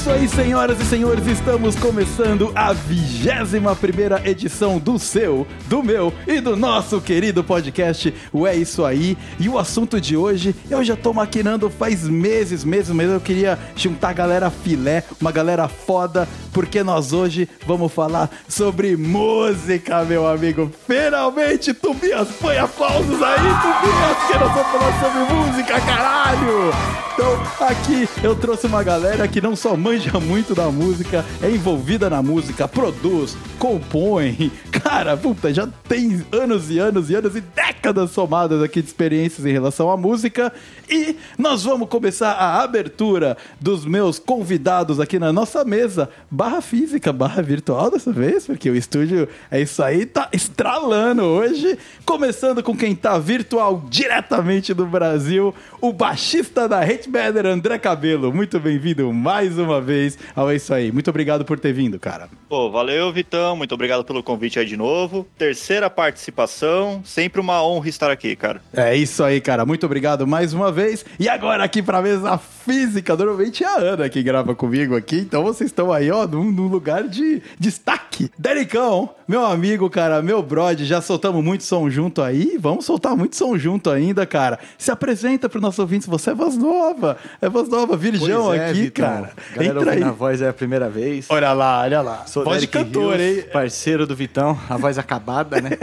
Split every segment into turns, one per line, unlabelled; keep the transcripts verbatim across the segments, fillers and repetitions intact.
isso aí, senhoras e senhores, estamos começando a vigésima primeira edição do seu, do meu e do nosso querido podcast, o É Isso Aí. E o assunto de hoje, eu já tô maquinando faz meses, meses, meses, eu queria juntar a galera filé, uma galera foda, porque nós hoje vamos falar sobre música, meu amigo. Finalmente, Tobias, põe aplausos aí, Tobias, que nós vamos falar sobre música, caralho! Então, aqui eu trouxe uma galera que não só manja muito da música, é envolvida na música, produz, compõe. Cara, puta, já tem anos e anos e anos e décadas somadas aqui de experiências em relação à música. E nós vamos começar a abertura dos meus convidados aqui na nossa mesa, barra física, barra virtual dessa vez, porque o estúdio é isso aí, tá estralando hoje. Começando com quem tá virtual diretamente do Brasil, o baixista da Hate Banner, André Cabelo. Muito bem-vindo mais uma vez ao É Isso Aí. Muito obrigado por ter vindo, cara.
Pô, valeu, Vitão. Muito obrigado pelo convite aí de novo. Terceira participação. Sempre uma honra estar aqui, cara.
É isso aí, cara. Muito obrigado mais uma vez. E agora aqui pra mesa física, normalmente é a Ana que grava comigo aqui. Então vocês estão aí, ó, num, num lugar de destaque. Dericão, meu amigo, cara, meu brother. Já soltamos muito som junto aí. Vamos soltar muito som junto ainda, cara. Se apresenta pro nosso ouvinte. Você é voz nova. É voz nova, virgão é, aqui,
Vitão.
cara.
Galera,
entra aí.
A voz é a primeira vez.
Olha lá, olha lá.
Sou
voz de cantor,
Rios,
hein?
Parceiro do Vitão. A voz acabada, né?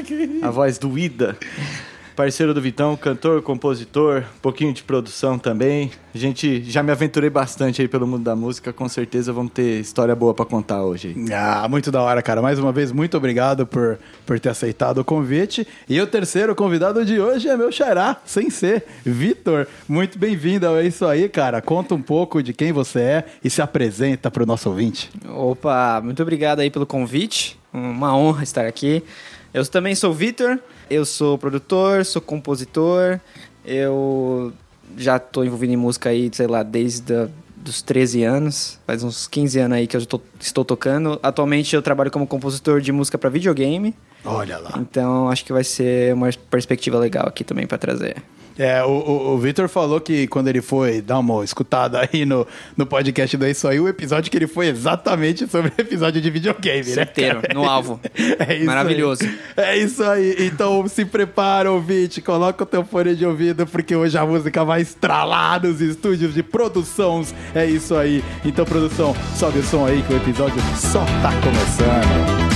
A voz doída. Parceiro do Vitão, cantor, compositor, um pouquinho de produção também. A gente já me aventurei bastante aí pelo mundo da música, com certeza vamos ter história boa pra contar hoje.
Ah, muito da hora, cara. Mais uma vez, muito obrigado por, por ter aceitado o convite. E o terceiro convidado de hoje é meu xará, sem ser, Vitor. Muito bem-vindo ao É Isso Aí, cara. Conta um pouco de quem você é e se apresenta pro nosso ouvinte.
Opa, muito obrigado aí pelo convite. Uma honra estar aqui. Eu também sou o Vitor, eu sou produtor, sou compositor, eu já estou envolvido em música aí, sei lá, desde a, dos treze anos, faz uns quinze anos aí que eu tô, estou tocando. Atualmente eu trabalho como compositor de música para videogame.
Olha lá.
Então acho que vai ser uma perspectiva legal aqui também para trazer.
É, o, o, o Vitor falou que quando ele foi dar uma escutada aí no, no podcast do É Isso Aí, o episódio que ele foi exatamente sobre o episódio de videogame, né?
Certeiro, no alvo.
É isso
maravilhoso.
Aí. É isso aí. Então se prepara, ouvinte, coloca o teu fone de ouvido, porque hoje a música vai estralar nos estúdios de produções. É isso aí. Então, produção, sobe o som aí que o episódio só tá começando.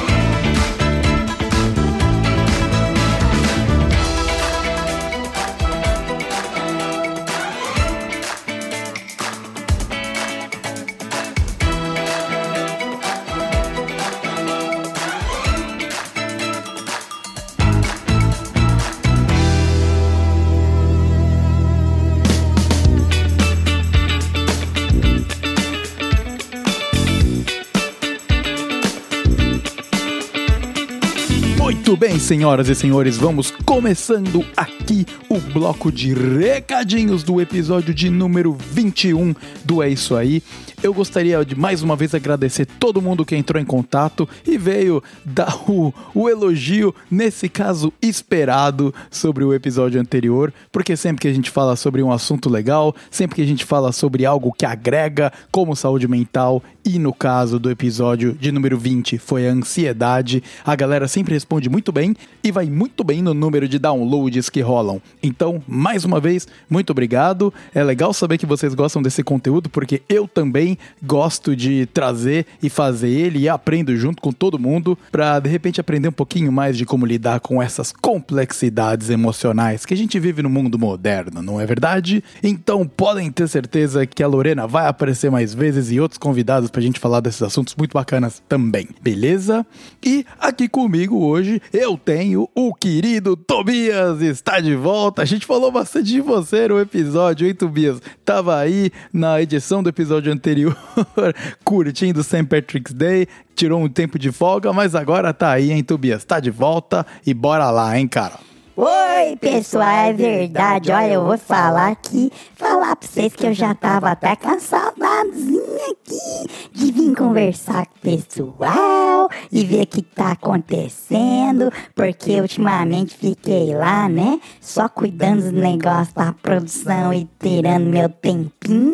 Muito bem, senhoras e senhores, vamos começando aqui o bloco de recadinhos do episódio de número vinte e um do É Isso Aí. Eu gostaria de mais uma vez agradecer todo mundo que entrou em contato e veio dar o, o elogio, nesse caso esperado, sobre o episódio anterior, porque sempre que a gente fala sobre um assunto legal, sempre que a gente fala sobre algo que agrega, como saúde mental, e no caso do episódio de número vinte foi a ansiedade, a galera sempre responde muito bem e vai muito bem no número de downloads que rolam. Então, mais uma vez, muito obrigado. É legal saber que vocês gostam desse conteúdo, porque eu também gosto de trazer e fazer ele e aprendo junto com todo mundo para, de repente, aprender um pouquinho mais de como lidar com essas complexidades emocionais que a gente vive no mundo moderno, não é verdade? Então, podem ter certeza que a Lorena vai aparecer mais vezes e outros convidados pra gente falar desses assuntos muito bacanas também, beleza? E aqui comigo hoje eu tenho o querido Tobias, está de volta. A gente falou bastante de você no episódio, hein, Tobias? Tava aí na edição do episódio anterior curtindo Saint Patrick's Day, tirou um tempo de folga, mas agora tá aí, hein, Tobias? Tá de volta e bora lá, hein, cara?
Oi, pessoal, é verdade. Olha, eu vou falar aqui, falar pra vocês que eu já tava até com a saudadezinha aqui de vir conversar com o pessoal e ver o que tá acontecendo, porque ultimamente fiquei lá, né, só cuidando dos negócios da produção e tirando meu tempinho.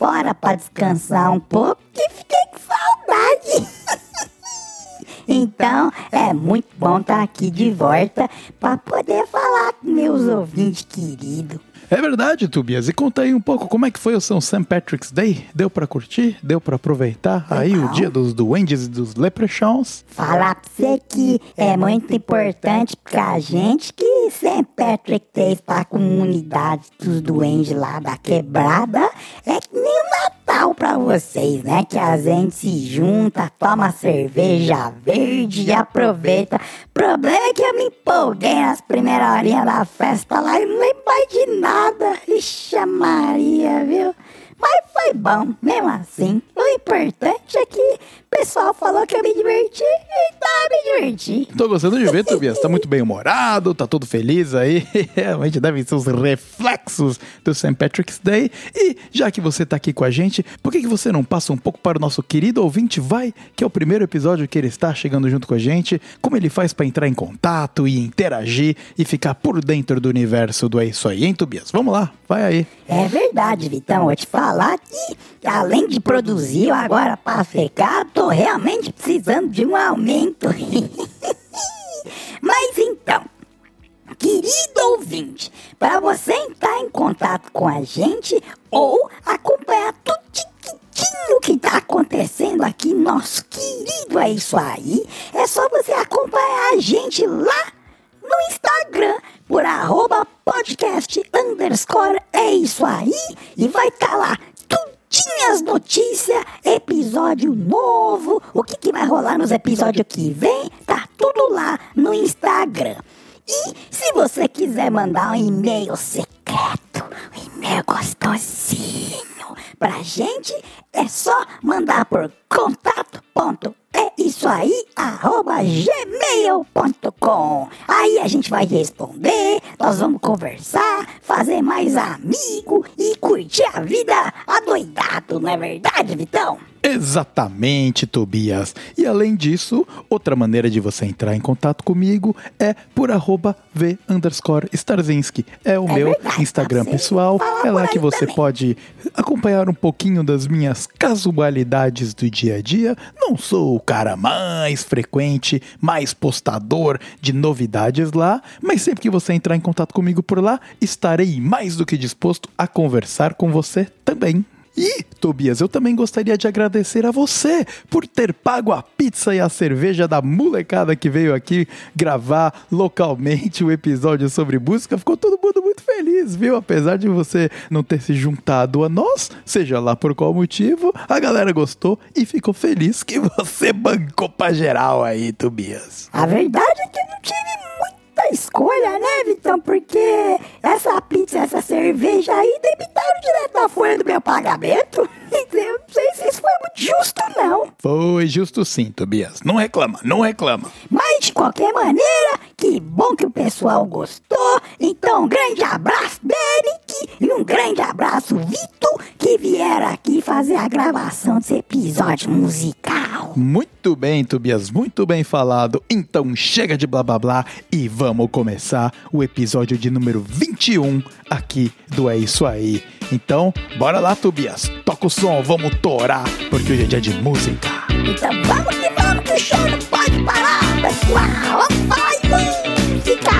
fora pra descansar um pouco que fiquei com saudade. Então, é muito bom estar aqui de volta pra poder falar com meus ouvintes queridos.
É verdade, Tobias. E conta aí um pouco como é que foi o São Saint Patrick's Day? Deu pra curtir? Deu pra aproveitar aí o dia dos duendes e dos leprechauns?
Falar pra você que é muito importante pra gente que Saint Patrick Day pra comunidade dos duendes lá da quebrada é que nem o Natal pra vocês, né? Que a gente se junta, toma cerveja verde e aproveita. O problema é que eu me empolguei nas primeiras horinhas da festa lá e não lembro mais de nada. Ixi, Maria, viu? Mas foi bom, mesmo assim. O importante é que o pessoal falou que eu me diverti, então eu me diverti.
Tô gostando de ver, Tobias. Tá muito bem humorado, tá todo feliz aí. Realmente devem ser os reflexos do Saint Patrick's Day. E já que você tá aqui com a gente, por que, que você não passa um pouco para o nosso querido ouvinte Vai, que é o primeiro episódio que ele está chegando junto com a gente, como ele faz pra entrar em contato e interagir e ficar por dentro do universo do É Isso Aí, hein, Tobias? Vamos lá, vai aí.
É verdade, Vitão. Vou te falar que, além de produzir eu agora pra ficar, tô realmente precisando de um aumento. Mas então, querido ouvinte, para você entrar em contato com a gente ou acompanhar tudo o que tá acontecendo aqui, nosso querido É Isso Aí, é só você acompanhar a gente lá no Instagram, por arroba podcast underscore é isso aí, e vai estar tá lá tudinho as notícias, episódio novo, o que, que vai rolar nos episódios que vem, tá tudo lá no Instagram. E se você quiser mandar um e-mail secreto, um e-mail gostosinho pra gente, é só mandar por contato ponto é isso aí, arroba gmail ponto com. Aí a gente vai responder, nós vamos conversar, fazer mais amigo e curtir a vida adoidado, não é verdade, Vitão?
Exatamente, Tobias. E além disso, outra maneira de você entrar em contato comigo é por arroba v underscore Starzinski. É o
É
meu
verdade,
Instagram
tá
pessoal.
certo.
É lá
Fala
que
por aí
você
também.
pode acompanhar um pouquinho das minhas casualidades do dia a dia. Não sou o cara mais frequente, mais postador de novidades lá, mas sempre que você entrar em contato comigo por lá, estarei mais do que disposto a conversar com você também. E, Tobias, eu também gostaria de agradecer a você por ter pago a pizza e a cerveja da molecada que veio aqui gravar localmente o episódio sobre música. Ficou todo mundo muito feliz, viu? Apesar de você não ter se juntado a nós, seja lá por qual motivo, a galera gostou e ficou feliz que você bancou pra geral aí, Tobias.
A verdade é que eu não tive muita escolha, né, Vitão? Porque essa pizza, essa cerveja aí debitaram direto na folha do meu pagamento. Eu não sei se isso foi muito justo, não.
Foi justo sim, Tobias. Não reclama, não reclama.
Mas, de qualquer maneira, que bom que o pessoal gostou. Então, um grande abraço, Derek, e um grande abraço, Vitor, que vieram aqui fazer a gravação desse episódio musical.
Muito bem, Tobias, muito bem falado. Então chega de blá blá blá e vamos começar o episódio de número vinte e um aqui do É Isso Aí. Então, bora lá, Tobias. Toca o som, vamos torar, porque hoje é dia de música.
Então, vamos que vamos, que o show não pode parar, pessoal. Vamos falar em música.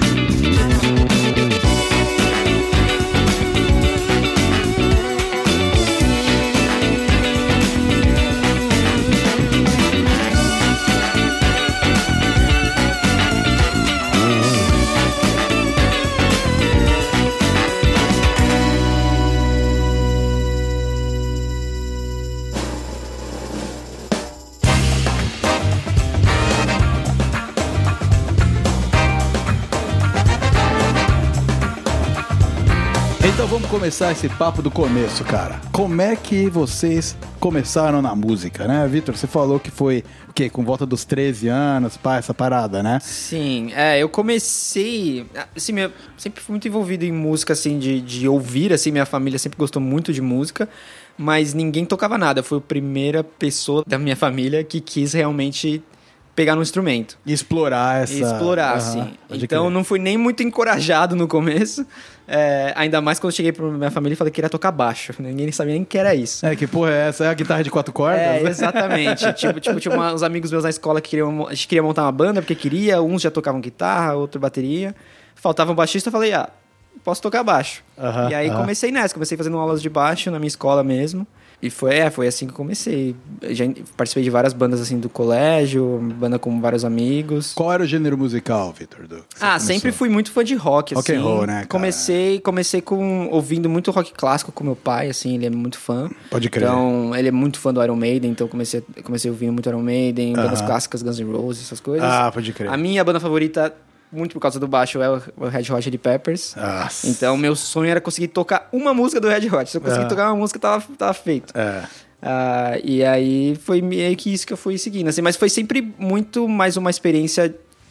Então vamos começar esse papo do começo, cara. Como é que vocês começaram na música, né, Vitor? Você falou que foi, o quê? Com volta dos treze anos, pá, essa parada, né?
Sim, é, eu comecei, assim, eu sempre fui muito envolvido em música, assim, de, de ouvir, assim, minha família sempre gostou muito de música, mas ninguém tocava nada, eu fui a primeira pessoa da minha família que quis realmente pegar no instrumento.
E explorar essa...
E explorar,
Aham,
assim.
pode
Então,
crer.
não fui nem muito encorajado no começo. É, ainda mais quando eu cheguei pra minha família e falei que queria tocar baixo. Ninguém sabia nem que era isso.
É, que porra é essa? É a guitarra de quatro cordas?
É, exatamente. tipo, tipo, tinha uma- uns amigos meus na escola que queriam, a gente queria montar uma banda porque queria. Uns já tocavam guitarra, outro bateria. Faltava um baixista, eu falei, ah, posso tocar baixo.
Aham,
e aí
aham.
comecei nessa. Comecei fazendo aulas de baixo na minha escola mesmo. E foi, é, foi assim que eu comecei. Já participei de várias bandas assim do colégio, banda com vários amigos.
Qual era o gênero musical, Vitor? do- que você
Ah,
começou?
sempre fui muito fã de rock,
Rock
assim.
and roll, né, cara?
Comecei, comecei com ouvindo muito rock clássico com meu pai, assim, ele é muito fã.
Pode crer.
Então, ele é muito fã do Iron Maiden, então comecei, comecei ouvindo muito Iron Maiden, bandas
Aham.
clássicas, Guns N' Roses, essas coisas.
Ah, pode crer.
A minha banda favorita, muito por causa do baixo, é o o Red Hot Chili Peppers.
Nossa.
Então, meu sonho era conseguir tocar uma música do Red Hot. Se eu conseguir
Ah.
tocar uma música, tava, tava feito.
É.
Ah, e aí foi meio que isso que eu fui seguindo, assim, mas foi sempre muito mais uma experiência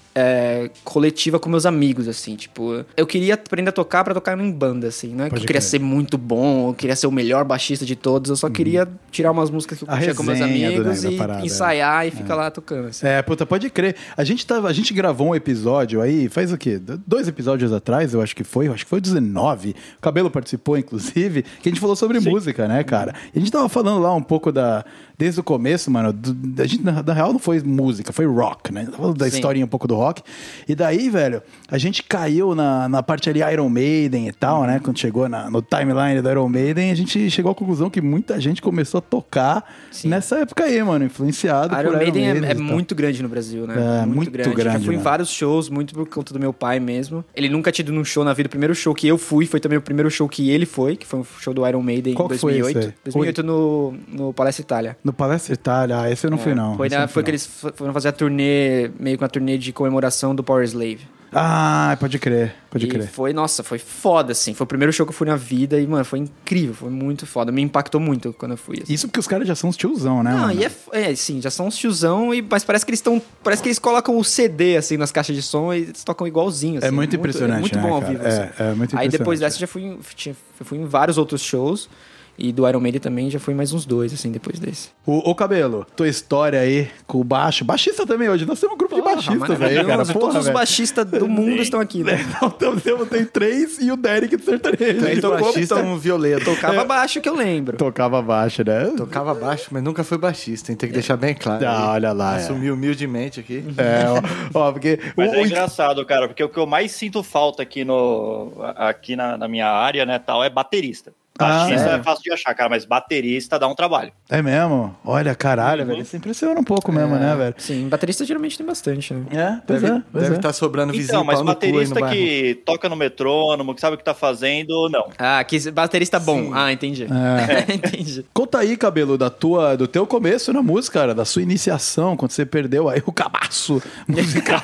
é, coletiva com meus amigos, assim, tipo, eu queria aprender a tocar pra tocar em banda, assim, não é que
Pode
eu queria
crer.
ser muito bom, eu queria ser o melhor baixista de todos, eu só queria tirar umas músicas que eu
A
curtia com meus
resenha do-
amigos
da
e
parada,
ensaiar e ficar lá tocando, assim.
É, puta, pode crer. A gente, tava, a gente gravou um episódio aí, faz o quê? D- Dois episódios atrás, eu acho que foi, eu acho que foi o dezenove. O Cabelo participou, inclusive, que a gente falou sobre música, né, cara? E a gente tava falando lá um pouco da... Desde o começo, mano, do, a gente, na, na real, não foi música, foi rock, né? Tava falando da
Sim.
historinha um pouco do rock. E daí, velho, a gente caiu na, na parte ali Iron Maiden e tal, né? Quando chegou na- no timeline do Iron Maiden, a gente chegou à conclusão que muita gente começou a tocar
Sim.
nessa época aí, mano, influenciado
Iron
por
Maiden é,
Maiden
é
e tal.
muito grande no Brasil, né?
É, muito grande,
Já fui em
né?
vários shows, muito por conta do meu pai mesmo. Ele nunca tinha ido num show na vida. O primeiro show que eu fui foi também o primeiro show que ele foi, que foi um show do Iron Maiden
Qual
em
que foi
dois mil e oito.
esse aí?
dois mil e oito no, no Palestra Itália.
No Palestra Itália, ah, esse eu não fui não.
Foi,
esse
na-
eu não fui,
foi que
não.
eles f- foram fazer a turnê, meio com a turnê de comemoração do Power Slave.
Ah, pode crer, pode
e
crer.
foi, nossa, foi foda, assim. Foi o primeiro show que eu fui na vida e, mano, foi incrível, foi muito foda. Me impactou muito quando eu fui, assim.
Isso porque os caras já são os tiozão, né,
Não,
mano?
e é, f- é, sim, já são uns tiozão, e, mas parece que eles estão. Parece que eles colocam o C D assim nas caixas de som e eles tocam igualzinho. Assim,
É muito impressionante,
É muito
né,
bom ao
cara?
vivo.
É,
assim.
é muito
Aí depois
impressionante.
dessa já fui, em- tinha- eu fui em vários outros shows. E do Iron Maiden também já fui mais uns dois, assim, depois desse.
O, ô, Cabelo, tua história aí com o baixo. Baixista também hoje. Nós temos um grupo de baixistas aí, cara.
Maravilhoso,
Porra,
todos os
velho.
baixistas do mundo estão aqui, né?
Não, temos, temos, tem três e o Derek do sertanejo.
Três
tocou-
baixistas, um violeta.
Tocava baixo que eu lembro.
Tocava baixo, né?
Tocava baixo, mas nunca foi baixista, hein? Tem que deixar bem claro.
Ah, olha lá, é.
Assumi humildemente aqui.
É, ó, ó, porque...
Mas
o-
é
o-
engraçado, cara, porque o que eu mais sinto falta aqui, no, aqui na, na minha área, né, tal, é baterista.
Ah,
Baixista
sério?
é fácil de achar, cara, mas baterista dá um trabalho.
É mesmo? Olha, caralho, velho. Isso impressiona um pouco mesmo, né, velho?
Sim, baterista geralmente tem bastante, né?
É, pois
Deve
é, pois
deve
é.
estar sobrando vizinho
Então, mas
pau no cu aí no
baterista
bairro.
que toca no metrônomo, que sabe o que tá fazendo, não.
Ah, que baterista bom.
Sim.
Ah, entendi.
É.
entendi.
Conta aí, Cabelo, da tua, do teu começo na música, cara, da sua iniciação, quando você perdeu aí o cabaço musical.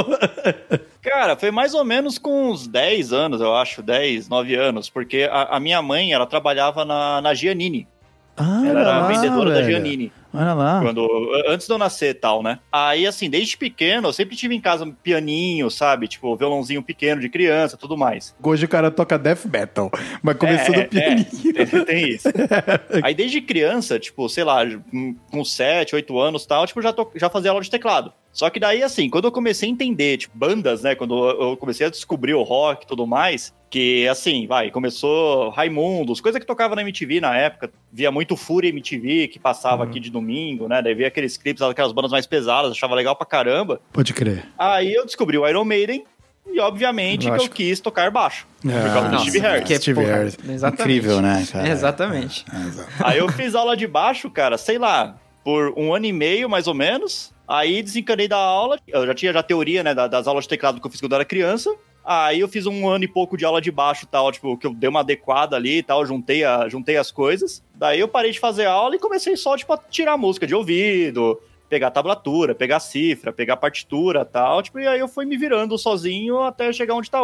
Cara, foi mais ou menos com uns dez anos, eu acho, dez, nove anos, porque a, a minha mãe, ela trabalhava na, na Giannini.
Ah,
Ela era
lá,
vendedora da
velho.
Giannini.
Olha lá.
Quando, antes de eu nascer e tal, né? Aí, assim, desde pequeno, eu sempre tive em casa um pianinho, sabe? Tipo, violãozinho pequeno de criança, tudo mais.
Hoje o cara toca death metal, mas começou
É,
do pianinho.
é, tem, tem isso. Aí, desde criança, tipo, sei lá, com sete, oito anos e tal, tipo, já, to, já fazia aula de teclado. Só que daí, assim, quando eu comecei a entender, tipo, bandas, né? Quando eu comecei a descobrir o rock e tudo mais, que, assim, vai, começou Raimundos, coisa que tocava na M T V na época, via muito Fúria M T V, que passava
Uhum.
aqui de domingo, né? Daí via aqueles clipes, aquelas bandas mais pesadas, achava legal pra caramba.
Pode crer.
Aí eu descobri o Iron Maiden e, obviamente,
Lógico.
que eu quis tocar baixo.
Ah,
por causa do
nossa,
Steve Harris.
Que é,
Steve
porra,
Harris.
exatamente.
Incrível, né, cara?
Exatamente.
É, exato.
Aí eu fiz aula de baixo, cara, sei lá, por um ano e meio, mais ou menos. Aí desencanei da aula. Eu já tinha já teoria, né, da- das aulas de teclado que eu fiz quando eu era criança. Aí eu fiz um ano e pouco de aula de baixo e tal, tipo, que eu dei uma adequada ali e tal, juntei, a, juntei as coisas. Daí eu parei de fazer aula e comecei só, tipo, a tirar música de ouvido, pegar tablatura, pegar cifra, pegar partitura e tal, tipo, e aí eu fui me virando sozinho até chegar onde tá hoje.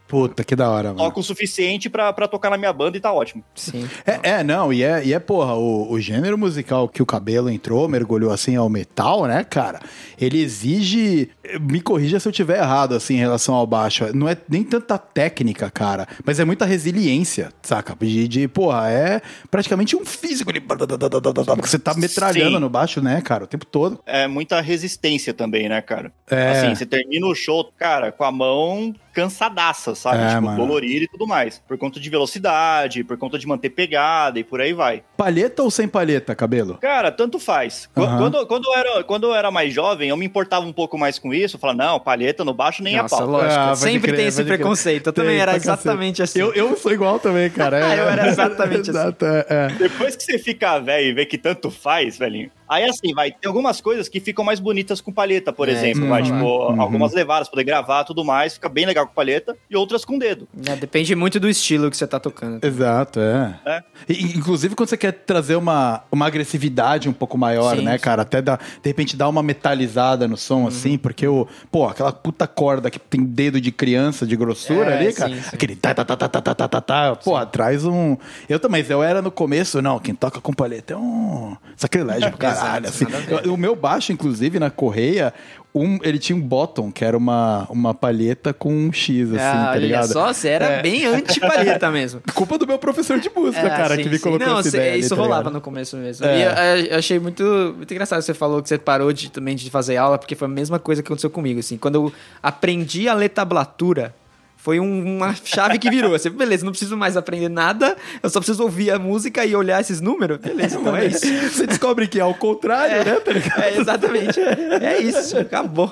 Puta, que da hora, mano.
Toco o suficiente pra, pra tocar na minha banda e tá ótimo.
Sim.
É, é, não, e é, e é porra, o, o gênero musical que o Cabelo entrou, mergulhou assim ao metal, né, cara? Ele exige, me corrija se eu tiver errado, assim, em relação ao baixo, não é nem tanta técnica, cara, mas é muita resiliência, saca? De, de porra, é praticamente um físico ali, porque você tá metralhando
Sim.
no baixo, né, cara, o tempo todo.
É muita resistência também, né, cara?
É.
Assim, você termina o show, cara, com a mão cansadaça, sabe?
É,
tipo,
mano.
dolorida e tudo mais. Por conta de velocidade, por conta de manter pegada e por aí vai.
Palheta ou sem palheta, Cabelo?
Cara, tanto faz. Qu-
Aham.
Quando, quando, eu era, quando eu era mais jovem, eu me importava um pouco mais com isso. Eu falava, não, palheta no baixo nem
Nossa,
a pau.
lógico.
Ah, pode
Sempre
crer,
tem esse
pode crer.
preconceito. Eu também
Tem,
era
pra cacete.
exatamente assim.
Eu, eu sou igual também, cara. É,
Eu era exatamente assim.
Exato, é, é.
Depois que você fica velho e vê que tanto faz, velhinho. Aí assim, vai ter algumas coisas que ficam mais bonitas com palheta, por
É,
exemplo.
isso
Vai,
que eu ia
tipo,
falar. Uhum.
algumas levadas, poder gravar tudo mais, fica bem legal com palheta. E outras com dedo.
É, depende muito do estilo que você tá tocando.
Exato, é.
É.
E, inclusive, quando você quer trazer uma, uma agressividade um pouco maior,
Sim,
né,
sim.
cara? Até dar, de repente dar uma metalizada no som, assim, porque o, pô, aquela puta corda que tem dedo de criança de grossura
É,
ali, cara.
sim, sim.
Aquele tá, tá, tá, tá, tá, tá, tá, tá, tá, pô, traz um. Eu também, eu era no começo, não, quem toca com palheta é um sacrilégio pro caralho,
Exato,
assim.
nada a ver.
O meu baixo, inclusive, na correia, um, ele tinha um bottom, que era uma, uma palheta com um X, assim,
Ah,
tá
olha
ligado?
só, você era
É.
bem anti-palheta mesmo.
Culpa do meu professor de música,
É,
cara,
sim,
que me
sim.
colocou
Não,
essa
cê-
ideia ali,
isso
tá
rolava
ligado?
no começo mesmo.
É.
E eu, eu achei muito, muito engraçado. Você falou que você parou de, também de fazer aula, porque foi a mesma coisa que aconteceu comigo. Assim. Quando eu aprendi a ler tablatura, foi um- uma chave que virou. Assim, beleza, não preciso mais aprender nada, eu só preciso ouvir a música e olhar esses números. Beleza, então é isso.
Você descobre que é ao contrário, né? Tá ligado?
É, exatamente. É isso, acabou.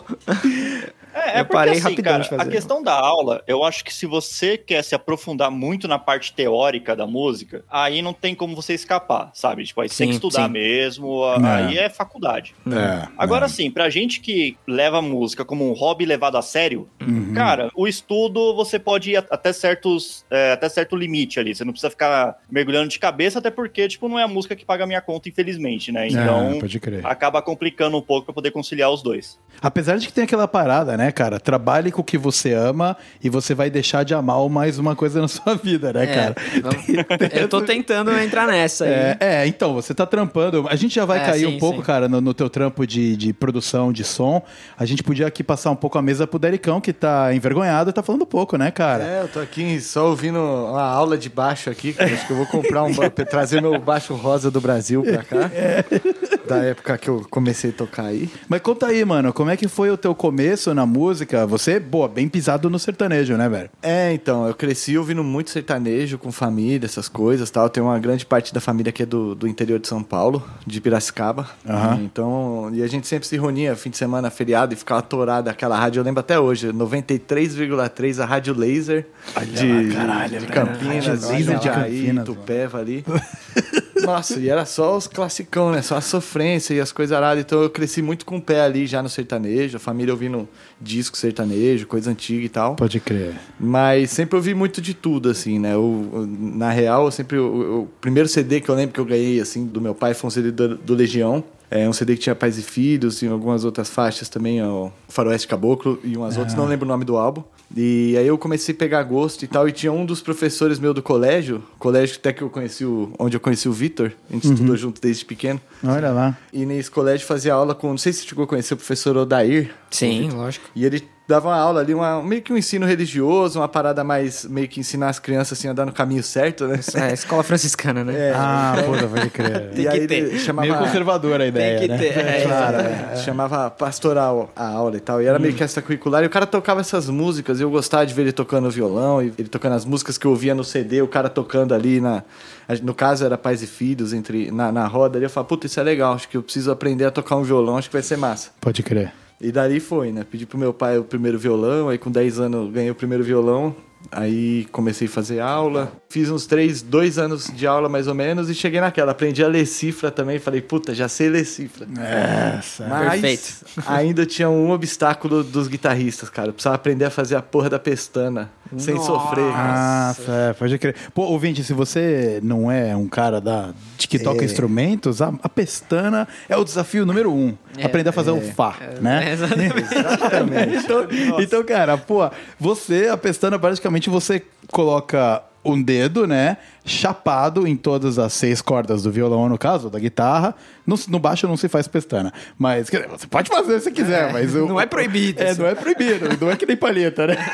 É, é
Eu
porque
parei
assim,
rapidão
cara,
de fazer.
a questão da aula, eu acho que se você quer se aprofundar muito na parte teórica da música, aí não tem como você escapar, sabe? Tipo, aí você tem que
Sim,
estudar
sim.
mesmo, a-
É.
aí é faculdade.
É,
Agora
é.
sim, pra gente que leva a música como um hobby levado a sério,
Uhum.
cara, o estudo você pode ir a- até certos, é, até certo limite ali. Você não precisa ficar mergulhando de cabeça, até porque, tipo, não é a música que paga a minha conta, infelizmente, né? Então,
É, pode crer.
acaba complicando um pouco pra poder conciliar os dois.
Apesar de que tem aquela parada, né, cara? Trabalhe com o que você ama e você vai deixar de amar mais uma coisa na sua vida, né,
É,
cara?
vamos- eu tô tentando entrar nessa aí.
É, é, então, você tá trampando. A gente já vai
É,
cair
sim,
um pouco,
sim.
cara, no, no teu trampo de, de produção de som. A gente podia aqui passar um pouco a mesa pro Dericão, que tá envergonhado e tá falando pouco, né, cara?
É, eu tô aqui só ouvindo uma aula de baixo aqui, cara. Acho que eu vou comprar um ba- trazer meu baixo rosa do Brasil pra cá. Da época que eu comecei a tocar aí.
Mas conta aí, mano, como é que foi o teu começo na música? Você, boa, bem pisado no sertanejo, né, velho?
É, então, eu cresci ouvindo muito sertanejo com família, essas coisas, tal. Tem uma grande parte da família que é do, do interior de São Paulo, de Piracicaba.
Aham.
Então, e a gente sempre se reunia fim de semana, feriado, e ficava atorado aquela rádio. Eu lembro até hoje, noventa e três vírgula três, a Rádio Laser de,
lá, caralho,
de
velho.
Campinas,
Rádio Laser de
Jundiaí,
Campinas,
Tupéva ali. Nossa, e era só os classicão, né? Só a sofrência e as coisas aradas. Então eu cresci muito com o pé ali já no sertanejo, a família ouvindo disco sertanejo, coisa antiga e tal.
Pode crer.
Mas sempre ouvi muito de tudo, assim, né? Eu, eu- na real, eu sempre. O, o primeiro C D que eu lembro que eu ganhei, assim, do meu pai foi um C D do, do Legião. É um C D que tinha Pais e Filhos e algumas outras faixas também, o Faroeste Caboclo e umas outras, não lembro o nome do álbum. E aí eu comecei a pegar gosto e tal, e tinha um dos professores meu do colégio, colégio até que eu conheci o, onde eu conheci o Vitor, a gente estudou junto desde pequeno.
Olha lá.
E nesse colégio fazia aula com, não sei se você chegou a conhecer o professor Odair.
Sim, lógico.
E ele dava uma aula ali, uma, meio que um ensino religioso, uma parada mais, meio que ensinar as crianças assim, a andar no caminho certo, né?
É, escola franciscana, né?
É.
Ah, puta, pode crer.
Tem
e aí
que ter.
ele chamava...
Meio conservadora a ideia,
que
né?
ter,
É,
é,
claro,
exatamente.
é. Chamava pastoral a aula e tal. E era meio que extracurricular. E o cara tocava essas músicas. E eu gostava de ver ele tocando violão. E ele tocando as músicas que eu ouvia no C D. O cara tocando ali na... No caso, era Pais e Filhos entre, na, na roda. Ali eu falava, puta, isso é legal. Acho que eu preciso aprender a tocar um violão. Acho que vai ser massa.
Pode crer.
E dali foi, né? Pedi pro meu pai o primeiro violão. Aí com dez anos ganhei o primeiro violão. Aí comecei a fazer aula. Fiz uns três, dois anos de aula mais ou menos. E cheguei naquela. Aprendi a ler cifra também. Falei, puta, já sei ler cifra.
Essa.
Mas
Perfeito.
ainda tinha um obstáculo dos guitarristas, cara. Eu precisava aprender a fazer a porra da pestana. sem
Nossa.
sofrer.
Ah, é, pode crer. Pô, ouvinte, se você não é um cara da, de que toca
É.
instrumentos, a, a pestana é o desafio número um.
É.
Aprender a fazer o Fá, né?
É, exatamente.
Exatamente.
então, então, cara, pô, você, a pestana, basicamente você coloca um dedo, né, chapado em todas as seis cordas do violão, no caso, da guitarra. No, no baixo não se faz pestana. Mas, quer dizer, você pode fazer se quiser,
É,
mas... o-
não é proibido,
É,
assim.
não é proibido. Não é que nem palheta, né?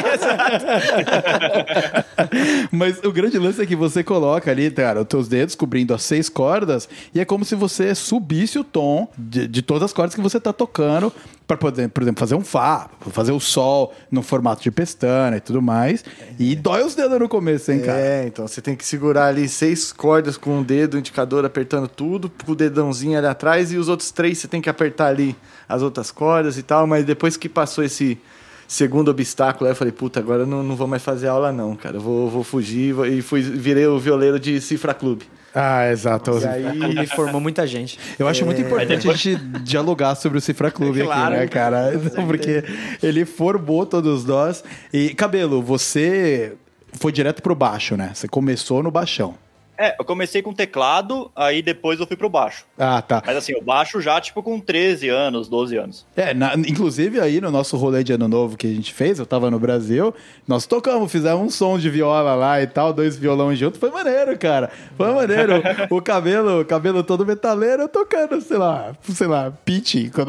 Mas o grande lance é que você coloca ali, cara, os teus dedos cobrindo as seis cordas e é como se você subisse o tom de, de todas as cordas que você tá tocando para poder, por exemplo, fazer um Fá, fazer o Sol no formato de pestana e tudo mais. E dói os dedos no começo, hein, cara?
É, então você tem que segurar ali seis cordas com o dedo indicador apertando tudo, com o dedãozinho ali atrás, e os outros três você tem que apertar ali as outras cordas e tal, mas depois que passou esse segundo obstáculo, aí eu falei, puta, agora eu não, não vou mais fazer aula não, cara, eu vou, vou fugir, vou- e fui, virei o violeiro de Cifra Clube.
Ah, exato.
E aí,
Ele formou muita gente.
Eu acho muito importante a gente dialogar sobre o Cifra Clube
Claro.
aqui, né, cara? Porque ele formou todos nós. E, Cabelo, você foi direto pro baixo, né? Você começou no baixão.
É, eu comecei com teclado, aí depois eu fui pro baixo.
Ah, tá.
Mas assim, o baixo já, tipo, com treze anos, doze anos.
É, na- inclusive aí no nosso rolê de ano novo que a gente fez, eu tava no Brasil, nós tocamos, fizemos um som de viola lá e tal, dois violões juntos, foi maneiro, cara. Foi maneiro. O cabelo, o cabelo todo metaleiro, eu tocando, sei lá, sei lá, pitch. Quando...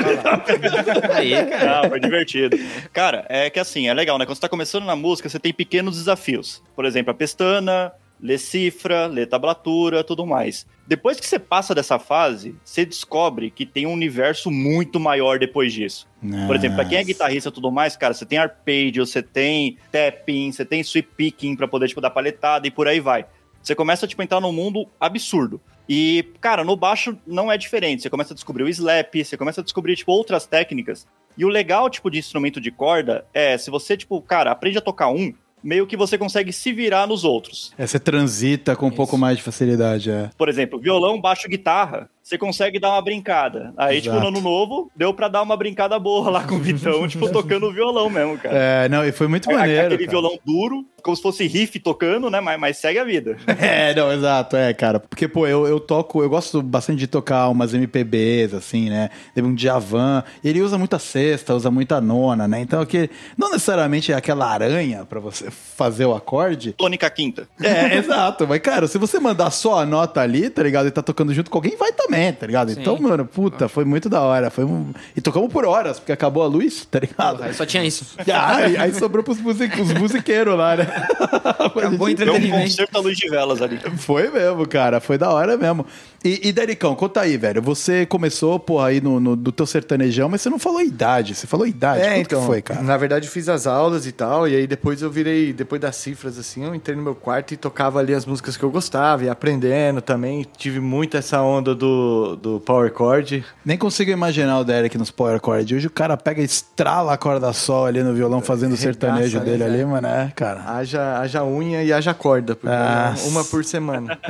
Aí, cara.
Ah, foi divertido. Cara, é que assim, é legal, né? Quando você tá começando na música, você tem pequenos desafios. Por exemplo, a pestana, ler cifra, ler tablatura, tudo mais. Depois que você passa dessa fase, você descobre que tem um universo muito maior depois disso. Por exemplo, pra quem é guitarrista e tudo mais, cara, você tem arpeggio, você tem tapping, você tem sweep picking pra poder, tipo, dar paletada e por aí vai. Você começa, tipo, a entrar num mundo absurdo. E, cara, no baixo não é diferente. Você começa a descobrir o slap, você começa a descobrir, tipo, outras técnicas. E o legal, tipo, de instrumento de corda é, se você, tipo, cara, aprende a tocar um, meio que você consegue se virar nos outros.
É, você transita com um pouco mais de facilidade, é.
Por exemplo, violão, baixo, guitarra, você consegue dar uma brincada. Aí,
Exato.
tipo, no ano novo, deu pra dar uma brincada boa lá com o Vitão, tipo, tocando o violão mesmo, cara.
É, não, e foi muito
É,
maneiro,
aquele
cara.
violão duro, como se fosse riff tocando, né? Mas, mas segue a vida.
É, não, exato, é, cara. Porque, pô, eu, eu toco, eu gosto bastante de tocar umas M P Bs, assim, né? Teve um Djavan, ele usa muita sexta, usa muita nona, né? Então, que não necessariamente é aquela aranha pra você fazer o acorde.
Tônica quinta.
É, exato. Mas, cara, se você mandar só a nota ali, tá ligado? E tá tocando junto com alguém, vai também, tá ligado?
Sim.
Então, mano, puta, foi muito da hora. Foi um... E tocamos por horas, porque acabou a luz, tá ligado?
Porra, aí só tinha isso.
Ah, aí, aí sobrou pros music... os musiqueiros lá, né?
É um bom
Deu um
entretenimento.
concerto à luz de velas ali.
Foi mesmo, cara. Foi da hora mesmo. E, e Dericão, conta aí, velho. Você começou, porra, aí no, no do teu sertanejão, mas você não falou idade. Você falou idade.
É,
Quanto
então,
que foi, cara?
na verdade eu fiz as aulas e tal, e aí depois eu virei, depois das cifras assim, eu entrei no meu quarto e tocava ali as músicas que eu gostava, ia aprendendo também, tive muito essa onda do, do power chord.
Nem consigo imaginar o Derek nos power chord. Hoje o cara pega e estrala a corda sol ali no violão, fazendo o sertanejo
Regaça,
dele
né,
ali, mano, é, cara.
Haja, haja unha e haja corda, porque
Ah.
era uma por semana.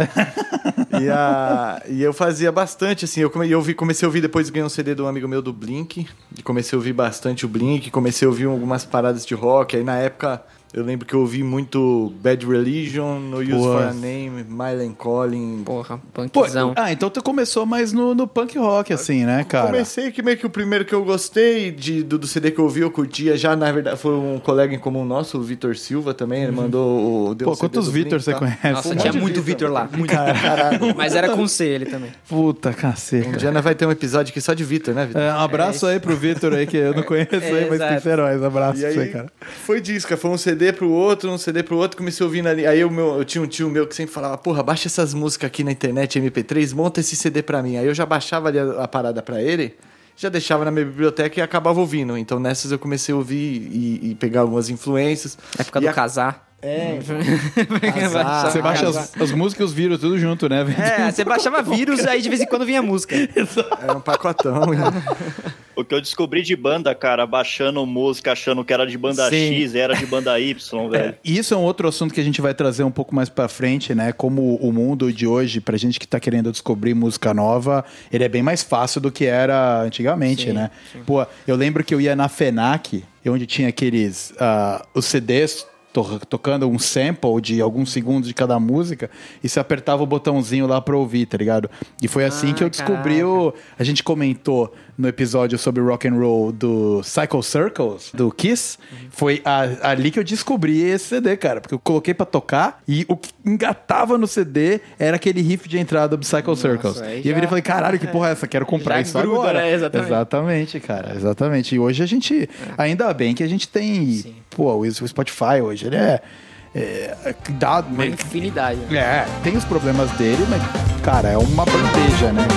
e, a, e eu fazia bastante, assim, eu, come, eu vi, comecei a ouvir, depois ganhei um C D de um amigo meu do Blink, e comecei a ouvir bastante o Blink, comecei a ouvir algumas paradas de rock, aí na época eu lembro que eu ouvi muito Bad Religion, No Use
Pô.
for a Name, Mylan Collin.
Porra,
Pô,
punkzão.
ah, então tu começou mais no, no punk rock, assim, né, cara?
Comecei que meio que o primeiro que eu gostei de, do, do C D que eu ouvi, eu curtia já, na verdade, foi um colega em comum nosso, o Vitor Silva também, ele mandou o... deu
Pô,
o C D
quantos
do
Vitor
Blink,
você
tá?
conhece?
Nossa,
um
tinha
monte de
muito
Vitor.
Vitor lá. Muito.
Caralho.
Mas era com C ele também.
Puta, cacete.
Um dia nós vai ter um episódio aqui só de Vitor, né, Vitor?
É, um abraço aí pro Vitor aí, que eu não conheço aí, mas
exato.
tem heróis. Abraço
E
pra você,
aí,
cara.
foi disso, cara. Foi um C D pro outro, um C D pro outro, comecei ouvindo ali. Aí o meu, eu tinha um tio meu que sempre falava, porra, baixa essas músicas aqui na internet, M P três, monta esse C D pra mim. Aí eu já baixava ali a, a parada pra ele, já deixava na minha biblioteca e acabava ouvindo. Então nessas eu comecei a ouvir e, e pegar algumas influências.
Época
E
do
a-
casar.
É,
Azar.
Você baixa
Azar.
as, as músicas e os vírus tudo junto, né, velho?
É, você baixava vírus, aí de vez em quando vinha música.
era um pacotão.
O que eu descobri de banda, cara, baixando música, achando que era de banda
Sim.
X, era de banda Y, velho.
E isso é um outro assunto que a gente vai trazer um pouco mais pra frente, né? Como o mundo de hoje, pra gente que tá querendo descobrir música nova, ele é bem mais fácil do que era antigamente,
Sim,
né?
sim.
Pô, eu lembro que eu ia na FENAC, onde tinha aqueles... Uh, os C Ds... to- tocando um sample de alguns segundos de cada música e você apertava o botãozinho lá pra ouvir, tá ligado? E foi assim
Ah,
que eu descobri o... A gente comentou no episódio sobre rock and roll do Cycle Circles, do Kiss.
Uhum.
Foi a- ali que eu descobri esse C D, cara. Porque eu coloquei pra tocar e o que engatava no C D era aquele riff de entrada do Cycle Circles.
aí
E eu virei
já-
e falei, caralho, que porra é essa? Quero comprar
Já
isso
gruda,
agora.
né? Exatamente.
Exatamente, cara. Exatamente. E hoje a gente... Ainda bem que a gente tem...
Sim.
Pô, o Spotify hoje, ele é... é dá,
Uma infinidade. Né?
é, tem os problemas dele, mas, cara, é uma bandeja, né?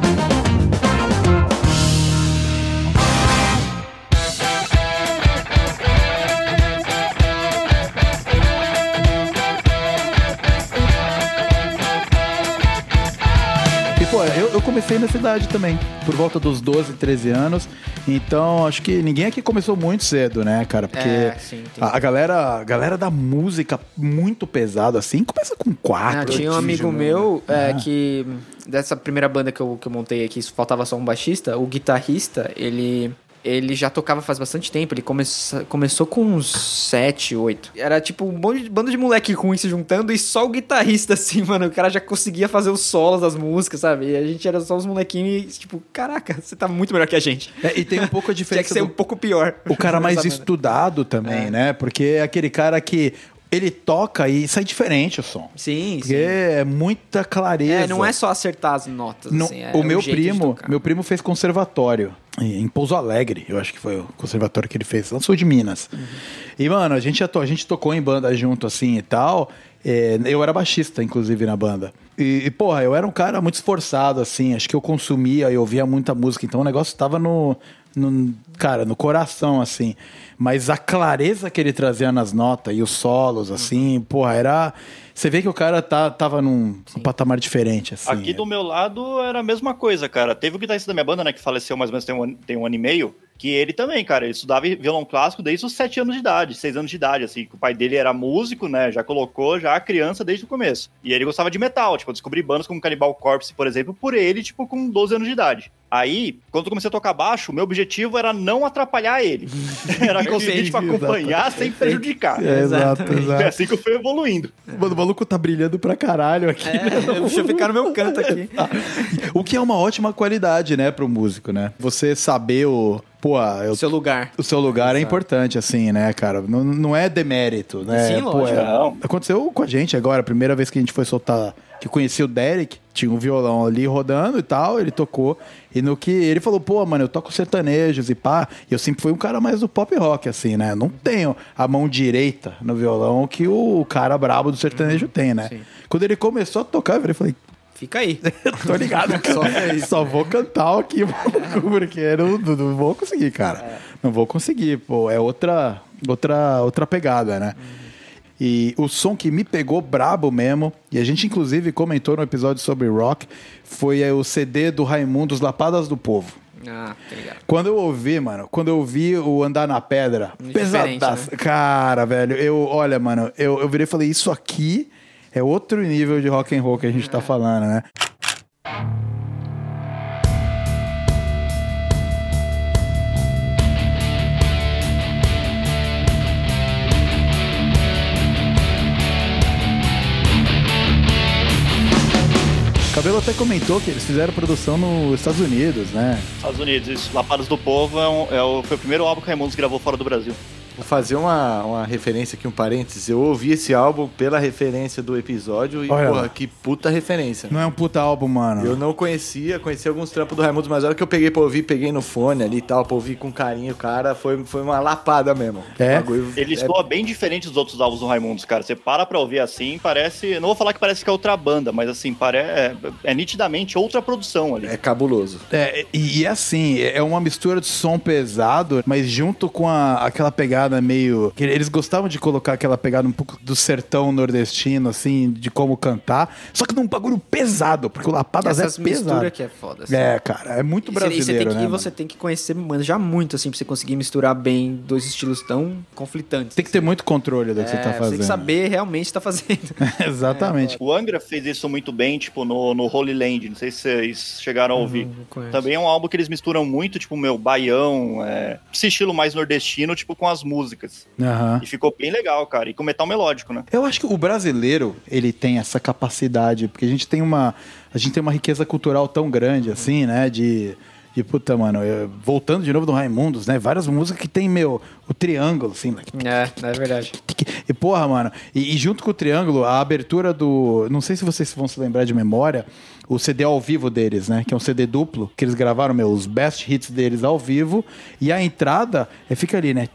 E, pô, eu, eu comecei nessa idade também, por volta dos doze, treze anos. Então, acho que ninguém aqui começou muito cedo, né, cara? Porque
É, sim, tem-
a, a galera, a galera da música muito pesada, assim, começa com quatro.
Ah, tinha um amigo
títulos,
meu
né?
é, que, dessa primeira banda que eu, que eu montei aqui, faltava só um baixista, o guitarrista, ele, ele já tocava faz bastante tempo, ele come, começou com uns sete, oito. Era tipo um bando de, bando de moleque ruim se juntando e só o guitarrista, assim, mano, o cara já conseguia fazer os solos das músicas, sabe? E a gente era só os molequinhos e, tipo, caraca, você tá muito melhor que a gente.
É, e tem um pouco a
Tinha que
diferença
ser
do
um pouco pior.
o cara mais
Essa banda.
estudado também, né? Porque é aquele cara que ele toca e sai diferente o som.
Sim,
Porque
sim.
é muita clareza.
É, não é só acertar as notas,
Não,
assim, é
o meu
jeito de
primo,
tocar.
meu primo fez conservatório em em Pouso Alegre, eu acho que foi o conservatório que ele fez, não sou de Minas.
Uhum.
E mano, a gente, ato- a gente tocou em banda junto assim e tal. É, eu era baixista, inclusive, na banda. E, e, porra, eu era um cara muito esforçado, assim. Acho que eu consumia e ouvia muita música. Então o negócio tava no, no... Cara, no coração, assim. Mas a clareza que ele trazia nas notas e os solos, assim... Porra, era... Você vê que o cara tá, tava num um patamar diferente, assim.
Aqui do meu lado era a mesma coisa, cara. Teve o guitarrista da minha banda, né, que faleceu mais ou menos tem um, an- tem um ano e meio, que ele também, cara, ele estudava violão clássico desde os sete anos de idade, seis anos de idade, assim, que o pai dele era músico, né, já colocou já a criança desde o começo. E ele gostava de metal, tipo, eu descobri bandas como Cannibal Corpse, por exemplo, por ele, tipo, com doze anos de idade. Aí, quando eu comecei a tocar baixo, o meu objetivo era não atrapalhar ele. Era conseguir, tipo, acompanhar sem prejudicar.
É, exato,
É
exato.
assim que eu fui evoluindo.
Mano, o maluco tá brilhando pra caralho aqui. né?
É, deixa eu ficar no meu canto aqui.
O que é uma ótima qualidade, né, pro músico, né? Você saber o... Pô, eu,
O seu lugar.
o seu lugar é importante, assim, né, cara? Não, não é demérito, né?
Sim,
Pô,
lógico.
é-
Não.
Aconteceu com a gente agora, a primeira vez que a gente foi soltar, que eu conheci o Derek, tinha um violão ali rodando e tal, ele tocou, e no que ele falou, pô, mano, eu toco sertanejos e pá, e eu sempre fui um cara mais do pop rock, assim, né? Não tenho a mão direita no violão que o cara brabo do sertanejo tem, né?
sim.
Quando ele começou a tocar, eu falei,
Fica aí.
tô ligado, só, só vou cantar aqui, porque eu não, não- não vou conseguir, cara. Não vou conseguir, pô, é outra, outra, outra pegada, né? E o som que me pegou brabo mesmo, e a gente inclusive comentou no episódio sobre rock, foi é, o C D do Raimundos Lapadas do Povo.
Ah, tá ligado.
Quando eu ouvi, mano, quando eu ouvi o Andar na Pedra,
Diferente,
pesadaço.
né?
Cara, velho, eu, olha, mano, eu, eu virei e falei, isso aqui é outro nível de rock and roll que a gente tá falando, né? O Cabelo até comentou que eles fizeram produção nos Estados Unidos, né?
Estados Unidos, isso. Lapadas do Povo é, um- é o, foi o primeiro álbum que o Raimundos gravou fora do Brasil.
Vou fazer uma, uma referência aqui, um parênteses. Eu ouvi esse álbum pela referência do episódio e,
Olha
porra,
lá.
que puta referência.
Não é um puta álbum, mano.
Eu não conhecia, conheci alguns trampos do Raimundos, mas a hora que eu peguei pra ouvir, peguei no fone ali e tal, pra ouvir com carinho, cara, foi, foi uma lapada mesmo.
É?
O bagulho
Ele
é-
soa bem diferente dos outros álbuns do Raimundos, cara. Você para pra ouvir assim, parece... Não vou falar que parece que é outra banda, mas assim, pare... é, é nitidamente outra produção ali.
é cabuloso.
É, e, e assim, é uma mistura de som pesado, mas junto com a- aquela pegada pegada meio... Eles gostavam de colocar aquela pegada um pouco do sertão nordestino, assim, de como cantar. Só que num bagulho pesado, porque o Lapadas
Essas
é pesado.
misturas que é foda. Assim.
É, cara, é muito
E você- e
brasileiro,
você tem que,
né?
E
mano?
você tem que conhecer, mano, já muito, assim, pra você conseguir misturar bem dois estilos tão conflitantes.
Tem que ter muito controle do que
é,
você tá fazendo.
Você tem que saber realmente o que tá fazendo.
Exatamente.
O Angra fez isso muito bem, tipo, no, no Holy Land, não sei se vocês chegaram a ouvir.
Não conheço.
Também é um álbum que eles misturam muito, tipo, meu, baião, é, esse estilo mais nordestino, tipo, com as músicas.
Aham.
E ficou bem legal, cara. E com metal melódico, né?
Eu acho que o brasileiro, ele tem essa capacidade, porque a gente tem uma, a gente tem uma riqueza cultural tão grande, assim, né, de... de puta, mano, eu- voltando de novo do Raimundos, né, várias músicas que tem, meu, o triângulo, assim, né,
É, é verdade.
e porra, mano, e, e junto com o triângulo, a abertura do, não sei se vocês vão se lembrar de memória, o C D ao vivo deles, né, que é um C D duplo, que eles gravaram, meu, os best hits deles ao vivo, e a entrada, é, fica ali, né,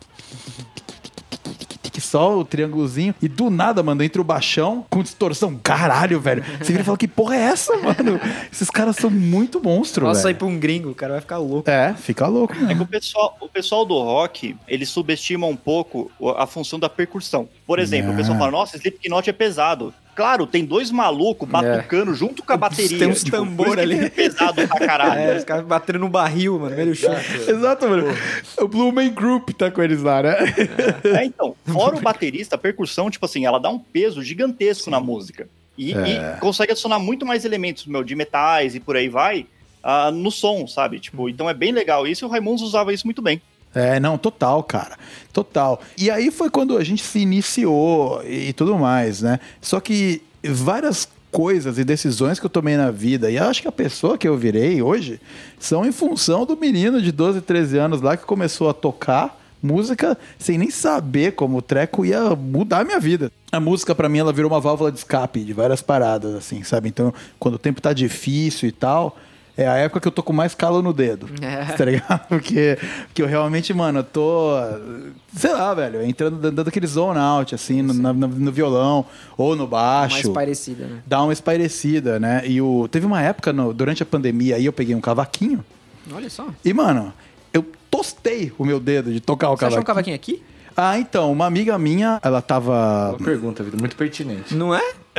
que só o triângulozinho, e do nada, mano, entra o baixão com distorção. Caralho, velho. Você vira e fala, que porra é essa, mano? Esses caras são muito monstros,
Nossa,
velho.
ir pra um gringo, o cara vai ficar louco.
É, fica louco,
É que
mano.
o pessoal, o pessoal do rock, eles subestimam um pouco a função da percussão. Por exemplo,
É.
o pessoal fala, nossa, Slipknot é pesado. Claro, tem dois malucos batucando junto com a bateria.
Tem uns
Tipo, por
tambor
isso que
ali.
É pesado pra caralho.
É, os caras batendo no barril, mano, meio chão.
Exato, mano. O Blue Man Group tá com eles lá, né?
É, então, fora o baterista, a percussão, tipo assim, ela dá um peso gigantesco na música. E,
É.
e consegue adicionar muito mais elementos, meu, de metais e por aí vai, ah, no som, sabe? Tipo, então é bem legal isso e o Raimundos usava isso muito bem.
É, não, total, cara. Total. E aí foi quando a gente se iniciou e, e tudo mais, né? Só que várias coisas e decisões que eu tomei na vida, e eu acho que a pessoa que eu virei hoje, são em função do menino de doze, treze anos lá que começou a tocar música sem nem saber como o treco ia mudar a minha vida. A música, pra mim, ela virou uma válvula de escape de várias paradas, assim, sabe? Então, quando o tempo tá difícil e tal... É a época que eu tô com mais calo no dedo.
É.
Tá ligado? Porque, porque eu realmente, mano, eu tô. Sei lá, velho, entrando, dando aquele zone out, assim, no, na- no violão ou no baixo.
Mais parecida, né?
Dá uma espairecida, né? E o, teve uma época, no- durante a pandemia, aí eu peguei um cavaquinho.
Olha só.
E, mano, eu tostei o meu dedo de tocar o
Você achou
cavaquinho.
um cavaquinho aqui?
Ah, então, uma amiga minha, ela tava.
Boa pergunta, Vitor. Muito pertinente.
Não é?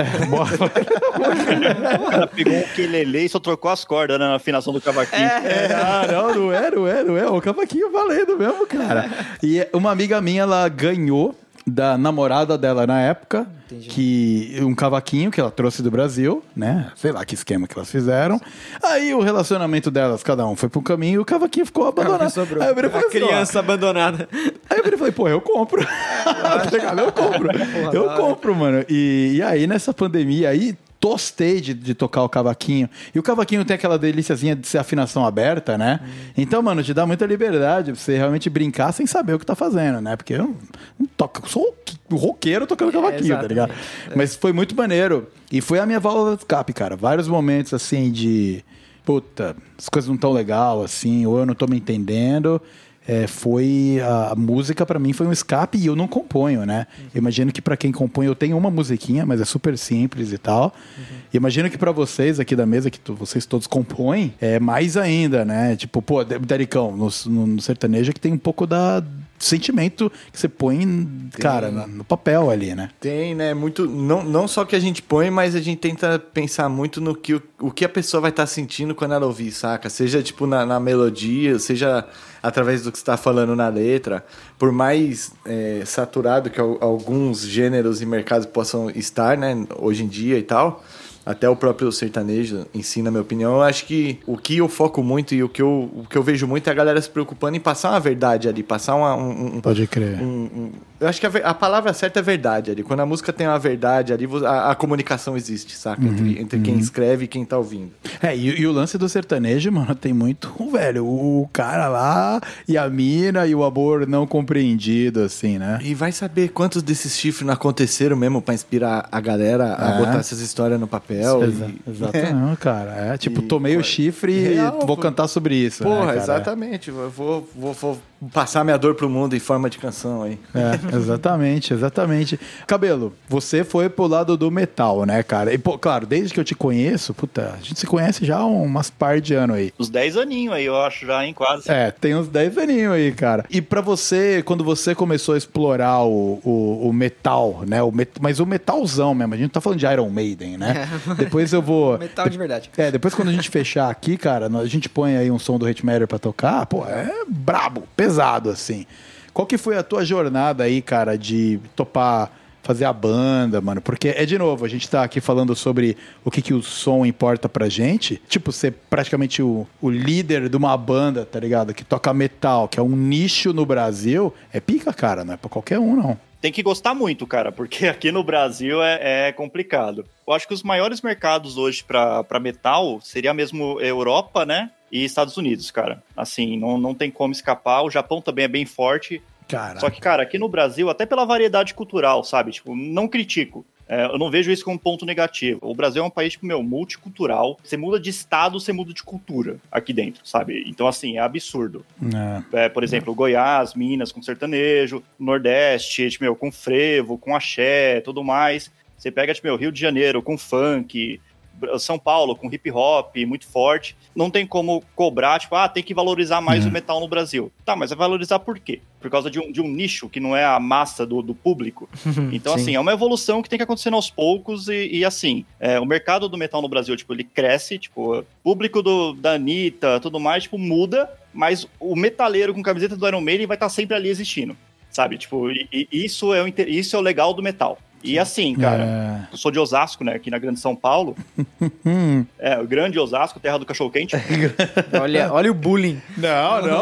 O cara pegou um quelele e só trocou as cordas, né, na afinação do cavaquinho.
É, ah, não, não é, não é, não é. O cavaquinho valendo mesmo, cara. E uma amiga minha, ela ganhou da namorada dela na época,
Entendi.
que um cavaquinho que ela trouxe do Brasil, né? Sei lá que esquema que elas fizeram. Aí o relacionamento delas, cada um foi pro caminho e o cavaquinho ficou abandonado.
Sobrou.
Aí eu virei e falei
A
assim, ó,
criança abandonada.
Aí eu virei e falei, pô, eu compro. Tá ligado? Eu compro. Eu compro, mano. E, e aí, nessa pandemia aí, tostei de, de tocar o cavaquinho. E o cavaquinho tem aquela deliciazinha de ser afinação aberta, né? Então, mano, te dá muita liberdade pra você realmente brincar sem saber o que tá fazendo, né? Porque eu não, não toco, eu sou o roqueiro tocando cavaquinho, tá ligado?
exatamente.
Mas foi muito maneiro. E foi a minha válvula de escape, cara. Vários momentos, assim, de... Puta, as coisas não tão legal, assim, ou eu não tô me entendendo... É, foi a, a música pra mim foi um escape e eu não componho, né? Eu imagino que pra quem compõe eu tenho uma musiquinha, mas é super simples e tal. E imagino que pra vocês aqui da mesa que tu- vocês todos compõem é mais ainda, né? Tipo, pô, Dericão, no, no, no sertanejo é que tem um pouco da sentimento que você põe, cara, na- no papel ali, né?
Tem, né? Muito. Não, não só que a gente põe, mas a gente tenta pensar muito no que o, o que a pessoa vai estar sentindo quando ela ouvir, saca? Seja tipo na, na melodia, seja através do que você tá falando na letra. Por mais é, saturado que al- alguns gêneros e mercados possam estar, né? Hoje em dia e tal. Até o próprio sertanejo em si, na minha opinião, eu acho que o que eu foco muito e o que eu, o que eu vejo muito é a galera se preocupando em passar uma verdade ali, passar uma, um, um,
Pode crer.
um- um- eu acho que a, ver- a palavra certa é verdade ali. Quando a música tem uma verdade ali, vo- a, a comunicação existe, saca? Entre, entre quem escreve e quem tá ouvindo.
É, e, e o lance do sertanejo, mano, tem muito, velho, o cara lá e a mina e o amor não compreendido, assim, né?
E vai saber quantos desses chifres não aconteceram mesmo pra inspirar a galera a
É.
botar essas histórias no papel. chapéu.
Exa
e,
exato,
né?
não, cara. É tipo,
E,
tomei
pô,
o chifre
real,
e vou
pô.
cantar sobre isso.
Porra,
né, cara?
exatamente. Eu vou, vou, vou passar minha dor pro mundo em forma de canção aí.
É, exatamente, exatamente. Cabelo, você foi pro lado do metal, né, cara? E, pô, claro, desde que eu te conheço, puta, a gente se conhece já há umas par de anos aí.
Uns dez aninhos aí, eu acho, já, hein, quase.
É, tem uns dez aninhos aí, cara. E pra você, quando você começou a explorar o, o, o metal, né? O met... Mas o metalzão mesmo, a gente não tá falando de Iron Maiden, né? Depois eu vou...
Metal de verdade.
É, depois quando a gente fechar aqui, cara, a gente põe aí um som do Hate Matter pra tocar, pô, é brabo, pesado, assim. Qual que foi a tua jornada aí, cara, de topar fazer a banda, mano? Porque, é de novo, a gente tá aqui falando sobre o que, que o som importa pra gente. Tipo, ser praticamente o, o líder de uma banda, tá ligado? Que toca metal, que é um nicho no Brasil, é pica, cara, não é pra qualquer um, não.
Tem que gostar muito, cara, porque aqui no Brasil é, é complicado. Eu acho que os maiores mercados hoje pra, pra metal seria mesmo Europa, né? E Estados Unidos, cara. Assim, não, não tem como escapar. O Japão também é bem forte.
Caraca.
Só que, cara, aqui no Brasil, até pela variedade cultural, sabe? Tipo, não critico. É, eu não vejo isso como ponto negativo. O Brasil é um país, tipo, meu, multicultural. Você muda de estado, você muda de cultura aqui dentro, sabe? Então, assim, é absurdo. É, por exemplo, Goiás, Minas com sertanejo, Nordeste, tipo, meu, com frevo, com axé, tudo mais. Você pega, tipo, meu, Rio de Janeiro com funk, São Paulo com hip hop muito forte. Não tem como cobrar, tipo, ah, tem que valorizar mais
Uhum.
o metal no Brasil. Tá, mas vai valorizar por quê? Por causa de um, de um nicho que não é a massa do, do público. Então,
Sim.
assim, é uma evolução que tem que acontecer aos poucos e, e assim, é, o mercado do metal no Brasil, tipo, ele cresce, tipo, o público do, da Anitta, tudo mais, tipo, muda, mas o metaleiro com camiseta do Iron Maiden vai estar sempre ali existindo, sabe? Tipo, e, e isso, é o, inter- isso é o legal do metal. E assim, cara, eu sou de Osasco, né, aqui na Grande São Paulo. É, o grande Osasco, terra do cachorro-quente.
Olha, olha o bullying.
Não, não,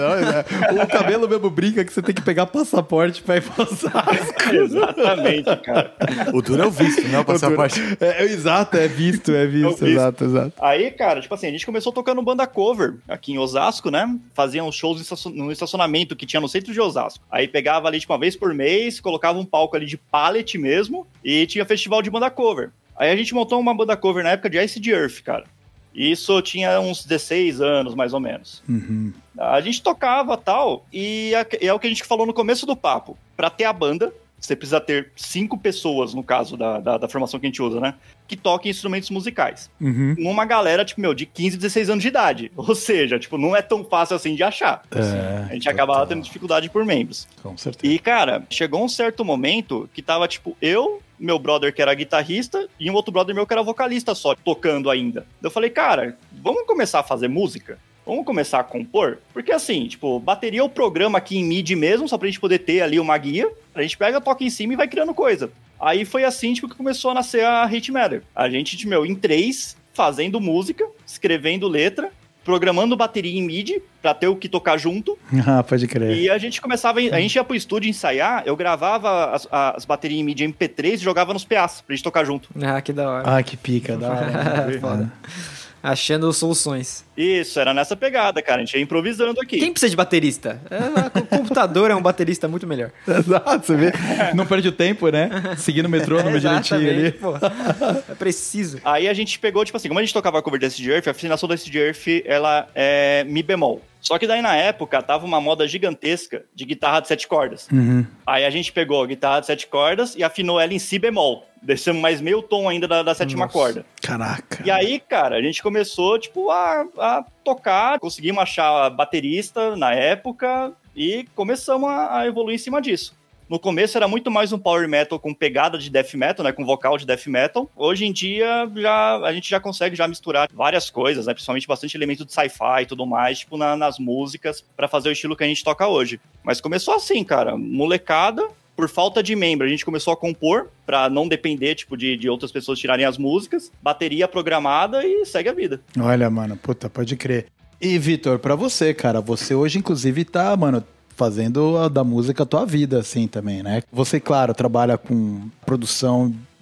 não, não. O Cabelo mesmo brinca que você tem que pegar passaporte pra ir pra Osasco.
Exatamente, cara.
O duro é o visto, não é o passaporte.
É, é, exato, é visto, é visto,
É o visto.
exato, exato.
Aí, cara, tipo assim, a gente começou tocando banda cover aqui em Osasco, né? Faziam shows em estacion- no estacionamento que tinha no centro de Osasco. Aí pegava ali, tipo, uma vez por mês, colocava um palco ali de pallet mesmo e tinha festival de banda cover. Aí a gente montou uma banda cover na época de Ice Earth, cara. E isso tinha uns dezesseis anos, mais ou menos.
Uhum.
A gente tocava tal, e é, é o que a gente falou no começo do papo. Pra ter a banda, você precisa ter cinco pessoas, no caso da, da, da formação que a gente usa, né? Que toquem instrumentos musicais.
Uhum.
Numa galera, tipo, meu, de quinze, dezesseis anos de idade. Ou seja, tipo, não é tão fácil assim de achar.
É,
A gente
total.
acabava tendo dificuldade por membros.
Com certeza.
E, cara, chegou um certo momento que tava, tipo, eu, meu brother que era guitarrista, e um outro brother meu que era vocalista só, tocando ainda. Eu falei, cara, vamos começar a fazer música? Vamos começar a compor? Porque assim, tipo, bateria é o programa aqui em M I D I mesmo, só pra gente poder ter ali uma guia. A gente pega, toca em cima e vai criando coisa. Aí foi assim, tipo, que começou a nascer a Hate Matter. A gente, tipo, meu, em três, fazendo música, escrevendo letra, programando bateria em M I D I pra ter o que tocar junto.
Ah, pode crer.
E a gente começava, a gente ia pro estúdio ensaiar, eu gravava as, as baterias em M I D I M P três e jogava nos P As pra gente tocar junto.
Ah, que da hora.
Ah, que pica, da hora.
Foda. Achando soluções.
Isso, era nessa pegada, cara. A gente ia improvisando aqui.
Quem precisa de baterista? É, o computador é um baterista muito melhor.
Exato, você vê? Não perde o tempo, né? Seguindo o metrônomo direitinho ali.
Exatamente, pô. É preciso.
Aí a gente pegou, tipo assim, como a gente tocava a cover da Acid Earth, a afinação da Acid Earth, ela é Mi bemol. Só que daí na época tava uma moda gigantesca de guitarra de sete cordas.
Uhum.
Aí a gente pegou a guitarra de sete cordas e afinou ela em Si bemol. Descemos mais meio tom ainda da, da sétima
Nossa.
corda.
Caraca.
E aí, cara, a gente começou, tipo, a, a tocar, conseguimos achar baterista na época e começamos a, a evoluir em cima disso. No começo era muito mais um power metal com pegada de death metal, né, com vocal de death metal. Hoje em dia, já, a gente já consegue já misturar várias coisas, né, principalmente bastante elemento de sci-fi e tudo mais, tipo, na, nas músicas, pra fazer o estilo que a gente toca hoje. Mas começou assim, cara, molecada. Por falta de membro, a gente começou a compor pra não depender, tipo, de, de outras pessoas tirarem as músicas. Bateria programada e segue a vida.
Olha, mano, puta, pode crer. E, Vitor, pra você, cara, você hoje, inclusive, tá, mano, fazendo a, da música a tua vida, assim, também, né? Você, claro, trabalha com produção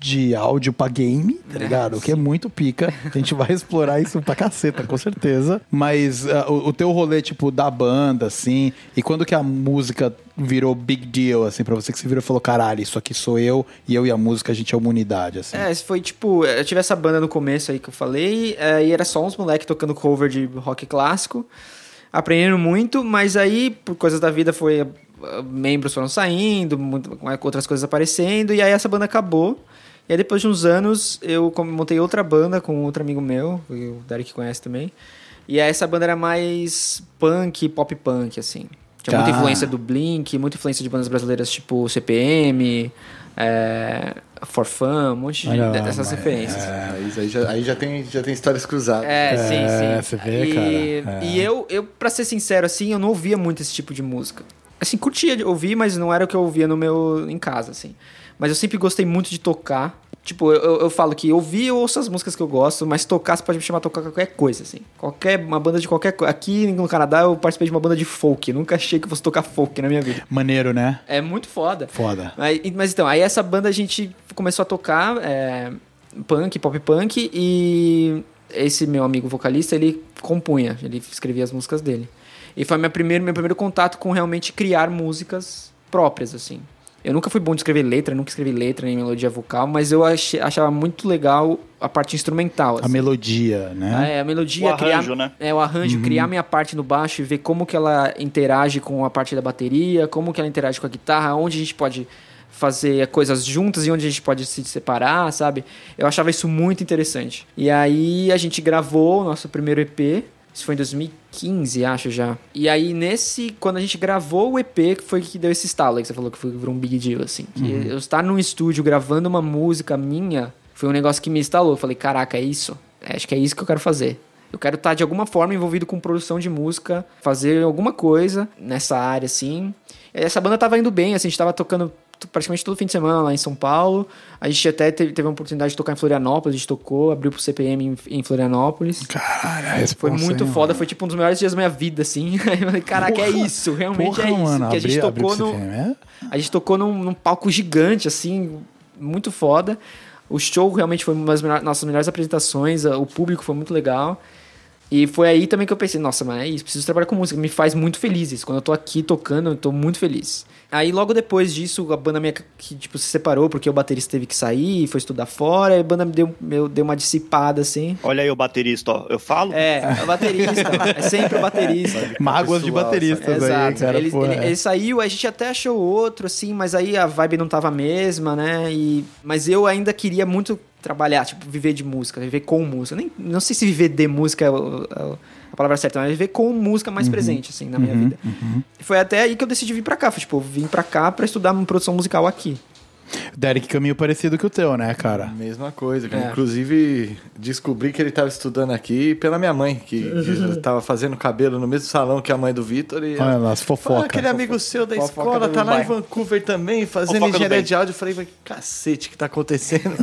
de áudio pra game, tá ligado? O que é muito pica. A gente vai explorar isso pra caceta, com certeza. Mas uh, o, o teu rolê, tipo, da banda, assim, e quando que a música virou big deal, assim, pra você que você virou e falou, caralho, isso aqui sou eu, e eu e a música, a gente é uma unidade, assim.
É, foi tipo, eu tive essa banda no começo aí que eu falei, é, e era só uns moleques tocando cover de rock clássico, aprendendo muito, mas aí, por coisas da vida, foi... membros foram saindo, muito, outras coisas aparecendo, e aí essa banda acabou. E aí depois de uns anos, eu montei outra banda com outro amigo meu, o Derek conhece também. E aí essa banda era mais punk, pop punk, assim. Tinha muita
Ah.
influência do Blink, muita influência de bandas brasileiras tipo C P M, é, For Fun, um monte de,
Olha,
dessas
mas-
referências.
É, aí, aí já, aí já, tem, já tem histórias cruzadas.
É, sim,
É,
sim.
você vê,
e,
cara, é.
E eu, eu, pra ser sincero, assim, eu não ouvia muito esse tipo de música. Assim, curtia de ouvir, mas não era o que eu ouvia no meu, em casa, assim. Mas eu sempre gostei muito de tocar. Tipo, eu, eu falo que ouvir, eu ouço as músicas que eu gosto, mas tocar, você pode me chamar a tocar qualquer coisa, assim. Qualquer, uma banda de qualquer coisa. Aqui no Canadá, eu participei de uma banda de folk. Nunca achei que eu fosse tocar folk na minha vida.
Maneiro, né?
É muito foda.
Foda.
Mas, mas então, aí essa banda a gente começou a tocar é, punk, pop punk, e esse meu amigo vocalista, ele compunha, ele escrevia as músicas dele. E foi meu primeiro, meu primeiro contato com realmente criar músicas próprias, assim. Eu nunca fui bom de escrever letra, nunca escrevi letra nem melodia vocal, mas eu achei, achava muito legal a parte instrumental.
A
assim.
melodia, né?
É, a melodia,
O arranjo,
criar,
né?
É, o arranjo, criar minha parte no baixo e ver como que ela interage com a parte da bateria, como que ela interage com a guitarra, onde a gente pode fazer coisas juntas e onde a gente pode se separar, sabe? Eu achava isso muito interessante. E aí a gente gravou o nosso primeiro E P, isso foi em dois mil e quinze, acho já. E aí nesse, quando a gente gravou o E P, que foi que deu esse estalo aí que você falou que foi virou um big deal, assim. Que eu estar num estúdio gravando uma música minha, foi um negócio que me instalou. Eu falei, caraca, é isso? É, acho que é isso que eu quero fazer. Eu quero estar de alguma forma envolvido com produção de música, fazer alguma coisa nessa área, assim. Essa banda tava indo bem, assim, a gente tava tocando praticamente todo fim de semana lá em São Paulo. A gente até teve, teve a oportunidade de tocar em Florianópolis, a gente tocou, abriu pro C P M em, em Florianópolis.
Caralho,
Foi muito
hein,
foda,
mano?
foi tipo um dos melhores dias da minha vida, assim. Aí eu falei, caraca, é isso, realmente
Porra,
é isso.
mano,
que a gente
abri-
tocou
abriu
no.
esse filme, é?
A gente tocou num, num palco gigante, assim, muito foda. O show realmente foi uma das melhores, nossas melhores apresentações, o público foi muito legal. E foi aí também que eu pensei, nossa, mas é isso, preciso trabalhar com música, me faz muito feliz isso. Quando eu tô aqui tocando, eu tô muito feliz. Aí logo depois disso, a banda minha que, tipo, se separou, porque o baterista teve que sair, foi estudar fora, e a banda me deu, meu, deu uma dissipada, assim.
Olha aí o baterista, ó. Eu falo?
É, é o baterista, é sempre o baterista.
Mágoas de
Pessoal,
bateristas aí,
Exato.
cara.
ele,
pô,
ele,
é.
ele saiu, a gente até achou outro, assim, mas aí a vibe não tava a mesma, né? E, mas eu ainda queria muito trabalhar, tipo, viver de música, viver com música. Nem, não sei se viver de música é o- é a palavra certa, mas viver com música mais presente, assim, na minha vida. E foi até aí que eu decidi vir pra cá. Foi, tipo, eu vim pra cá pra estudar produção musical aqui.
Derek, caminho parecido que o teu, né, cara?
Mesma coisa, cara.
É.
Inclusive, descobri que ele estava estudando aqui pela minha mãe, que estava fazendo cabelo no mesmo salão que a mãe do Vitor. E
Olha lá, as
Fala,
fofocas.
aquele amigo seu da
Fofoca
escola
do
tá lá em
bairro.
Vancouver também, fazendo
Fofoca do
engenharia
bem.
de áudio. Eu falei, mas cacete, que tá acontecendo?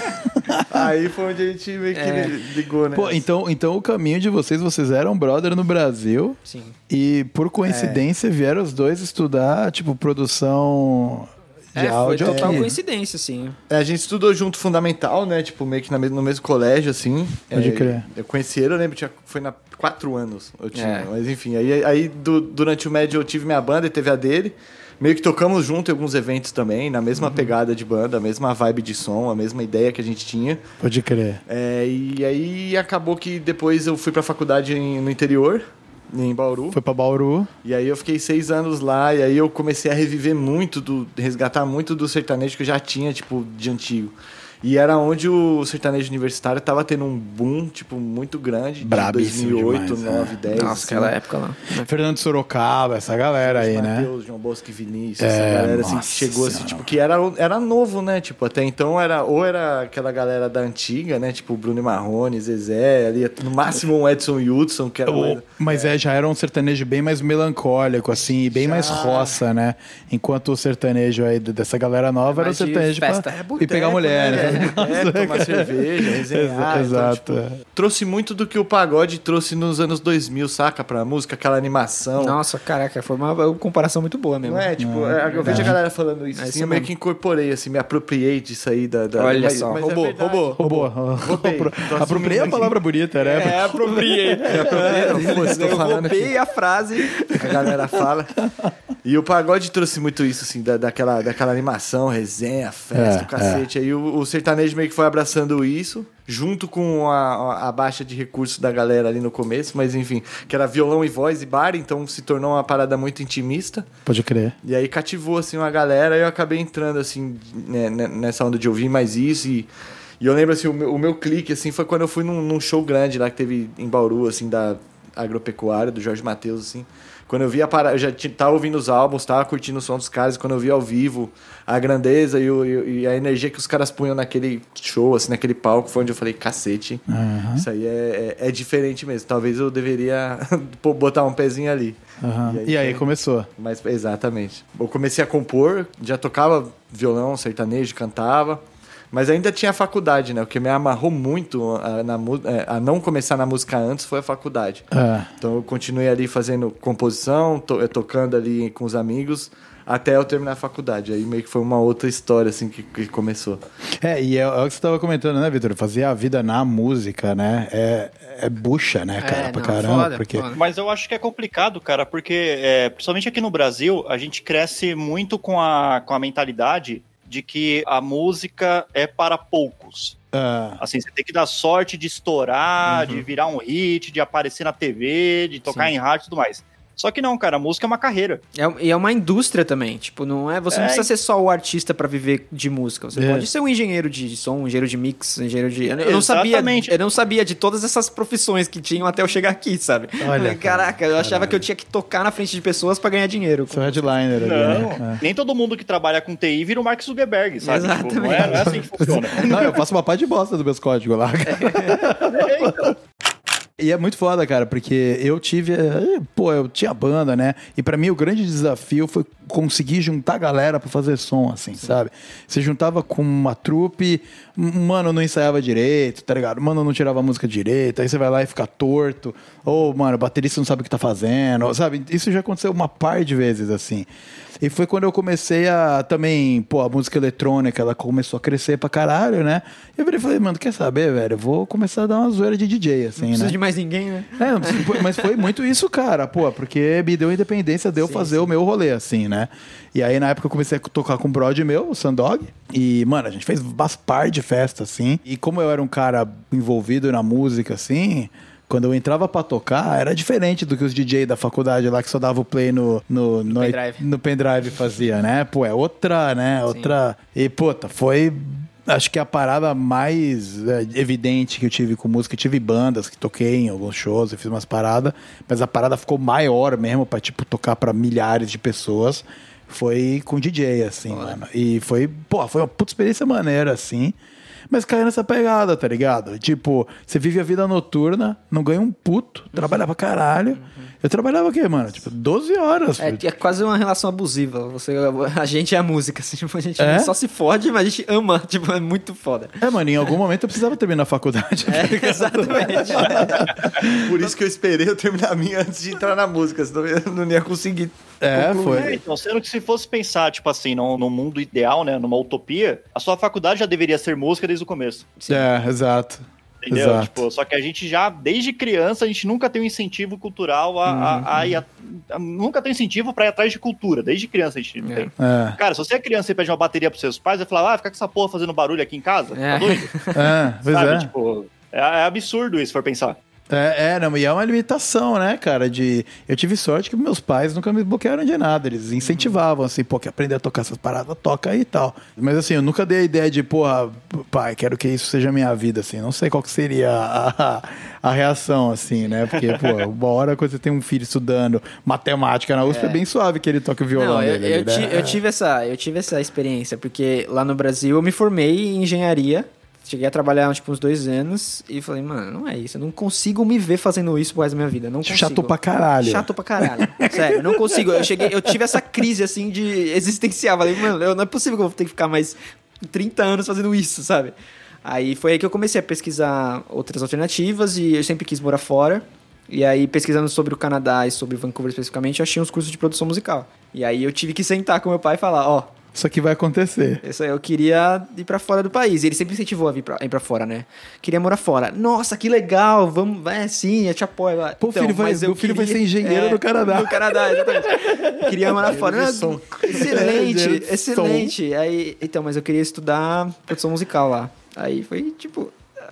Aí foi onde a gente meio que
É.
ligou, né?
Pô, então, então o caminho de vocês, vocês eram brother no Brasil
Sim.
e por coincidência vieram os dois estudar, tipo, produção de
É, foi
áudio
total
aqui.
coincidência, assim.
É, a gente estudou junto fundamental, né? Tipo, meio que na mes- no mesmo colégio, assim.
Pode
É,
crer.
Eu conheci ele, eu lembro, tinha, foi na quatro anos eu tinha.
É.
Mas enfim, aí, aí du- durante o médio eu tive minha banda e teve a dele. Meio que tocamos junto em alguns eventos também, na mesma pegada de banda, a mesma vibe de som, a mesma ideia que a gente tinha.
Pode crer.
É, e aí acabou que depois eu fui pra faculdade em- no interior, em Bauru.
Foi pra Bauru.
E aí eu fiquei seis anos lá, e aí eu comecei a reviver muito, do, resgatar muito do sertanejo que eu já tinha, tipo, de antigo. E era onde o sertanejo universitário tava tendo um boom, tipo, muito grande. De
Brabíssimo
dois mil e oito,
demais,
nove, dez.
Nossa,
assim.
aquela época lá.
Fernando Sorocaba, essa galera aí, né?
Mateus, João Bosco e Vinícius,
É,
essa galera assim, que
nossa
chegou assim,
senhora.
tipo, que era, era novo, né? Tipo, até então era, ou era aquela galera da antiga, né? Tipo, Bruno e Marrone, Zezé, ali, no máximo um Edson Hudson, que era
O-
mais-
Mas é, já era um sertanejo bem mais melancólico, assim, e bem
Já.
mais roça, né? Enquanto o sertanejo aí d- dessa galera nova era o
Mais de
sertanejo pra
festa.
ir
boteco,
pegar mulher,
né?
né?
É, É, tomar cerveja, resenhar.
Exato.
Então, tipo, trouxe muito do que o pagode trouxe nos anos dois mil, saca? Pra música, aquela animação.
Nossa, caraca, foi uma comparação muito boa mesmo.
Não é? Tipo, é, eu vejo a galera falando isso,
É
assim,
isso
eu meio
mesmo.
que incorporei, assim, me apropriei disso aí da... da
Olha
mas-
só,
mas é
roubou,
verdade.
roubou.
Roubou.
Roubei. Tô assumindo
Apropriei a
aqui.
palavra bonita, né?
É, apropriei.
É, apropriei, não, pô, estou
Eu
falando aqui.
roubei a frase.
A galera fala. E o pagode trouxe muito isso, assim, da, daquela, daquela animação, resenha, festa,
É,
o cacete. Aí o, o sertanejo meio que foi abraçando isso, junto com a, a, a baixa de recursos da galera ali no começo, mas enfim, que era violão e voz e bar, então se tornou uma parada muito intimista.
Pode crer.
E aí cativou, assim, uma galera, e eu acabei entrando, assim, né, né, nessa onda de ouvir mais isso. E, e eu lembro, assim, o meu, o meu clique, assim, foi quando eu fui num, num show grande lá que teve em Bauru, assim, da agropecuária, do Jorge Mateus, assim. Quando eu vi a parada, eu já t- tava ouvindo os álbuns, tava curtindo o som dos caras, e quando eu vi ao vivo a grandeza e, o- e- e a energia que os caras punham naquele show, assim, naquele palco, foi onde eu falei, cacete,
Aham.
isso aí é, é, é diferente mesmo. Talvez eu deveria pô, botar um pezinho ali.
Aham.
E aí
E aí
foi-
começou.
Mas, exatamente. Eu comecei a compor, já tocava violão, sertanejo, cantava, mas ainda tinha a faculdade, né? O que me amarrou muito a, na mu- é, a não começar na música antes foi a faculdade.
É.
Então eu continuei ali fazendo composição, to- eh, tocando ali com os amigos, até eu terminar a faculdade. Aí meio que foi uma outra história, assim, que, que começou.
É, e é, é o que você tava comentando, né, Vitor? Fazer a vida na música, né? É, é bucha, né, cara?
É,
pra
não,
caramba.
foda,
porque...
foda.
Mas eu acho que é complicado, cara, porque, é, principalmente aqui no Brasil, a gente cresce muito com a, com a mentalidade de que a música é para poucos.
Ah,
Assim, você tem que dar sorte de estourar, de virar um hit, de aparecer na T V, de tocar
Sim.
em rádio e tudo mais. Só que não, cara, a música é uma carreira.
É, e é uma indústria também, tipo, não é, você não
É,
precisa ser só o artista pra viver de música, você
É.
pode ser um engenheiro de som, um engenheiro de mix, um engenheiro de... Eu não sabia,
Exatamente.
eu não sabia de todas essas profissões que tinham até eu chegar aqui, sabe?
Olha,
Falei,
cara,
caraca, eu achava que eu tinha que tocar na frente de pessoas pra ganhar dinheiro.
seu headliner ali,
Não,
né?
nem todo mundo que trabalha com T I vira o Mark Zuckerberg, sabe? Tipo,
Exatamente.
não, é, não é assim que funciona.
É. Não, eu faço uma pá de bosta dos meus códigos lá.
É, então.
E é muito foda, cara, porque eu tive. eh, Pô, eu tinha banda, né? E pra mim o grande desafio foi conseguir juntar a galera pra fazer som, assim, sabe? Você juntava com uma trupe, mano, não ensaiava direito, tá ligado? Mano, não tirava a música direito, aí você vai lá e fica torto. Ou, mano, o baterista não sabe o que tá fazendo, sabe? Isso já aconteceu uma par de vezes, assim. E foi quando eu comecei a também, pô, a música eletrônica, ela começou a crescer pra caralho, né? E eu virei e falei, mano, quer saber, velho? Eu vou começar a dar uma zoeira de D J, assim,
Não
né?
precisa de mais ninguém, né?
É, não precisa- pô, mas foi muito isso, cara, pô, porque me deu independência de eu fazer o meu rolê, assim, né? E aí, na época, eu comecei a tocar com um brother meu, o Sandog, e, mano, a gente fez umas par de festa, assim, e como eu era um cara envolvido na música, assim, quando eu entrava pra tocar, era diferente do que os D J da faculdade lá, que só dava o play no, no, no,
pendrive.
no pendrive fazia, né? Pô, é outra, né? Outra... E, puta, foi... Acho que a parada mais é, evidente que eu tive com música, eu tive bandas que toquei em alguns shows, eu fiz umas paradas, mas a parada ficou maior mesmo pra, tipo, tocar pra milhares de pessoas. Foi com D J, assim, mano. E foi, pô, foi uma puta experiência maneira, assim. Mas caiu nessa pegada, tá ligado? Tipo, você vive a vida noturna, não ganha um puto, trabalha pra caralho. Eu trabalhava o quê, mano? Tipo, doze horas.
É, é quase uma relação abusiva. Você, a gente é a música, assim, tipo, a gente
É?
só se fode, mas a gente ama, tipo, é muito foda.
É, mano, em algum momento eu precisava terminar a faculdade.
É, exatamente.
Por isso que eu esperei eu terminar a minha antes de entrar na música, senão eu não ia conseguir.
É,
É,
foi.
então, sendo que se fosse pensar, tipo assim, no, no mundo ideal, né, numa utopia, a sua faculdade já deveria ser música desde o começo.
É, exato.
Entendeu?
Exato.
Tipo, só que a gente já, desde criança, a gente nunca tem um incentivo cultural a, a- a ir a- a- nunca tem incentivo pra ir atrás de cultura. Desde criança a gente não
É.
tem.
É.
Cara, se você é criança e pede uma bateria pros seus pais, vai falar, ah, fica com essa porra fazendo barulho aqui em casa?
É.
Tá doido?
É, pois
Sabe?
é.
Tipo, é, é absurdo isso, se for pensar.
É, é, não, e é uma limitação, né, cara, de... Eu tive sorte que meus pais nunca me bloquearam de nada, eles incentivavam, assim, pô, quer aprender a tocar essas paradas, toca aí e tal. Mas, assim, eu nunca dei a ideia de, porra, pai, quero que isso seja a minha vida, assim, não sei qual que seria a, a, a reação, assim, né, porque, pô, uma hora quando você tem um filho estudando matemática na U S P, é, bem suave que ele toque o violão
Não, eu,
dele.
eu,
ali,
ti-
né?
eu tive essa, eu tive essa experiência, porque lá no Brasil eu me formei em engenharia. Cheguei a trabalhar tipo, uns dois anos e falei, mano, não é isso. Eu não consigo me ver fazendo isso pro resto da minha vida. Não consigo.
Chato pra caralho.
Chato pra caralho. Sério, eu não consigo. Eu cheguei, eu tive essa crise assim de existencial. Falei, mano, eu- não é possível que eu vou ter que ficar mais trinta anos fazendo isso, sabe? Aí foi aí que eu comecei a pesquisar outras alternativas e eu sempre quis morar fora. E aí, pesquisando sobre o Canadá e sobre Vancouver especificamente, eu achei uns cursos de produção musical. E aí eu tive que sentar com meu pai e falar, ó...
Isso aqui vai acontecer.
Isso aí, eu queria ir pra fora do país. E ele sempre incentivou a vir pra, ir pra fora, né? Queria morar fora. Nossa, que legal, vamos... É, sim, eu te apoio.
Pô,
então,
filho vai,
mas eu
meu filho
queria,
vai ser engenheiro
é,
no Canadá.
No Canadá, exatamente. Queria morar fora. Não,
som.
excelente,
Engenheiro de
excelente. Aí, então, mas eu queria estudar produção musical lá. Aí foi, tipo...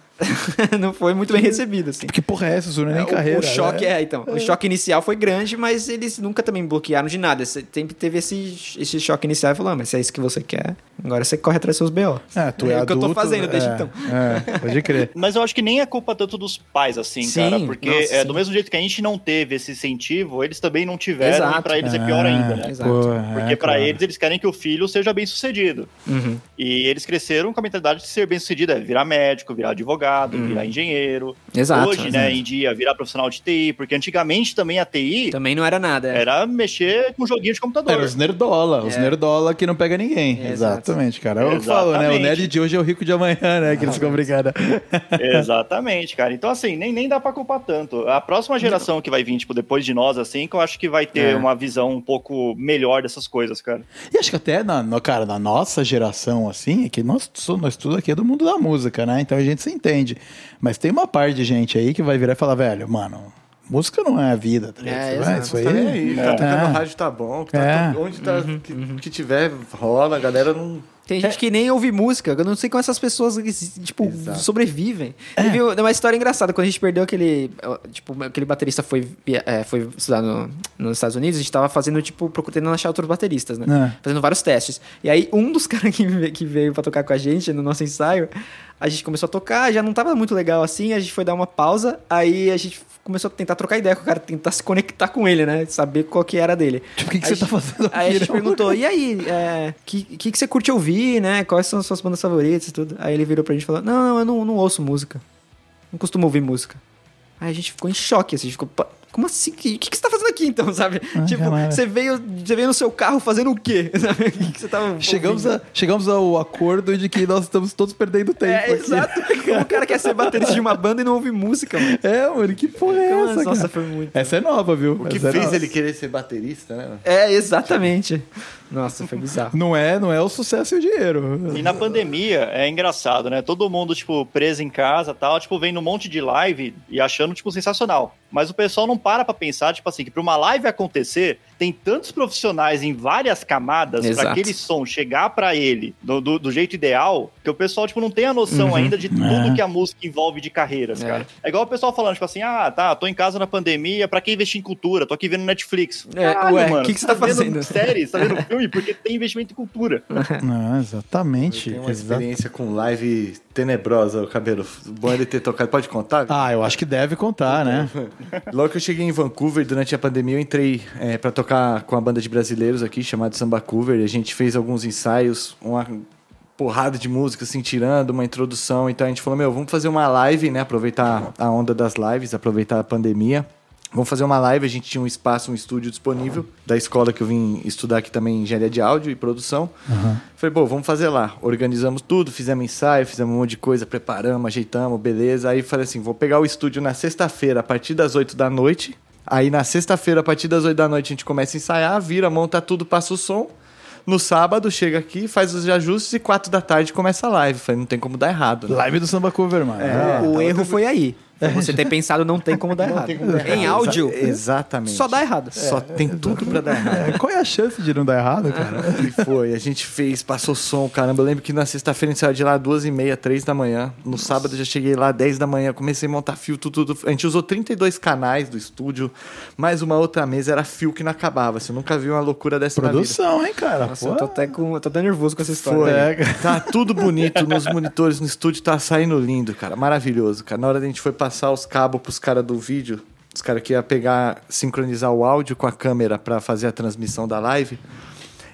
não foi muito bem recebido, assim.
Que porra é essa? Isso não é nem
o,
carreira.
o choque
né?
é, então. O choque inicial foi grande, mas eles nunca também bloquearam de nada. Você sempre teve esse, esse choque inicial e falou, ah, mas se é isso que você quer, agora você corre atrás dos seus B O.
Ah, tu é,
é o que eu tô
adulto,
fazendo desde
é,
então.
É, pode crer.
Mas eu acho que nem é culpa tanto dos pais, assim,
Sim,
cara. Porque
nossa,
é,
sim.
do mesmo jeito que a gente não teve esse incentivo, eles também não tiveram,
Exato.
e pra eles é pior ainda, né?
Exato.
Pô,
Porque
é,
pra
claro.
eles, eles querem que o filho seja bem sucedido.
Uhum.
E eles cresceram com a mentalidade de ser bem sucedido, é virar médico, virar advogado,
Uhum.
virar engenheiro.
Exato.
Hoje, né,
exato.
em dia, virar profissional de T I, porque antigamente também a T I
Também não era nada. É.
era mexer com joguinho de computador.
Era os nerdola, os
É.
nerdola que não pega ninguém.
É, exato.
Exatamente, cara. Eu falo, né? O
Exatamente.
nerd de hoje é o rico de amanhã, né? Que eles ficam brincando.
Exatamente, cara. Então, assim, nem, nem dá pra culpar tanto. A próxima geração que vai vir, tipo, depois de nós, assim, que eu acho que vai ter
É.
uma visão um pouco melhor dessas coisas, cara.
E acho que até, na, no, cara, na nossa geração, assim, é que nós, so- nós tudo aqui é do mundo da música, né? Então a gente se entende. Mas tem uma parte de gente aí que vai virar e falar, velho, mano, música não é a vida, tá ligado?
É,
Você vai,
exato.
isso aí
Tá nem aí, tá tocando
É.
no rádio, tá bom. Que tá
É.
to- Onde tá, que, que tiver, rola, a galera não...
Tem gente que nem ouve música. Eu não sei como essas pessoas, tipo,
Exato.
sobrevivem. E viu, tem uma história engraçada. Quando a gente perdeu aquele... Tipo, aquele baterista foi, via- é, foi estudar no, nos Estados Unidos, a gente tava fazendo, tipo, procurando achar outros bateristas, né?
É.
Fazendo vários testes. E aí, um dos caras que, ve- que veio pra tocar com a gente no nosso ensaio, a gente começou a tocar, já não tava muito legal assim, a gente foi dar uma pausa, aí a gente começou a tentar trocar ideia com o cara, tentar se conectar com ele, né? Saber qual que era dele.
Tipo, o que, que
Aí
você
a
tá
gente-
fazendo aqui?
Aí a gente
não?
perguntou, e aí, o que, que, que você curte ouvir, né? Quais são as suas bandas favoritas e tudo? Aí ele virou pra gente e falou, não, não, eu não, não ouço música. Não costumo ouvir música. Aí a gente ficou em choque, assim, a gente ficou, "Pá, como assim? O que, que, que você tá fazendo aqui então, sabe?
Ah,
tipo,
caralho.
você veio, você veio no seu carro fazendo o quê? Sabe? O que, que você tava
Chegamos,
ouvindo?
a, chegamos ao acordo de que nós estamos todos perdendo tempo
É,
aqui.
exato. Como o cara quer ser baterista de uma banda e não ouvir música, mano.
É, mano, que porra é
Nossa,
essa,
nossa,
cara?
foi muito.
Essa é nova, viu?
O que
Essa é
fez
nova.
ele querer ser baterista, né?
É, exatamente. Nossa, foi bizarro.
Não é, não é o sucesso e o dinheiro.
E na pandemia, é engraçado, né? Todo mundo, tipo, preso em casa e tal, tipo, vendo um monte de live e achando, tipo, sensacional. Mas o pessoal não para pra pensar, tipo assim, que pra uma live acontecer, tem tantos profissionais em várias camadas
Exato.
pra aquele som chegar pra ele do, do, do jeito ideal, que o pessoal, tipo, não tem a noção
Uhum.
ainda de tudo
É.
que a música envolve de carreiras,
É.
cara. É igual o pessoal falando, tipo assim, ah, tá, tô em casa na pandemia, pra que investir em cultura? Tô aqui vendo Netflix.
É,
Caralho,
ué,
mano,
que que você tá
vendo
fazendo?
séries, tá vendo filme? Porque tem investimento em cultura.
Não, exatamente.
Tem uma
Exato.
experiência com live tenebrosa, o Cabelo. Bom ele ter tocado. Pode contar?
Ah, eu acho que deve contar, né?
Logo que eu cheguei em Vancouver, durante a pandemia, eu entrei é, para tocar com a banda de brasileiros aqui, chamada Samba Cover, e a gente fez alguns ensaios, uma porrada de música, assim, tirando uma introdução. Então a gente falou, meu, vamos fazer uma live, né? Aproveitar a onda das lives, aproveitar a pandemia. Vamos fazer uma live, a gente tinha um espaço, um estúdio disponível da escola que eu vim estudar aqui também, engenharia de áudio e produção. Falei, bom, vamos fazer lá. Organizamos tudo, fizemos ensaio, fizemos um monte de coisa, preparamos, ajeitamos, beleza. Aí falei assim, vou pegar o estúdio na sexta-feira, a partir das oito da noite. Aí na sexta-feira, a partir das oito da noite, a gente começa a ensaiar, vira, monta tudo, passa o som. No sábado, chega aqui, faz os ajustes e quatro da tarde começa a live. Falei, não tem como dar errado, né?
Live do Samba Cover, mano.
É.
Ah,
o
tava
erro
tudo-
foi aí. Foi você ter pensado, não tem como dar errado.
tem como dar
Em
errado.
áudio,
Exa- exatamente.
só dá errado.
Só tem tudo pra dar errado.
é, qual é a chance de não dar errado, cara?
E foi, a gente fez, passou som, caramba. Eu lembro que na sexta-feira a gente saiu de lá duas e meia, três da manhã. No sábado eu já cheguei lá dez da manhã, comecei a montar fio, tudo, tudo. A gente usou trinta e dois canais do estúdio, mais uma outra mesa, era fio que não acabava. Você nunca viu uma loucura dessa na vida.
Produção, hein, cara?
Nossa,
Pô.
eu tô até com. Eu tô até nervoso com essa história.
Foi.
É.
Tá tudo bonito nos monitores, no estúdio tá saindo lindo, cara. Maravilhoso, cara. Na hora da gente foi passar os cabos pros caras do vídeo, os caras que iam pegar, sincronizar o áudio com a câmera pra fazer a transmissão da live,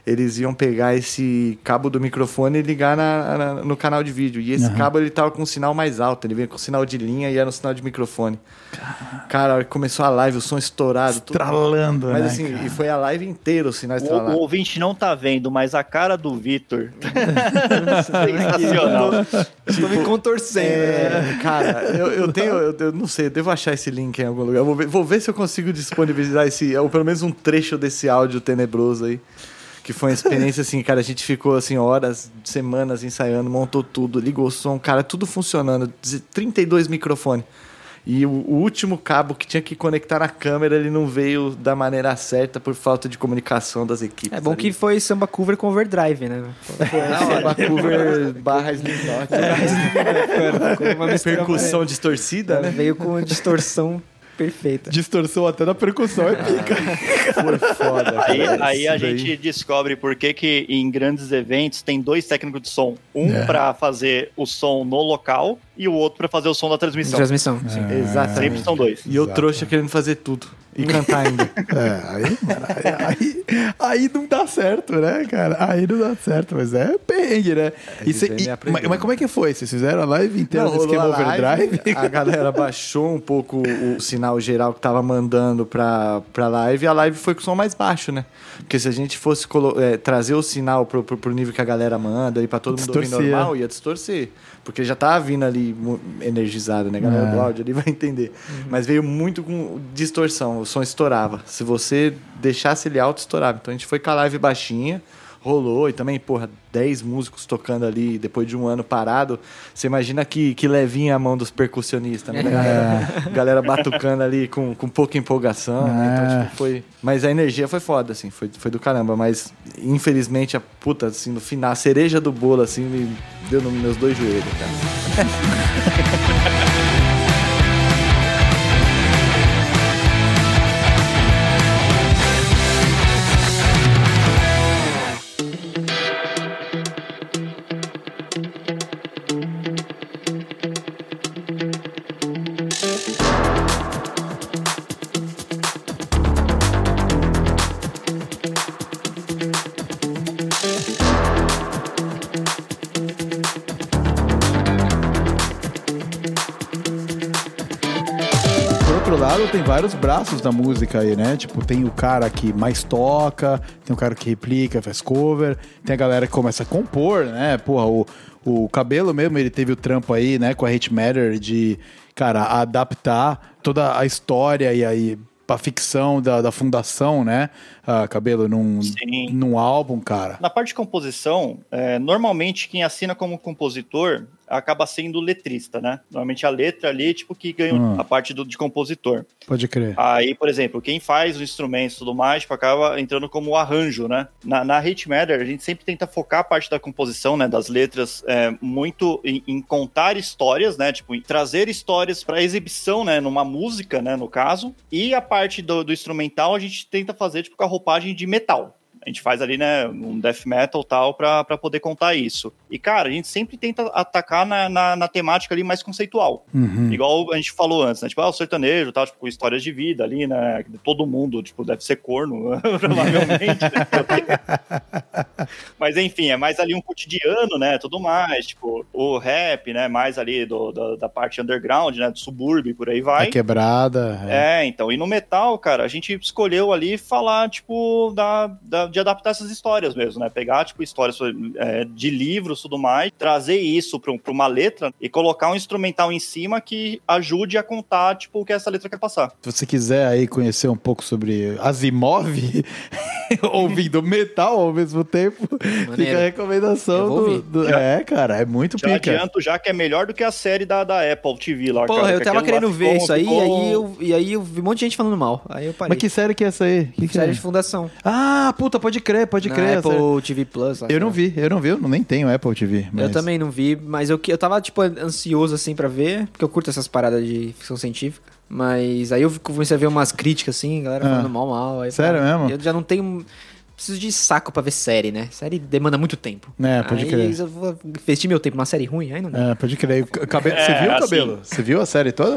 eles iam pegar esse cabo do microfone e ligar na, na- no canal de vídeo. E esse
Aham.
cabo, ele tava com um sinal mais alto. Ele vinha com sinal de linha e era um sinal de microfone. Cara, a hora que começou a live, o som estourado. tudo.
Estralando,
Mas
né,
assim,
cara?
e foi a live inteira o sinal
O, o
estralado.
ouvinte não tá vendo, mas a cara do Vitor. Sensacional.
Estou me contorcendo. né?
É, cara, eu, eu tenho, eu, eu não sei, eu devo achar esse link em algum lugar. Eu Vou ver, vou ver se eu consigo disponibilizar esse, ou pelo menos um trecho desse áudio tenebroso aí. Que foi uma experiência assim, cara, a gente ficou assim horas, semanas ensaiando, montou tudo, ligou o som, cara, tudo funcionando, trinta e dois microfones. E o, o último cabo que tinha que conectar na câmera, ele não veio da maneira certa por falta de comunicação das equipes.
É bom
ali.
que foi samba cover com overdrive, né?
Foi Vancouver barra Slipknot.
Com uma mistura
Percussão distorcida,
mais-
né?
Veio com distorção perfeita.
Distorção até na percussão é pica.
Foi foda.
Aí,
cara.
aí a
Isso daí.
gente descobre por que que em grandes eventos tem dois técnicos de som. Um
É.
pra fazer o som no local e o outro pra fazer o som da transmissão.
Transmissão, sim.
Exatamente.
Sempre são dois.
E eu
Exato.
trouxa querendo fazer tudo. E cantar ainda.
É, aí, mano, aí, aí, aí não dá certo, né, cara? Aí não dá certo, mas é perrengue, né? E cê-
Eles vêm
e-
aprendendo.
mas, mas como é que foi? Vocês fizeram a live inteira
Não,
no esquema
rolou a live,
overdrive?
A galera baixou um pouco o sinal geral que tava mandando pra, pra live, e a live foi com o som mais baixo, né? Porque se a gente fosse colo- é, trazer o sinal pro, pro, pro nível que a galera manda, e pra todo mundo ouvir
Distorcia.
normal, ia distorcer. Porque já tava vindo ali mu- energizado, né? A galera
É.
do áudio ali vai entender. Mas veio muito com distorção, o som estourava. Se você deixasse ele alto, estourava. Então a gente foi com a live baixinha, rolou, e também, porra, dez músicos tocando ali depois de um ano parado. Você imagina que, que levinha a mão dos percussionistas, né? A galera, a galera batucando ali com, com pouca empolgação, né? Então,
É.
tipo, foi... Mas a energia foi foda, assim, foi, foi do caramba. Mas, infelizmente, a puta, assim, no final, a cereja do bolo, assim, me deu nos meus dois joelhos, cara.
Por outro lado, tem vários braços da música aí, né? Tipo, tem o cara que mais toca, tem o cara que replica, faz cover, tem a galera que começa a compor, né? Porra, o, o Cabelo mesmo, ele teve o trampo aí, né, com a Hate Matter de, cara, adaptar toda a história e aí a ficção da, da fundação, né? Ah, Cabelo, num,
Sim.
num álbum, cara.
Na parte de composição, é, normalmente quem assina como compositor acaba sendo letrista, né? Normalmente a letra ali, tipo, que ganha
Hum.
a parte do, de compositor.
Pode crer.
Aí, por exemplo, quem faz os instrumentos e tudo mais, tipo, acaba entrando como arranjo, né? Na, na Hate Matter, a gente sempre tenta focar a parte da composição, né? Das letras, é, muito em, em contar histórias, né? Tipo, em trazer histórias para exibição, né? Numa música, né? No caso. E a parte do, do instrumental, a gente tenta fazer, tipo, com a roupagem de metal. A gente faz ali, né, um death metal e tal, pra, pra poder contar isso. E, cara, a gente sempre tenta atacar na, na, na temática ali mais conceitual.
Uhum.
Igual a gente falou antes, né? Tipo, ah, o sertanejo, tal, tipo, com histórias de vida ali, né? Todo mundo, tipo, deve ser corno, provavelmente. Né? Mas, enfim, é mais ali um cotidiano, né? Tudo mais, tipo, o rap, né? Mais ali do, da, da parte underground, né? Do subúrbio, por aí vai.
A quebrada. É.
É, então, e no metal, cara, a gente escolheu ali falar, tipo, da, da, de adaptar essas histórias mesmo, né? Pegar, tipo, histórias é, de livros e tudo mais, trazer isso pra, pra uma letra e colocar um instrumental em cima que ajude a contar, tipo, o que essa letra quer passar.
Se você quiser aí conhecer um pouco sobre Asimov, ouvindo metal ao mesmo tempo,
Maneiro.
fica a recomendação
Eu vou
do,
ouvir.
do-
Já-
É, cara, é muito
Já
pica.
adianto já que é melhor do que a série da, da Apple T V lá,
Porra,
cara.
eu
que
tava
aquilo lá
querendo ver
ficou-
isso aí,
ficou-
e aí eu, e aí eu vi um monte de gente falando mal. Aí eu parei.
Mas que série que é essa aí? Que que
série
é?
de fundação.
Ah, puta, pode crer, pode
Na
crer. essa-
Apple T V Plus. lá,
Eu não
sei
vi, eu não vi, eu nem tenho Apple T V.
lá.
mas-
Eu também não vi, mas eu, eu tava, tipo, ansioso, assim, pra ver, porque eu curto essas paradas de ficção científica. Mas aí eu comecei a ver umas críticas, assim, galera
Ah.
falando mal, mal. Aí,
Sério
cara,
mesmo?
Eu já não tenho... Preciso de saco pra ver série, né? Série demanda muito tempo.
É, pode
aí
crer.
eu vou investir meu tempo numa série ruim, aí não dá.
É, pode crer. O cabe- Você
É,
viu o
assim-
cabelo? Você viu a série toda?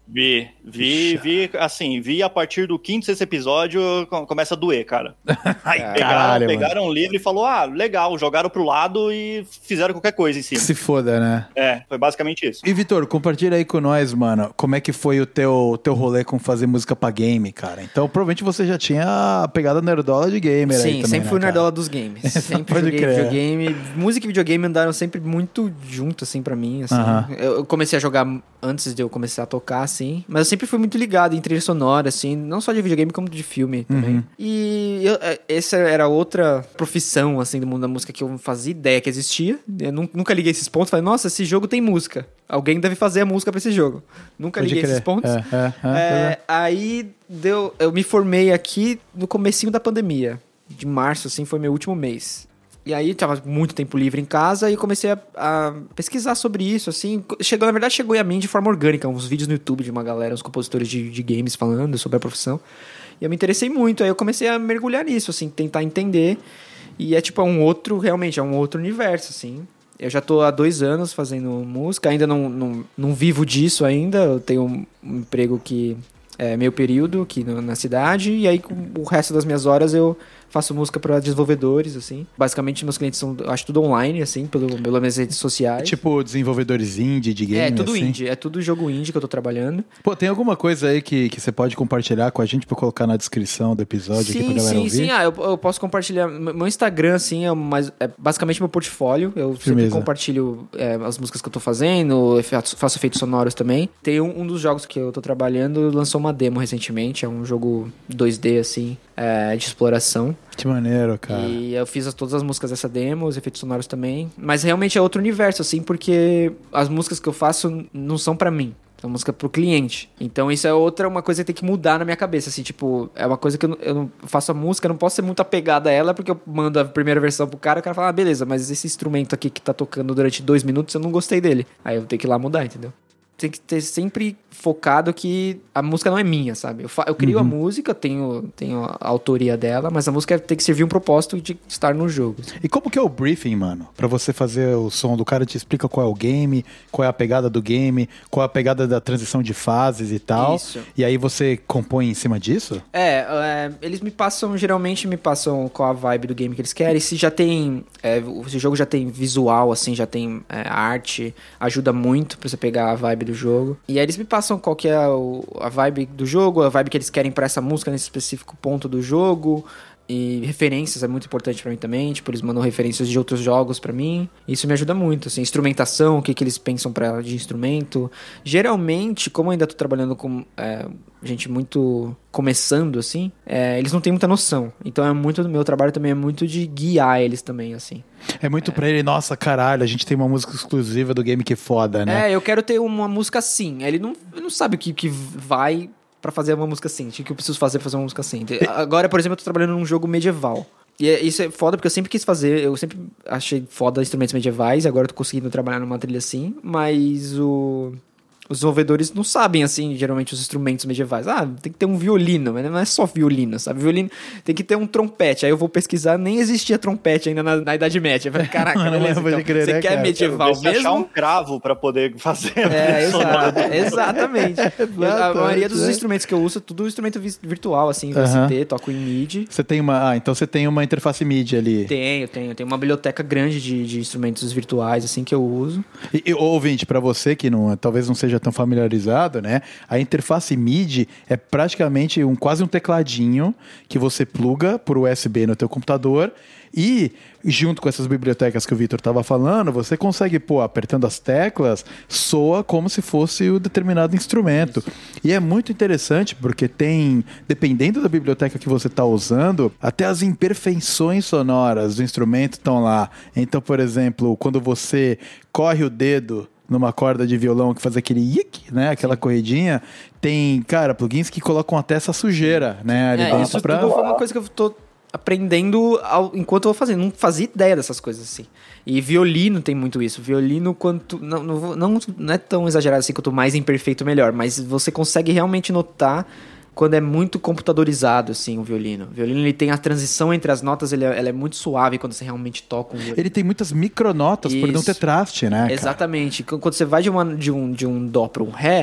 Vi, vi, vi, assim, vi a partir do quinto, sexto episódio, começa a doer, cara.
Ai,
pegaram,
caralho,
pegaram um livro e falou, ah, legal, jogaram pro lado e fizeram qualquer coisa em cima.
Se foda, né?
É, foi basicamente isso.
E, Vitor, compartilha aí com nós, mano, como é que foi o teu, teu rolê com fazer música pra game, cara. Então, provavelmente você já tinha a pegada nerdola de gamer.
Sim,
aí também,
sempre
né,
fui
cara?
nerdola dos games. Sempre
Pode
joguei
crer.
videogame. Música e videogame andaram sempre muito junto, assim, pra mim, assim.
Aham.
Eu comecei a jogar antes de eu começar a tocar, assim. Mas eu sempre fui muito ligado em trilha sonora, assim. Não só de videogame, como de filme também.
Uhum.
E eu, essa era outra profissão, assim, do mundo da música que eu não fazia ideia que existia. Eu nu- nunca liguei esses pontos. Falei, nossa, esse jogo tem música. Alguém deve fazer a música pra esse jogo. Nunca
Pode
liguei
crer.
esses pontos.
É, é, é,
É, aí deu, eu me formei aqui no comecinho da pandemia. De março, assim, foi meu último mês. E aí tava muito tempo livre em casa e comecei a, a pesquisar sobre isso, assim. Chegou, na verdade, chegou a mim de forma orgânica, uns vídeos no YouTube de uma galera, uns compositores de, de games falando sobre a profissão. E eu me interessei muito, aí eu comecei a mergulhar nisso, assim, tentar entender. E é tipo, é um outro, realmente, é um outro universo, assim. Eu já tô há dois anos fazendo música, ainda não, não, não vivo disso ainda. Eu tenho um emprego que é meio período aqui no, na cidade, e aí com o resto das minhas horas eu faço música para desenvolvedores, assim. Basicamente, meus clientes são, eu acho, tudo online, assim, pelo, pelas minhas redes sociais.
Tipo desenvolvedores indie de game,
é, tudo
assim?
indie. É tudo jogo indie que eu tô trabalhando.
Pô, tem alguma coisa aí que, que você pode compartilhar com a gente pra colocar na descrição do episódio aqui pra
Sim,
galera
sim,
ouvir?
sim. Ah, eu, eu posso compartilhar. Meu Instagram, assim, é, mais, é basicamente meu portfólio. Eu
Firmeza.
sempre compartilho é, as músicas que eu tô fazendo, efeitos- faço efeitos sonoros também. Tem um, um dos jogos que eu tô trabalhando, lançou uma demo recentemente. É um jogo dois D, assim, é, de exploração.
Que maneiro, cara.
E eu fiz as- todas as músicas dessa demo, os efeitos sonoros também. Mas realmente é outro universo, assim, porque as músicas que eu faço não são pra mim. É música pro cliente. Então isso é outra, uma coisa que tem que mudar na minha cabeça, assim, tipo, é uma coisa que eu não, eu não faço a música, eu não posso ser muito apegado a ela, porque eu mando a primeira versão pro cara, o cara fala, ah, beleza, mas esse instrumento aqui que tá tocando durante dois minutos, eu não gostei dele. Aí eu tenho que ir lá mudar, entendeu? Tem que ter sempre focado que a música não é minha, sabe? Eu, fa- eu crio
Uhum.
a música, tenho, tenho a autoria dela, mas a música tem que servir um propósito de estar no jogo.
E como que é o briefing, mano? Pra você fazer o som do cara, te explica qual é o game, qual é a pegada do game, qual é a pegada da transição de fases e tal.
Isso.
E aí você compõe em cima disso?
É, é, eles me passam, geralmente me passam qual a vibe do game que eles querem. Se já tem, é, o- se o jogo já tem visual, assim, já tem é, arte, ajuda muito pra você pegar a vibe do jogo. E aí eles me passam qual que é o- a vibe do jogo, a vibe que eles querem pra essa música nesse específico ponto do jogo. E referências é muito importante pra mim também. Tipo, eles mandam referências de outros jogos pra mim. Isso me ajuda muito, assim. Instrumentação, o que, que eles pensam pra, de instrumento. Geralmente, como eu ainda tô trabalhando com é, gente muito começando, assim, é, eles não têm muita noção. Então é muito do meu trabalho também, é muito de guiar eles também, assim.
É muito pra ele, nossa, caralho, a gente tem uma música exclusiva do game que foda, né?
É, eu quero ter uma música assim. Ele não, ele não sabe o que, que vai pra fazer uma música assim. O que eu preciso fazer pra fazer uma música assim. Agora, por exemplo, eu tô trabalhando num jogo medieval. E é- isso é foda porque eu sempre quis fazer, eu sempre achei foda instrumentos medievais, agora eu tô conseguindo trabalhar numa trilha assim, mas o... os desenvolvedores não sabem, assim, geralmente os instrumentos medievais. Ah, tem que ter um violino, mas não é só violino, sabe? Violino tem que ter um trompete. Aí eu vou pesquisar, nem existia trompete ainda na, na Idade Média. Eu falei, caraca,
Não,
beleza,
pode
então,
crer,
você
né,
quer
cara?
medieval
Ver se achar um
mesmo?
cravo pra poder fazer a
É,
trilha sonora.
exato, exatamente. Eu- a maioria dos
né?
instrumentos que eu uso é tudo instrumento vis- virtual, assim, V
Aham.
S T, toco em MIDI.
Você tem uma. Ah, então você tem uma interface MIDI ali.
Tenho, tenho. Tenho uma biblioteca grande de, de instrumentos virtuais, assim, que eu uso.
E, e, ouvinte, pra você que não, talvez não seja tão familiarizado, né? A interface MIDI é praticamente um, quase um tecladinho que você pluga por U S B no teu computador e junto com essas bibliotecas que o Vitor estava falando, você consegue, pô, apertando as teclas, soa como se fosse o determinado instrumento. E é muito interessante porque tem, dependendo da biblioteca que você está usando, até as imperfeições sonoras do instrumento estão lá. Então, por exemplo, quando você corre o dedo numa corda de violão que faz aquele ick, né? Aquela corridinha. Tem, cara, plugins que colocam até essa sujeira, né? Ali
É,
dentro
isso
pra...
tudo foi uma coisa que eu tô aprendendo ao- enquanto eu vou fazendo. Não fazia ideia dessas coisas, assim. E violino tem muito isso. Violino, quanto... Não, não, vou- não, não é tão exagerado assim, quanto mais imperfeito, melhor. Mas você consegue realmente notar quando é muito computadorizado, assim, o violino. O violino, ele tem a transição entre as notas, ele é, ela é muito suave quando você realmente toca um violino.
Ele tem muitas micronotas por não
Isso.
ter traste, né, cara?
Exatamente. Qu- Quando você vai de, uma, de, um, de um dó para um ré,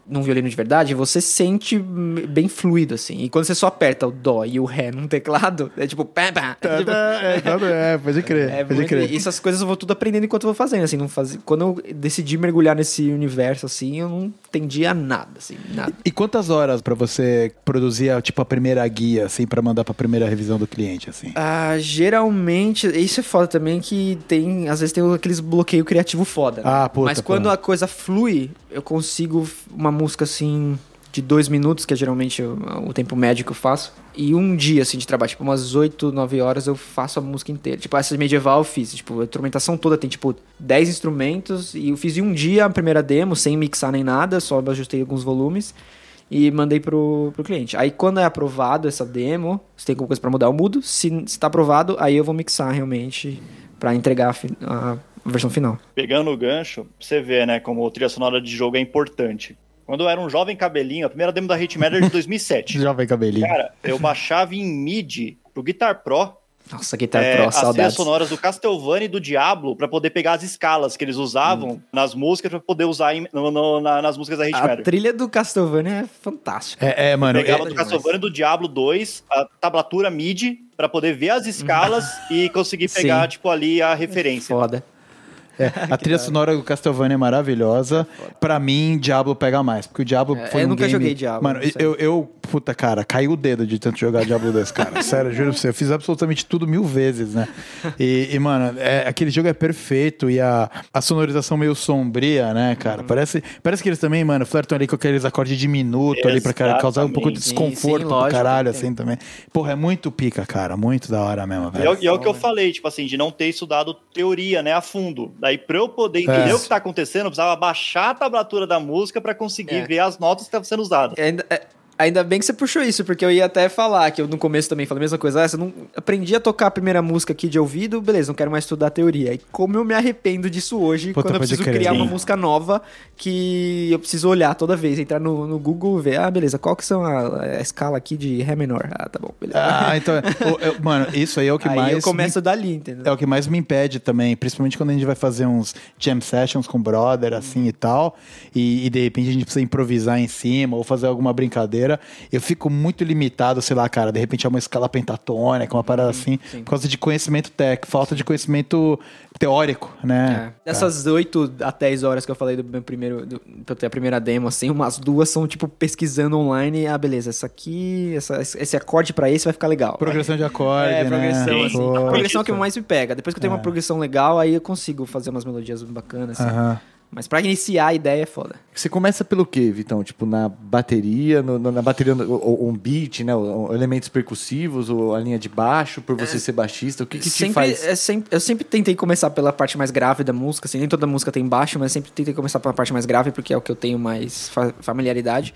num violino de verdade, você sente bem fluido, assim. E quando você só aperta o dó e o ré num teclado, é tipo... Pá, pá, é, tipo...
é, é, pode crer,
é
pode
muito...
crer.
E essas coisas eu vou tudo aprendendo enquanto eu vou fazendo, assim. Não faz... Quando eu decidi mergulhar nesse universo, assim, eu não entendia nada, assim, nada.
E quantas horas pra você produzir, tipo, a primeira guia, assim, pra mandar pra primeira revisão do cliente, assim?
Ah, geralmente, isso é foda também, que tem, às vezes tem aqueles bloqueio criativo foda, né?
Ah, puta,
Mas quando
pô.
a coisa flui, eu consigo uma música, assim, de dois minutos, que é geralmente o, o tempo médio que eu faço, e um dia, assim, de trabalho, tipo, umas oito, nove horas eu faço a música inteira. Tipo, essa medieval eu fiz, tipo, a instrumentação toda tem, tipo, dez instrumentos, e eu fiz em um dia a primeira demo, sem mixar nem nada, só ajustei alguns volumes, e mandei pro, pro cliente. Aí, quando é aprovado essa demo, se tem alguma coisa pra mudar, eu mudo. Se, se tá aprovado, aí eu vou mixar realmente pra entregar a, fi- a versão final.
Pegando o gancho, você vê, né, como trilha sonora de jogo é importante. Quando eu era um jovem cabelinho, a primeira demo da Hitmaker é de dois mil e sete.
Jovem cabelinho.
Cara, eu baixava em M I D I pro Guitar Pro
Nossa, Guitar
é,
Pro,
as trilhas
saudades.
sonoras do Castlevania e do Diablo pra poder pegar as escalas que eles usavam
Hum.
nas músicas pra poder usar em- no- no- na- nas músicas da
A
Hitmaker.
trilha do Castlevania é fantástica.
É, é, mano.
Pegava
é-
do
demais.
Castlevania e do Diablo dois, a tablatura M I D I, pra poder ver as escalas e conseguir pegar,
Sim.
tipo, ali a referência.
Foda.
É, a trilha sonora do Castlevania é maravilhosa. Pra mim, Diablo pega mais. Porque o Diablo
É,
foi
eu
um
nunca
game...
joguei Diablo,
Mano,
não sei.
eu, eu... Puta, cara, caiu o dedo de tanto jogar Diablo dois, cara. Sério, juro pra você. Eu fiz absolutamente tudo mil vezes, né? E, e, mano, é, aquele jogo é perfeito. E a, a sonorização meio sombria, né, cara?
Uhum.
Parece, parece que eles também, mano, flertam ali com aqueles acordes diminuto ali pra cara, causar um pouco de
Exatamente.
desconforto
Sim, sim,
pro
lógico,
caralho,
tem.
assim, também. Porra, é muito pica, cara. Muito da hora mesmo,
E é,
velho.
o- e é o que eu falei, tipo assim, de não ter estudado teoria, né, a fundo. Daí, pra eu poder entender
É.
o que tá acontecendo, eu precisava baixar a tablatura da música pra conseguir
É.
ver as notas que estavam sendo usadas.
Ainda, é, ainda bem que você puxou isso, porque eu ia até falar, que eu no começo também falei a mesma coisa. Ah, você não aprendi a tocar a primeira música aqui de ouvido, beleza, não quero mais estudar teoria. E como eu me arrependo disso hoje,
Puta,
quando eu
pode
preciso
crer.
criar uma
Sim.
música nova, que eu preciso olhar toda vez, entrar no, no Google e ver, ah, beleza, qual que são a, a escala aqui de Ré menor? Ah, tá bom, beleza.
Ah, então... o- eu- mano, isso aí é o que
Aí
mais...
eu
me
começo dali, entendeu?
É o que mais me impede também, principalmente quando a gente vai fazer uns jam sessions com brother, assim, e tal, e, e de repente a gente precisa improvisar em cima ou fazer alguma brincadeira, eu fico muito limitado, sei lá, cara, de repente é uma escala pentatônica, uma parada assim,
sim.
por causa de conhecimento técnico, falta de conhecimento teórico, né?
É. Dessas oito a dez horas que eu falei do meu primeiro, do, pra eu ter a primeira demo, assim, umas duas são, tipo, pesquisando online, ah, beleza, essa aqui, essa, esse acorde pra esse vai ficar legal.
Progressão de acorde,
É,
né?
progressão,
Sim,
assim.
sim.
A
Pô.
progressão é o que mais me pega. Depois que eu tenho
É.
uma progressão legal, aí eu consigo fazer umas melodias bacanas, assim.
Aham.
Mas pra iniciar a ideia é foda.
Você começa pelo quê, Vitão? Tipo, na bateria, no- no- na bateria, no- ou- ou um beat, né? Ou- ou elementos percussivos, ou a linha de baixo, por você ser baixista. O que, que te
sempre,
faz...
é sempre, eu sempre tentei começar pela parte mais grave da música, assim, nem toda música tem baixo, mas sempre tentei começar pela parte mais grave, porque é o que eu tenho mais fa- familiaridade.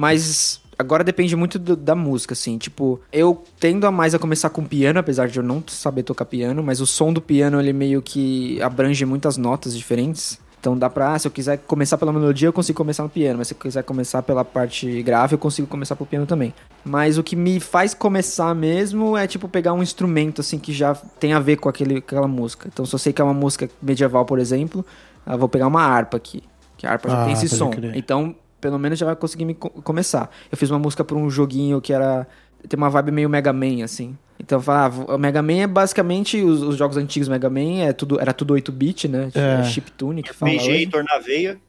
Mas agora depende muito do- da música, assim, tipo, eu tendo a mais a começar com piano, apesar de eu não saber tocar piano, mas o som do piano, ele meio que abrange muitas notas diferentes. Então dá pra, ah, se eu quiser começar pela melodia, eu consigo começar no piano. Mas se eu quiser começar pela parte grave, eu consigo começar pelo piano também. Mas o que me faz começar mesmo é, tipo, pegar um instrumento, assim, que já tem a ver com aquele, aquela música. Então se eu sei que é uma música medieval, por exemplo, eu vou pegar uma harpa aqui. Que a harpa já
Ah,
tem esse
pode
som.
crer.
Então, pelo menos já vai conseguir me co- começar. Eu fiz uma música pra um joguinho que era... Tem uma vibe meio Mega Man, assim. Então, ah, o Mega Man é basicamente... Os, os jogos antigos Mega Man é tudo, era tudo oito bit, né?
É.
É. Chiptune que fala
B G
hoje.
e Tornaveia.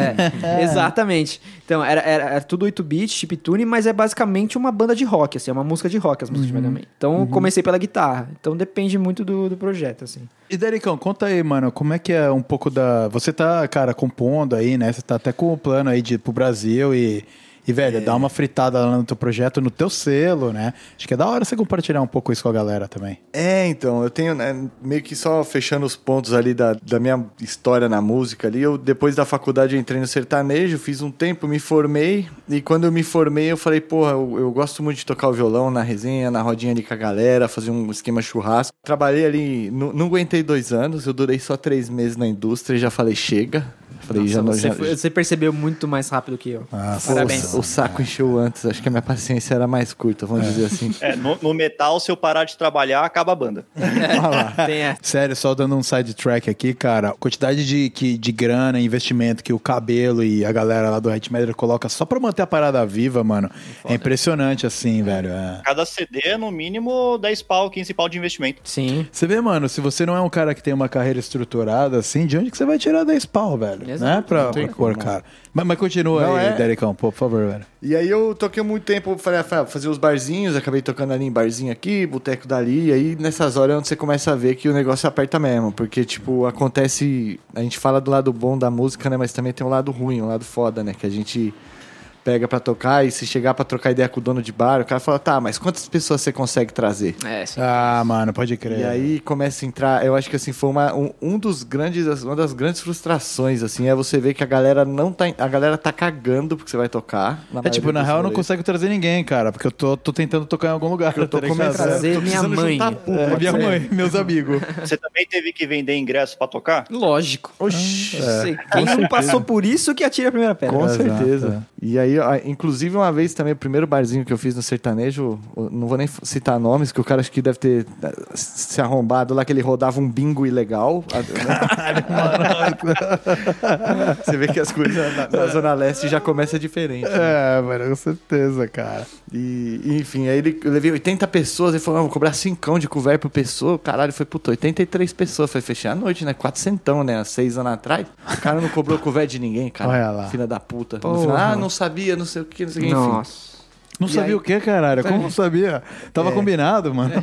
É, exatamente. Então, era, era, era tudo oito bit, chiptune, mas é basicamente uma banda de rock, assim. É uma música de rock, as músicas de Mega Man. Então, eu comecei pela guitarra. Então, depende muito do, do projeto, assim.
E Dericão, conta aí, mano, como é que é um pouco da... Você tá, cara, compondo aí, né? Você tá até com o plano aí de ir pro Brasil e... E, velho, dá uma fritada lá no teu projeto, no teu selo, né? Acho que é da hora você compartilhar um pouco isso com a galera também.
É, então, eu tenho, né, meio que só fechando os pontos ali da, da minha história na música ali, eu depois da faculdade eu entrei no sertanejo, fiz um tempo, me formei, e quando eu me formei eu falei, porra, eu, eu gosto muito de tocar o violão na resenha, na rodinha ali com a galera, fazer um esquema churrasco. Trabalhei ali, não, não aguentei dois anos, eu durei só três meses na indústria e já falei, chega. falei,
Nossa,
já,
você,
já,
foi- você percebeu muito mais rápido que eu.
Ah,
Parabéns.
o, o saco encheu antes, acho que a minha paciência era mais curta, vamos dizer assim.
É, no, no metal, se eu parar de trabalhar, acaba a banda.
Tem essa.
Sério, só dando um sidetrack aqui, cara, a quantidade de, que, de grana, investimento que o Cabelo e a galera lá do Hate Matter coloca só pra manter a parada viva, mano, é impressionante assim, velho. É.
Cada C D é no mínimo dez pau, quinze pau de investimento.
Sim.
Você vê, mano, se você não é um cara que tem uma carreira estruturada assim, de onde que você vai tirar dez pau, velho?
Exato.
Né? Pra,
Não tem
pra pôr,
como.
cara. Mas, mas continua
Não
aí,
é-
Derecão, pô, por favor, velho.
E aí eu toquei muito tempo, falei, ah, fazer os barzinhos, acabei tocando ali em barzinho aqui, boteco dali, e aí nessas horas é onde você começa a ver que o negócio aperta mesmo, porque, tipo, acontece, a gente fala do lado bom da música, né, mas também tem um lado ruim, um lado foda, né, que a gente pega pra tocar e se chegar pra trocar ideia com o dono de bar, o cara fala, tá, mas quantas pessoas você consegue trazer?
É, sim.
Ah, mano, pode crer.
E aí começa a entrar, eu acho que assim, foi uma, um, um dos grandes, uma das grandes frustrações, assim, é você ver que a galera não tá, a galera tá cagando porque você vai tocar.
É tipo, na real eu não
consigo
consigo trazer ninguém, cara, porque eu tô, tô tentando tocar em algum lugar.
Eu tô
tá ligado?
começando,
Trazer
tô
minha
precisando
mãe.
juntar público,
É,
pode
minha
ser.
mãe, meus amigos.
Você também teve que vender ingresso pra tocar?
Lógico.
Oxi,
Sei. Quem não passou por isso que atira a primeira pedra.
com
Exato,
certeza. E aí, ó, inclusive uma vez também, o primeiro barzinho que eu fiz no sertanejo, eu não vou nem citar nomes, que o cara acho que deve ter eh, se arrombado lá, que ele rodava um bingo ilegal. Você vê que as coisas na, na Zona Leste já começa diferente. né?
É, mano, com certeza, cara.
E, e, enfim, aí ele, eu levei oitenta pessoas, ele falou, não, vou cobrar cincão de couvert por pessoa. Caralho, foi, puto, oitenta e três pessoas. Foi fechar a noite, né? Quatrocentão, né? Há seis anos atrás. O cara não cobrou couvert de ninguém, cara.
Olha lá.
Filha da puta. No
Porra.
final, ah, não sabia, não sei o que, não sei o que, enfim.
Nossa.
Não
E
sabia
aí-
o que, caralho? Como não sabia? Tava
É.
combinado, mano.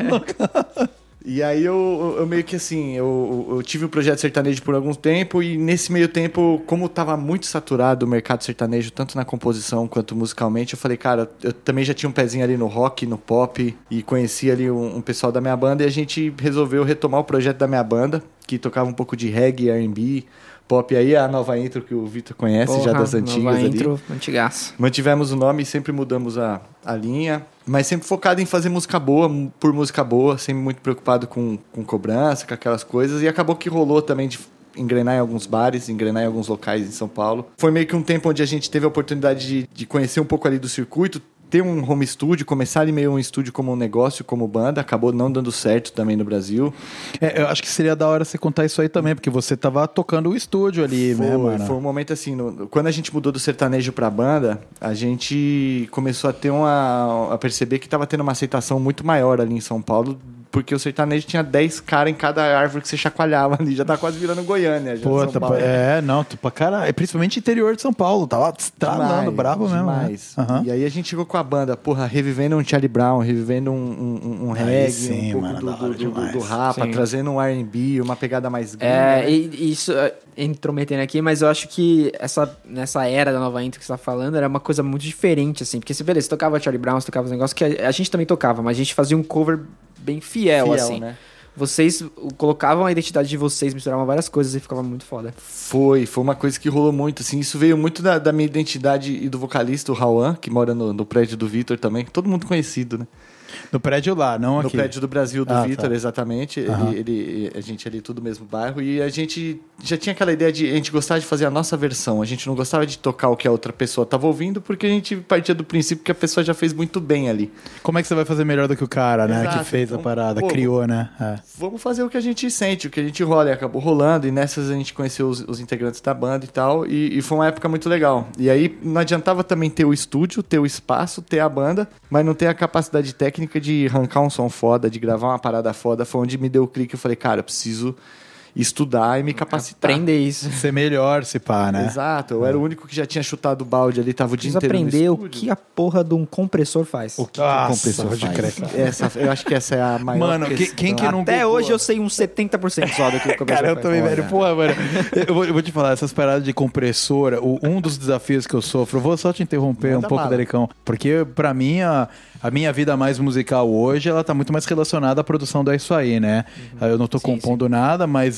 E aí eu, eu meio que assim, eu, eu tive o projeto sertanejo por algum tempo e nesse meio tempo, como estava muito saturado o mercado sertanejo, tanto na composição quanto musicalmente, eu falei, cara, eu também já tinha um pezinho ali no rock, no pop e conheci ali um, um pessoal da minha banda e a gente resolveu retomar o projeto da minha banda, que tocava um pouco de reggae, R and B, pop. Aí a nova intro que o Vitor conhece já
Porra,
das antigas
nova
ali.
intro, antigaça.
Mantivemos o nome e sempre mudamos a, a linha, mas sempre focado em fazer música boa, m- por música boa, sempre muito preocupado com, com cobrança, com aquelas coisas. E acabou que rolou também de engrenar em alguns bares, engrenar em alguns locais em São Paulo. Foi meio que um tempo onde a gente teve a oportunidade de, de conhecer um pouco ali do circuito, ter um home studio, começar ali meio um estúdio como um negócio, como banda, acabou não dando certo também no Brasil.
É, eu acho que seria da hora você contar isso aí também, porque você tava tocando o estúdio ali,
Foi,
né, mano?
foi um momento assim, no- quando a gente mudou do sertanejo pra banda, a gente começou a ter uma a perceber que tava tendo uma aceitação muito maior ali em São Paulo, porque o sertanejo tinha dez caras em cada árvore que você chacoalhava ali, já tá quase virando Goiânia, já
Pô,
São
tá,
Paulo.
é, não, tô pra caralho. Principalmente interior de São Paulo, tava estralando,
Demais,
bravo mesmo. né?
demais.
Aham.
E aí a gente chegou com a banda, porra, revivendo um Charlie Brown, revivendo um, um, um
Aí
reggae,
sim,
um pouco
mano,
do,
da hora
do, do,
demais.
do rapa,
Sim.
trazendo um R and B, uma pegada mais gringa,
É,
né?
e, e isso, é, intrometendo aqui, mas eu acho que essa, nessa era da nova intro que você tá falando, era uma coisa muito diferente, assim. Porque, se beleza, você tocava Charlie Brown, você tocava os negócios que a, a gente também tocava, mas a gente fazia um cover bem fiel,
Fiel,
assim.
né?
Vocês colocavam a identidade de vocês, misturavam várias coisas e ficava muito foda.
Foi, foi uma coisa que rolou muito, assim, isso veio muito da, da minha identidade e do vocalista, o Rauan, que mora no, no prédio do Vitor também, todo mundo conhecido, né?
No prédio lá, não
No
aqui.
prédio do Brasil do
Ah,
Vitor,
tá.
exatamente.
Aham.
Ele, ele- a gente ali tudo no mesmo bairro. E a gente já tinha aquela ideia de a gente gostar de fazer a nossa versão. A gente não gostava de tocar o que a outra pessoa estava ouvindo, porque a gente partia do princípio que a pessoa já fez muito bem ali.
Como é que você vai fazer melhor do que o cara, né?
Exato,
Que fez a
então,
parada,
pô,
criou, né? É.
Vamos fazer o que a gente sente, o que a gente rola. E acabou rolando. E nessas a gente conheceu os, os integrantes da banda e tal. E, e foi uma época muito legal. E aí não adiantava também ter o estúdio, ter o espaço, ter a banda, mas não ter a capacidade técnica de arrancar um som foda, de gravar uma parada foda. Foi onde me deu o clique. Eu falei, cara, eu preciso estudar e me capacitar.
Aprender isso.
Ser melhor, se pá, né?
Exato, eu era o único que já tinha chutado o balde ali, tava o dia
Preciso
inteiro
aprender
no
o
estúdio.
que a porra de um compressor faz.
O que
Nossa,
o compressor
pode
faz.
crer.
Essa, eu acho que essa é a maior
Mano, que-
questão.
quem que não-
Até
Google.
hoje eu sei uns setenta por cento só do que o compressor
Cara, eu
faz.
também,
Olha.
velho. Porra, mano. Eu vou, eu vou te falar, essas paradas de compressora, o- um dos desafios que eu sofro, eu vou só te interromper
Manda
um pouco,
bala.
Derecão, porque pra mim, a, a minha vida mais musical hoje, ela tá muito mais relacionada à produção da Isso Aí, né? Eu não tô
Sim,
compondo nada, mas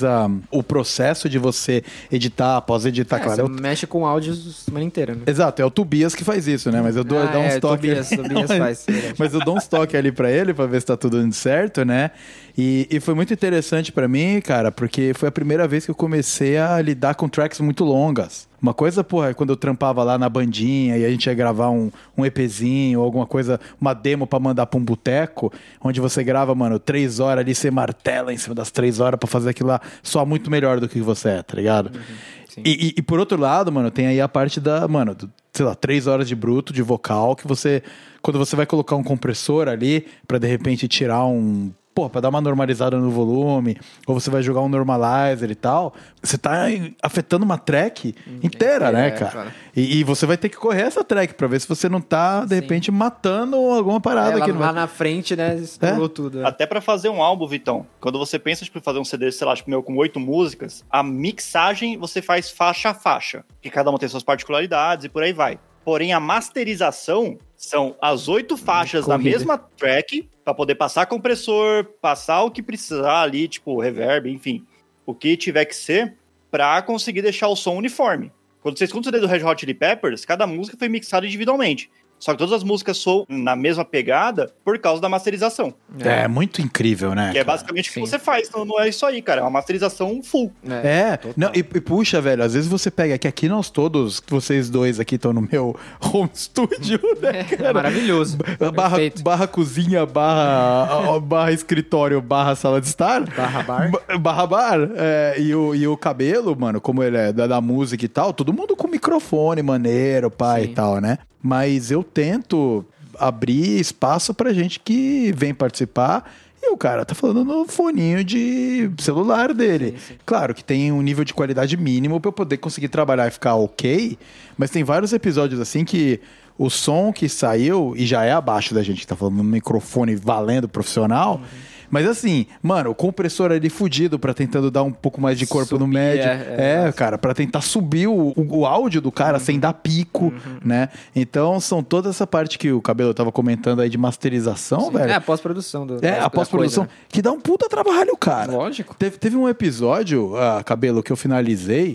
Mas uh, o processo de você editar, pós-editar,
É,
claro...
você
eu...
mexe com áudios a semana inteira, né?
Exato, é o Tobias que faz isso, né? Mas eu dou,
Ah,
eu dou uns
é,
toques...
Tobias, Tobias
mas,
faz, verdade.
mas eu dou uns toques ali pra ele, pra ver se tá tudo indo certo, né? E, e foi muito interessante pra mim, cara, porque foi a primeira vez que eu comecei a lidar com tracks muito longas. Uma coisa, porra, é quando eu trampava lá na bandinha e a gente ia gravar um, um EPzinho ou alguma coisa, uma demo pra mandar pra um boteco, onde você grava, mano, três horas ali, você martela em cima das três horas pra fazer aquilo lá só muito melhor do que você é, tá ligado? Uhum, e, e, e por outro lado, mano, tem aí a parte da, mano, do, sei lá, três horas de bruto, de vocal, que você, quando você vai colocar um compressor ali pra de repente tirar um... Pô, pra dar uma normalizada no volume, ou você vai jogar um normalizer e tal, você tá afetando uma track inteira, é, né, cara? É, claro. E, e você vai ter que correr essa track pra ver se você não tá, de Sim. repente, matando alguma parada.
É,
aqui
lá,
no...
lá na frente, né, estourou é? tudo. É.
Até pra fazer um álbum, Vitão, quando você pensa, tipo, fazer um C D, sei lá, tipo, meu, com oito músicas, a mixagem você faz faixa a faixa, que cada uma tem suas particularidades e por aí vai. Porém, a masterização são as oito faixas da mesma track para poder passar compressor, passar o que precisar ali, tipo reverb, enfim, o que tiver que ser para conseguir deixar o som uniforme. Quando você escuta o C D do Red Hot Chili Peppers, cada música foi mixada individualmente. Só que todas as músicas são na mesma pegada por causa da masterização.
É, é muito incrível, né?
Que é basicamente o que você faz. Então não é isso aí, cara. É uma masterização full.
É. é não, e, e puxa, velho, às vezes você pega... Que aqui nós todos, vocês dois aqui estão no meu home studio, né, cara?
É maravilhoso.
Barra, barra cozinha, barra, barra escritório, barra sala de estar.
Barra bar.
Barra bar. É, e, o, e o cabelo, mano, como ele é da, da música e tal, todo mundo com microfone maneiro, pai, Sim. e tal, né? Mas eu tento abrir espaço pra gente que vem participar e o cara tá falando no foninho de celular dele. Sim, sim. Claro que tem um nível de qualidade mínimo pra eu poder conseguir trabalhar e ficar ok, mas tem vários episódios assim que o som que saiu, e já é abaixo da gente que tá falando no microfone valendo profissional, uhum. Mas assim, mano, o compressor ali fudido pra tentando dar um pouco mais de corpo subir, no médio. É, é, é cara, pra tentar subir o, o, o áudio do cara uhum. sem dar pico, uhum. né? Então, são toda essa parte que o Cabelo tava comentando aí de masterização, Sim. velho.
É, a pós-produção. Do,
é, a pós-produção, coisa, né? Que dá um puta trabalho, cara.
Lógico.
Teve, teve um episódio, uh, Cabelo, que eu finalizei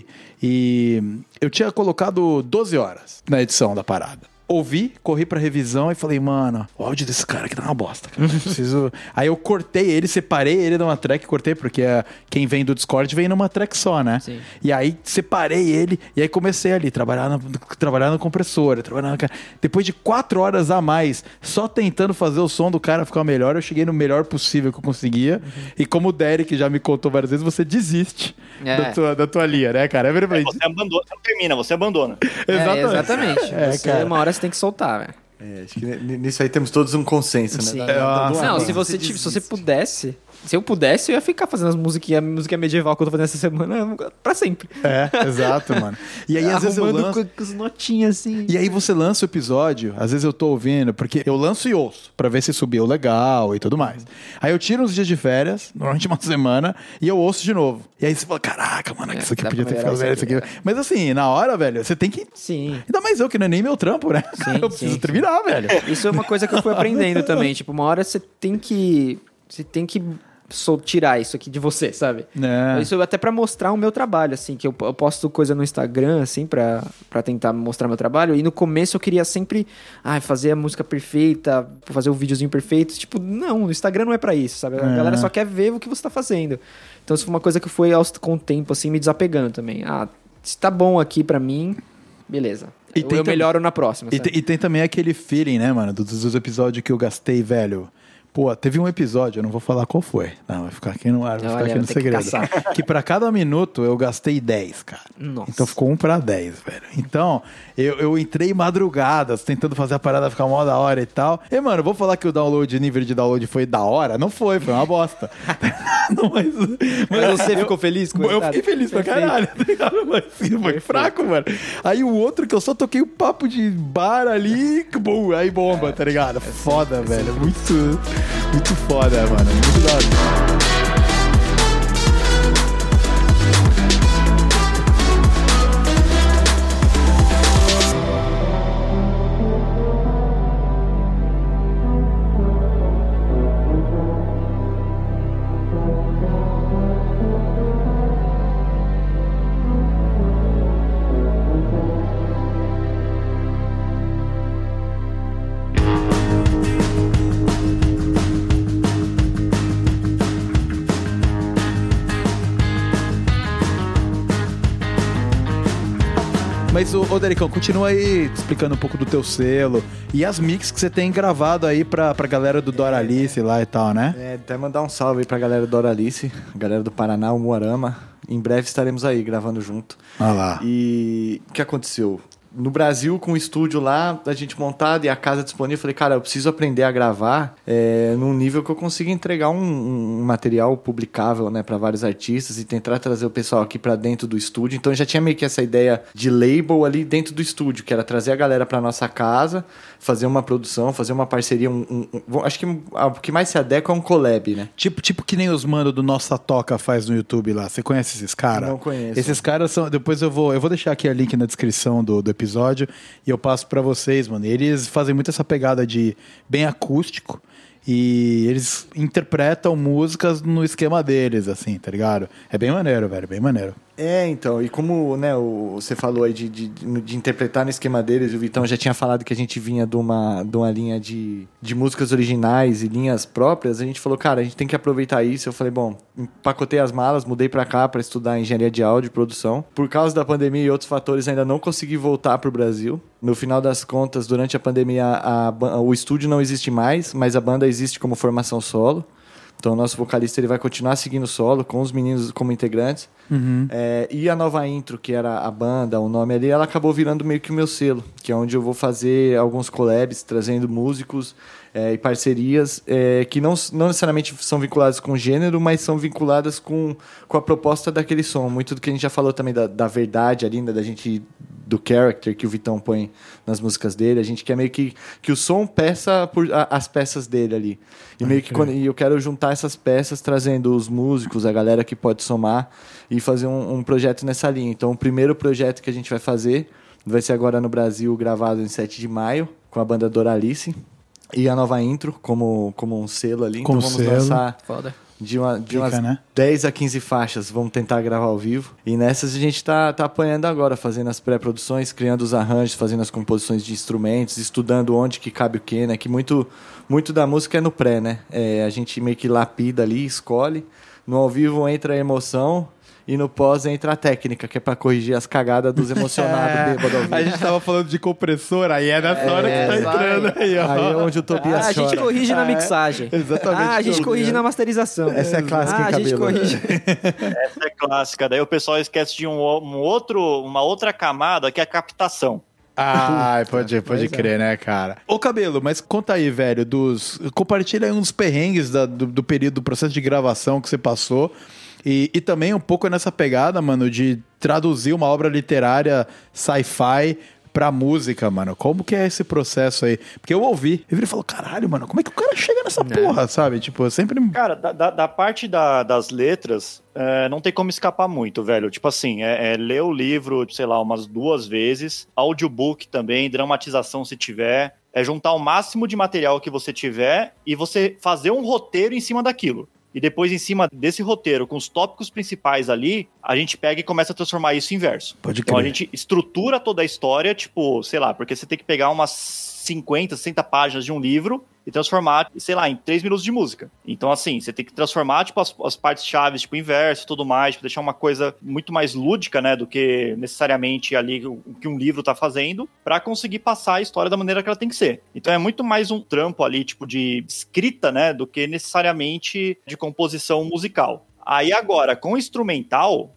e eu tinha colocado doze horas na edição da parada. Ouvi, corri pra revisão e falei, mano, o áudio desse cara aqui tá uma bosta, cara. Preciso... Aí eu cortei ele, separei ele de uma track, cortei, porque a... quem vem do Discord vem numa track só, né? Sim. E aí separei ele, e aí comecei ali, trabalhar no, trabalhar no compressor, trabalhar no... Depois de quatro horas a mais, só tentando fazer o som do cara ficar melhor, eu cheguei no melhor possível que eu conseguia. Uhum. E como o Derek já me contou várias vezes, você desiste é. da, tua, da tua linha, né, cara? É verdade.
É, você abandona, você não termina, você abandona.
Exatamente.
É, exatamente.
É,
você,
cara.
Uma hora você tem que soltar, velho.
É, acho que nisso aí temos todos um consenso,
Sim.
né? Da, da, da
não, se você, se você pudesse... Se eu pudesse, eu ia ficar fazendo as musiquinhas, a música medieval que eu tô fazendo essa semana pra sempre.
É, exato, mano. E aí, às vezes, eu lanço...
com as notinhas, assim.
E aí você lança o episódio, às vezes eu tô ouvindo, porque eu lanço e ouço, pra ver se subiu legal e tudo mais. Aí eu tiro uns dias de férias, normalmente uma semana, e eu ouço de novo. E aí você fala, caraca, mano, é, isso aqui podia ter ficado velho, isso aqui. Mas assim, na hora, velho, você tem que...
Sim.
Ainda mais eu, que não é nem meu trampo, né? Sim, eu preciso sim, terminar, sim. velho.
Isso é uma coisa que eu fui aprendendo também. Tipo, uma hora você tem que... Você tem que... Sou tirar isso aqui de você, sabe?
É.
Isso até pra mostrar o meu trabalho, assim, que eu, eu posto coisa no Instagram, assim, pra, pra tentar mostrar meu trabalho, e no começo eu queria sempre, ah, fazer a música perfeita, fazer o videozinho perfeito, tipo, não, o Instagram não é pra isso, sabe? A é. galera só quer ver o que você tá fazendo. Então isso foi uma coisa que foi com o tempo, assim, me desapegando também. Ah, se tá bom aqui pra mim, beleza. E eu, eu melhoro na próxima,
e, te, e tem também aquele feeling, né, mano, dos, dos episódios que eu gastei, velho. Pô, teve um episódio, eu não vou falar qual foi. Não, vai ficar aqui no ar, vai ficar aqui no segredo. Que, que pra cada minuto eu gastei dez, cara.
Nossa.
Então ficou um pra dez, velho. Então, eu, eu entrei madrugadas, tentando fazer a parada ficar mó da hora e tal. E, mano, vou falar que o download, o nível de download foi da hora? Não foi, foi uma bosta. não, mas,
mas você eu, ficou feliz com isso?
Eu fiquei feliz pra caralho, tá ligado? Mas foi Perfeito. fraco, mano. Aí o outro que eu só toquei o papo de bar ali, bum, aí bomba, tá ligado? Foda, velho. Muito... Muito foda, mano. Muito da hora. Mas, ô, ô Dericão, continua aí explicando um pouco do teu selo e as mix que você tem gravado aí pra, pra galera do Doralice lá e tal, né?
É, até mandar um salve aí pra galera do Doralice, galera do Paraná, o Moarama. Em breve estaremos aí gravando junto.
Olha lá.
E o que aconteceu? No Brasil, com o estúdio lá, a gente montado e a casa disponível, eu falei, cara, eu preciso aprender a gravar é, num nível que eu consiga entregar um, um material publicável, né, para vários artistas e tentar trazer o pessoal aqui para dentro do estúdio. Então, eu já tinha meio que essa ideia de label ali dentro do estúdio, que era trazer a galera para nossa casa, fazer uma produção, fazer uma parceria. Um, um, um, acho que o que mais se adequa é um collab, né?
Tipo, tipo que nem os mano do Nossa Toca faz no YouTube lá. Você conhece esses caras?
Não conheço.
Esses caras são... Depois eu vou... Eu vou deixar aqui o link na descrição do, do episódio e eu passo pra vocês, mano. Eles fazem muito essa pegada de bem acústico e eles interpretam músicas no esquema deles, assim, tá ligado? É bem maneiro, velho, bem maneiro.
É, então, e como, né, o, você falou aí de, de, de interpretar no esquema deles, o Vitão já tinha falado que a gente vinha de uma, de uma linha de, de músicas originais e linhas próprias, a gente falou, cara, a gente tem que aproveitar isso. Eu falei, bom, empacotei as malas, mudei pra cá pra estudar engenharia de áudio e produção. Por causa da pandemia e outros fatores, ainda não consegui voltar pro Brasil. No final das contas, durante a pandemia, a, a, o estúdio não existe mais, mas a banda existe como formação solo. Então, o nosso vocalista ele vai continuar seguindo solo, com os meninos como integrantes.
Uhum.
É, e a nova intro, que era a banda, o nome ali, ela acabou virando meio que o meu selo, que é onde eu vou fazer alguns collabs, trazendo músicos é, e parcerias é, que não, não necessariamente são vinculadas com gênero, mas são vinculadas com, com a proposta daquele som. Muito do que a gente já falou também da, da verdade ali, né, da gente... do character que o Vitão põe nas músicas dele. A gente quer meio que, que o som peça por a, as peças dele ali. E meio que quando, e eu quero juntar essas peças, trazendo os músicos, a galera que pode somar e fazer um, um projeto nessa linha. Então, o primeiro projeto que a gente vai fazer vai ser agora no Brasil, gravado em sete de maio, com a banda Doralice. E a nova intro, como, como um selo ali.
Como
então, vamos
selo.
lançar...
Foda.
De, uma, de
Fica,
umas
né?
dez a quinze faixas, vamos tentar gravar ao vivo. E nessas a gente tá, tá apanhando agora, fazendo as pré-produções, criando os arranjos, fazendo as composições de instrumentos, estudando onde que cabe o quê, né? Que muito, muito da música é no pré, né? É, a gente meio que lapida ali, escolhe. No ao vivo entra a emoção. E no pós entra a técnica, que é pra corrigir as cagadas dos emocionados bêbados ao vivo.
A gente tava falando de compressor, aí é nessa hora que tá entrando aí, ó.
Aí é onde o Tobias
Ah, a gente
chora.
corrige na
Ah, é.
mixagem.
Exatamente.
Ah, a gente corrige na masterização.
Essa é clássica,
Ah,
em
a gente
cabelo.
corrige.
Essa é clássica. Daí o pessoal esquece de um, um outro, uma outra camada, que é a captação.
Ah, pode, pode
Pois é.
crer, né, cara? Ô, Cabelo, mas conta aí, velho, dos... Compartilha aí uns perrengues da- do, do período, do processo de gravação que você passou. E, e também um pouco nessa pegada, mano, de traduzir uma obra literária sci-fi pra música, mano. Como que é esse processo aí? Porque eu ouvi, eu vi e falou, caralho, mano, como é que o cara chega nessa porra, sabe? Tipo, eu sempre...
Cara, da, da- da parte da- das letras, é, não tem como escapar muito, velho. Tipo assim, é, é ler o livro, sei lá, umas duas vezes, audiobook também, dramatização se tiver, é juntar o máximo de material que você tiver e você fazer um roteiro em cima daquilo. E depois, em cima desse roteiro, com os tópicos principais ali, a gente pega e começa a transformar isso em verso.
Pode
Então a
crer.
gente estrutura toda a história, tipo, sei lá, porque você tem que pegar umas cinquenta, sessenta páginas de um livro e transformar, sei lá, em três minutos de música. Então, assim, você tem que transformar, tipo, as, as partes chaves, tipo, em verso e tudo mais, tipo, deixar uma coisa muito mais lúdica, né, do que necessariamente ali o, o que um livro tá fazendo, pra conseguir passar a história da maneira que ela tem que ser. Então é muito mais um trampo ali, tipo, de escrita, né, do que necessariamente de composição musical. Aí agora, com instrumental,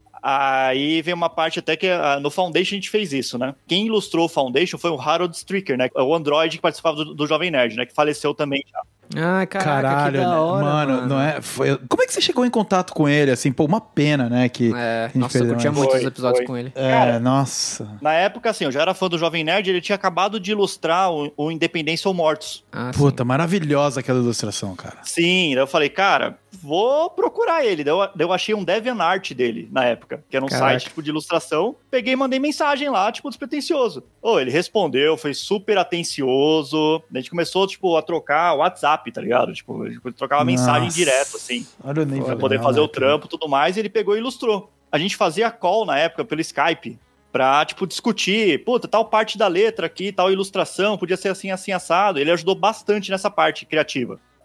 aí vem uma parte até que ah, no Foundation a gente fez isso, né? Quem ilustrou o Foundation foi o Harold Stricker, né? O Android que participava do, do Jovem Nerd, né? Que faleceu também já.
Ah, caraca,
Caralho,
que da
né?
hora,
mano,
mano.
não é? Foi... Como é que você chegou em contato com ele, assim? Pô, uma pena, né? Que
É,
a gente
nossa, eu
perdeu,
curtia
mas-
muito os
Foi,
episódios
foi.
com ele.
É,
Cara,
nossa.
Na época, assim, eu já era fã do Jovem Nerd, ele tinha acabado de ilustrar o, o Independência ou Mortos.
Ah,
Puta, maravilhosa aquela ilustração, cara.
Sim, daí eu falei, cara, vou procurar ele. Daí eu, daí eu achei um DeviantArt dele na época, que era um
Caraca.
site tipo, de ilustração. Peguei e mandei mensagem lá, tipo, despretensioso. Ô, ele respondeu, foi super atencioso. Daí a gente começou, tipo, a trocar WhatsApp, tá ligado? Tipo, a gente trocava mensagem
Nossa.
direto, assim.
Olha o nível.
Pra poder
legal,
fazer
né,
o trampo e tudo mais, e ele pegou e ilustrou. A gente fazia call na época pelo Skype pra, tipo, discutir, puta, tal parte da letra aqui, tal ilustração, podia ser assim, assim, assado. Ele ajudou bastante nessa parte criativa.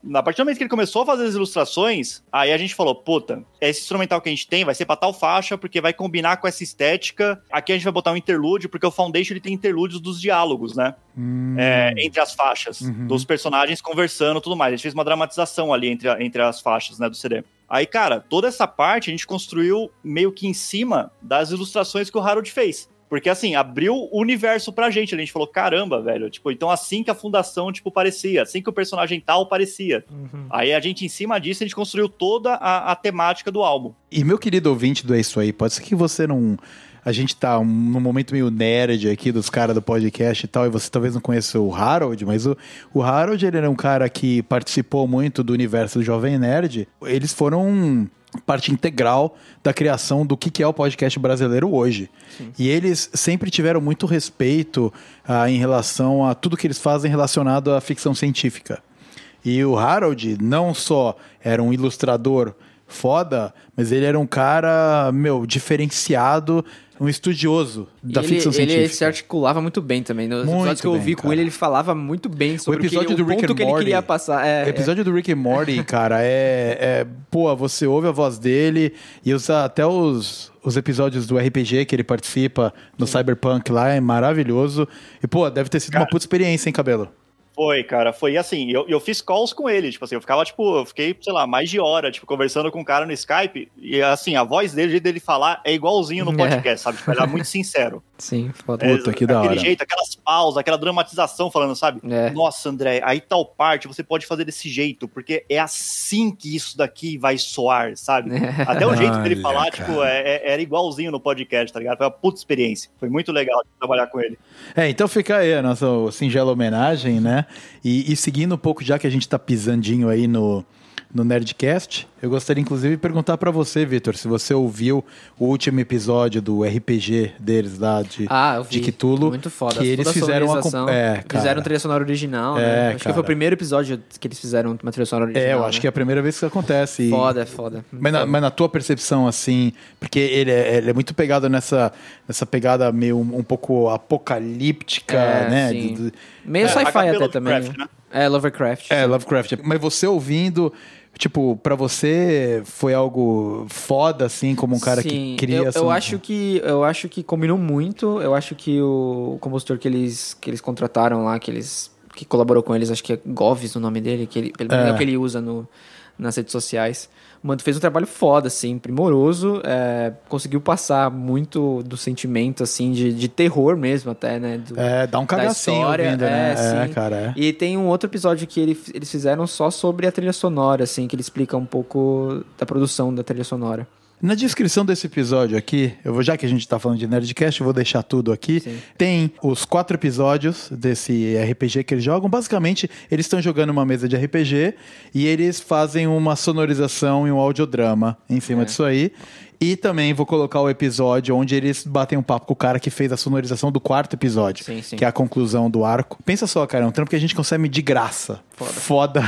A partir do momento que ele começou a fazer as ilustrações, aí a gente falou, puta, esse instrumental que a gente tem vai ser pra tal faixa, porque vai combinar com essa estética. Aqui a gente vai botar um interlúdio, porque o Foundation ele tem interlúdios dos diálogos, né? Hum. É, entre as faixas, uhum. dos personagens conversando e tudo mais. A gente fez uma dramatização ali entre, a, entre as faixas, né, do C D. Aí, cara, toda essa parte a gente construiu meio que em cima das ilustrações que o Harold fez. Porque, assim, abriu o universo pra gente. A gente falou, caramba, velho. Tipo, então assim que a fundação, tipo, parecia. Assim que o personagem tal parecia. Uhum. Aí a gente, em cima disso, a gente construiu toda a, a temática do álbum.
E, meu querido ouvinte do É Isso Aí, pode ser que você não... A gente tá um, num momento meio nerd aqui dos caras do podcast e tal, e você talvez não conheça o Harold, mas o, o Harold, ele era um cara que participou muito do universo do Jovem Nerd. Eles foram... parte integral da criação do que, que é o podcast brasileiro hoje. Sim. E eles sempre tiveram muito respeito ah, em relação a tudo que eles fazem relacionado à ficção científica. E o Harold não só era um ilustrador foda, mas ele era um cara, meu, diferenciado, um estudioso da
ele,
ficção científica.
Ele se articulava muito bem também. Nos
muito
episódios que eu ouvi
bem,
com
cara.
ele, ele falava muito bem sobre
o, episódio
o, que,
do
o
Rick
ponto
and
que ele
Morty,
queria passar. É,
o episódio é. do Rick and Morty, cara, é, é... Pô, você ouve a voz dele e usa até os... os episódios do R P G que ele participa no Sim. Cyberpunk lá, é maravilhoso. E, pô, deve ter sido cara, uma puta experiência, hein, Cabelo?
Foi, cara, foi e assim, eu, eu fiz calls com ele, tipo assim, eu ficava, tipo, eu fiquei, sei lá, mais de hora, tipo, conversando com o cara no Skype, e assim, a voz dele, o jeito dele falar é igualzinho no podcast, é. sabe? Tipo, ele era muito sincero.
Sim, foda.
Puta,
é,
que da hora.
Aquele jeito, aquelas pausas, aquela dramatização falando, sabe? É. Nossa, André, aí tal parte você pode fazer desse jeito, porque é assim que isso daqui vai soar, sabe? É. Até o jeito Olha, dele falar, cara. tipo, é, é, era igualzinho no podcast, tá ligado? Foi uma puta experiência. Foi muito legal trabalhar com ele.
É, então fica aí a nossa singela homenagem, né? E, e seguindo um pouco, já que a gente tá pisandinho aí no, no Nerdcast, eu gostaria inclusive de perguntar pra você, Vitor, se você ouviu o último episódio do R P G deles lá de,
ah, eu vi.
de Cthulhu.
Muito foda.
Que eles fizeram uma...
É, fizeram trilha sonora original,
é,
né? Acho
cara.
que foi o primeiro episódio que eles fizeram uma trilha sonora original.
É, eu acho
né?
que é a primeira vez que isso acontece.
Foda, é foda.
Mas na,
foda.
mas na tua percepção, assim, porque ele é, ele é muito pegado nessa, nessa pegada meio um, um pouco apocalíptica,
é,
né?
Sim.
De, de...
Meio
é,
sci-fi até também. Né?
Né?
É, Lovecraft.
É, Lovecraft. Mas você ouvindo... Tipo, pra você foi algo foda, assim, como um cara
Sim,
que cria...
eu,
assim,
eu, acho que, eu acho que combinou muito. Eu acho que o compositor que eles, que eles contrataram lá, que, eles, que colaborou com eles, acho que é Goves o nome dele, que ele, pelo menos é o que ele usa no, nas redes sociais. Mano, fez um trabalho foda, assim, primoroso. É, conseguiu passar muito do sentimento, assim, de, de terror mesmo até, né? Do,
é, dá um cagacinho ouvindo,
é,
né?
Sim.
É, cara, é.
E tem um outro episódio que ele, eles fizeram só sobre a trilha sonora, assim, que ele explica um pouco da produção da trilha sonora.
Na descrição desse episódio aqui, eu vou, já que a gente tá falando de Nerdcast, eu vou deixar tudo aqui. Sim. Tem os quatro episódios desse R P G que eles jogam. Basicamente, eles estão jogando uma mesa de R P G e eles fazem uma sonorização e um audiodrama em cima é. disso aí. E também vou colocar o episódio onde eles batem um papo com o cara que fez a sonorização do quarto episódio,
sim, sim.
que é a conclusão do arco. Pensa só, cara, é um trampo que a gente consegue de graça.
Foda,
Foda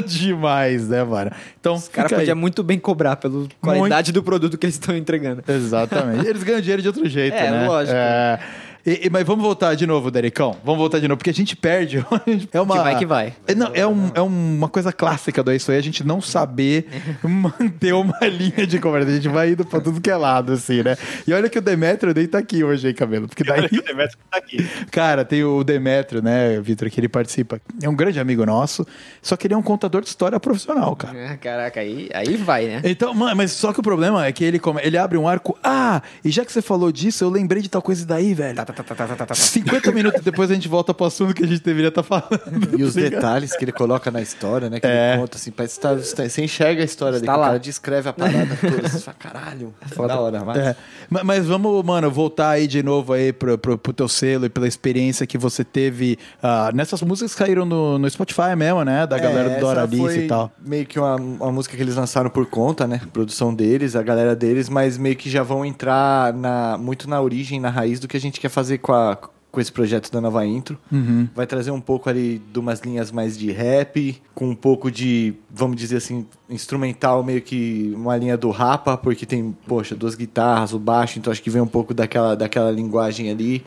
demais, né, mano? Então,
os caras podiam muito bem cobrar pela qualidade muito... do produto que eles estão entregando.
Exatamente. Eles ganham dinheiro de outro jeito,
é,
né?
É, lógico.
É... E, e, mas vamos voltar de novo, Derecão. Vamos voltar de novo, porque a gente perde. É uma,
que vai que vai.
É, não, é, um, é uma coisa clássica do Isso Aí, a gente não saber manter uma linha de conversa. A gente vai indo pra tudo que é lado, assim, né? E olha que o Demetrio nem tá aqui hoje, hein, Cabelo? Porque daí...
Olha que o Demetrio tá aqui.
Cara, tem o Demetrio, né, Vitor, que ele participa. É um grande amigo nosso, só que ele é um contador de história profissional, cara.
Caraca, aí, aí vai, né?
Então, mas só que o problema é que ele, ele abre um arco. Ah, e já que você falou disso, eu lembrei de tal coisa daí, velho. Tá, tá, tá, tá, tá, tá. cinquenta minutos depois a gente volta pro assunto que a gente deveria estar tá falando.
E os detalhes que ele coloca na história, né? Que é. ele conta, assim, parece que tá, você enxerga a história dele, o cara descreve a parada toda. Você fala, caralho, foda. Da hora, mas...
É. Mas, mas vamos, mano, voltar aí de novo aí pro, pro, pro teu selo e pela experiência que você teve uh, nessas músicas que caíram no, no Spotify mesmo, né? Da galera é, do Doralice e tal.
Meio que uma, uma música que eles lançaram por conta, né? Produção deles, a galera deles, mas meio que já vão entrar na, muito na origem, na raiz do que a gente quer fazer com a... com esse projeto da nova intro.
Uhum.
Vai trazer um pouco ali de umas linhas mais de rap, com um pouco de, vamos dizer assim, instrumental, meio que uma linha do rapa, porque tem, poxa, duas guitarras, o baixo, então acho que vem um pouco daquela, daquela linguagem ali.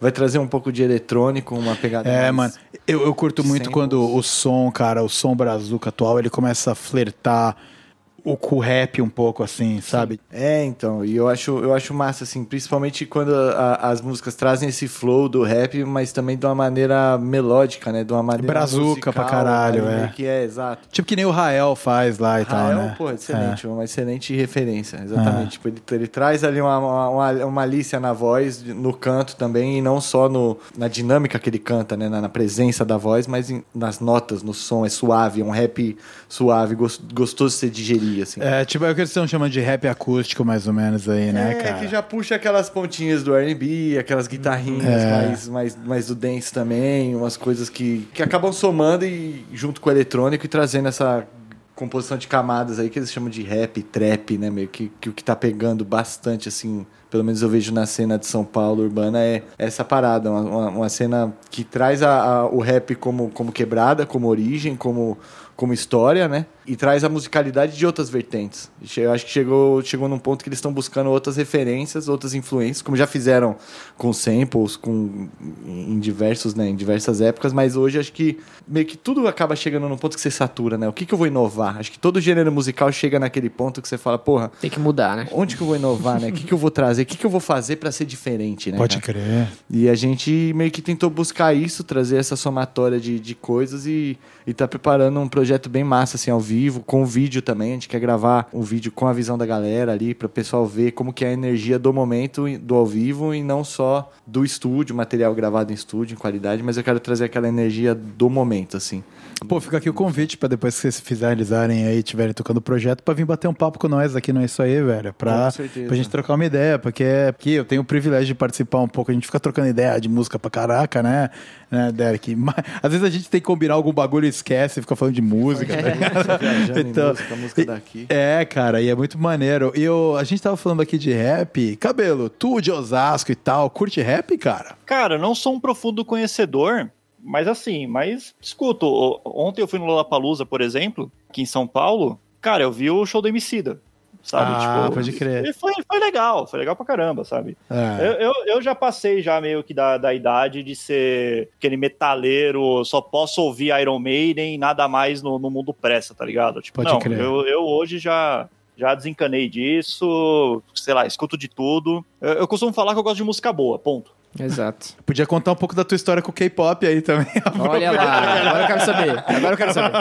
vai trazer um pouco de eletrônico, uma pegada
É,
mais...
mano, eu, eu curto muito
samples.
quando o som, cara, o som brazuca atual, ele começa a flertar o, com o rap um pouco assim, sabe?
É, então, e eu acho, eu acho massa, assim, principalmente quando a- as músicas trazem esse flow do rap, mas também de uma maneira melódica, né? De uma maneira
Brazuca
musical,
pra caralho,
ali,
é.
meio Que é, exato.
Tipo que nem o Rael faz lá e tal,
Rael,
né?
pô, excelente, uma excelente referência, exatamente. Tipo, ele, ele traz ali uma, uma, uma, uma malícia na voz, no canto também, e não só no, na dinâmica que ele canta, né? Na, na presença da voz, mas em- nas notas, no som, é suave, é um rap suave, gos- gostoso de se digerir, assim.
É, tipo, é o que eles estão chamando de rap acústico, mais ou menos, aí, né,
É,
cara?
que já puxa aquelas pontinhas do R and B, aquelas guitarrinhas
É.
mais, mais, mais do dance também, umas coisas que, que acabam somando e junto com o eletrônico e trazendo essa composição de camadas aí que eles chamam de rap, trap, né, meio que, que o que tá pegando bastante, assim, pelo menos eu vejo na cena de São Paulo urbana, é essa parada, uma, uma, uma cena que traz a, a- o rap como, como quebrada, como origem, como, como história, né? E traz a musicalidade de outras vertentes. Eu acho que chegou, chegou num ponto que eles estão buscando outras referências, outras influências, como já fizeram com samples, com, em diversos, né, em diversas épocas, mas hoje acho que meio que tudo acaba chegando num ponto que você satura, né? O que, que eu vou inovar? Acho que todo gênero musical chega naquele ponto que você fala, porra,
Tem que mudar, né?
onde que eu vou inovar, né? O que, que eu vou trazer? O que, que eu vou fazer pra ser diferente, né?
Pode
cara?
crer.
E a gente meio que tentou buscar isso, trazer essa somatória de, de coisas e, e tá preparando um projeto bem massa, assim, ao vivo, com vídeo também. A gente quer gravar um vídeo com a visão da galera ali, para o pessoal ver como que é a energia do momento do ao vivo e não só do estúdio, material gravado em estúdio, em qualidade, mas eu quero trazer aquela energia do momento, assim.
Pô, fica aqui o convite pra depois que vocês finalizarem aí, estiverem tocando o projeto, pra vir bater um papo com nós aqui, não é isso aí, velho? Pra,
Com certeza.
pra gente trocar uma ideia, porque aqui eu tenho o privilégio de participar um pouco, a gente fica trocando ideia de música pra caraca, né, né Derek? Mas, às vezes a gente tem que combinar algum bagulho e esquece, fica falando de música, tá ligado?
Viajando
Então,
em música, música daqui.
É, cara, e é muito maneiro. E eu, a gente tava falando aqui de rap. Cabelo, tu de Osasco e tal, curte rap, cara?
Cara, eu não sou um profundo conhecedor, mas assim, mas escuto. o- Ontem eu fui no Lollapalooza, por exemplo, aqui em São Paulo. Cara, eu vi o show do Emicida, sabe?
Ah, pode crer.
E foi, foi legal, foi legal pra caramba, sabe?
É.
Eu, eu, eu já passei já meio que da, da idade de ser aquele metaleiro, só posso ouvir Iron Maiden e nada mais no, no mundo presta, tá ligado? Tipo,
Pode
não,
crer.
eu, eu hoje já, já desencanei disso, sei lá, escuto de tudo. Eu, eu costumo falar que eu gosto de música boa, ponto.
Exato.
Podia contar um pouco da tua história com o K-pop aí também.
Olha lá, agora eu quero saber. Agora eu quero saber.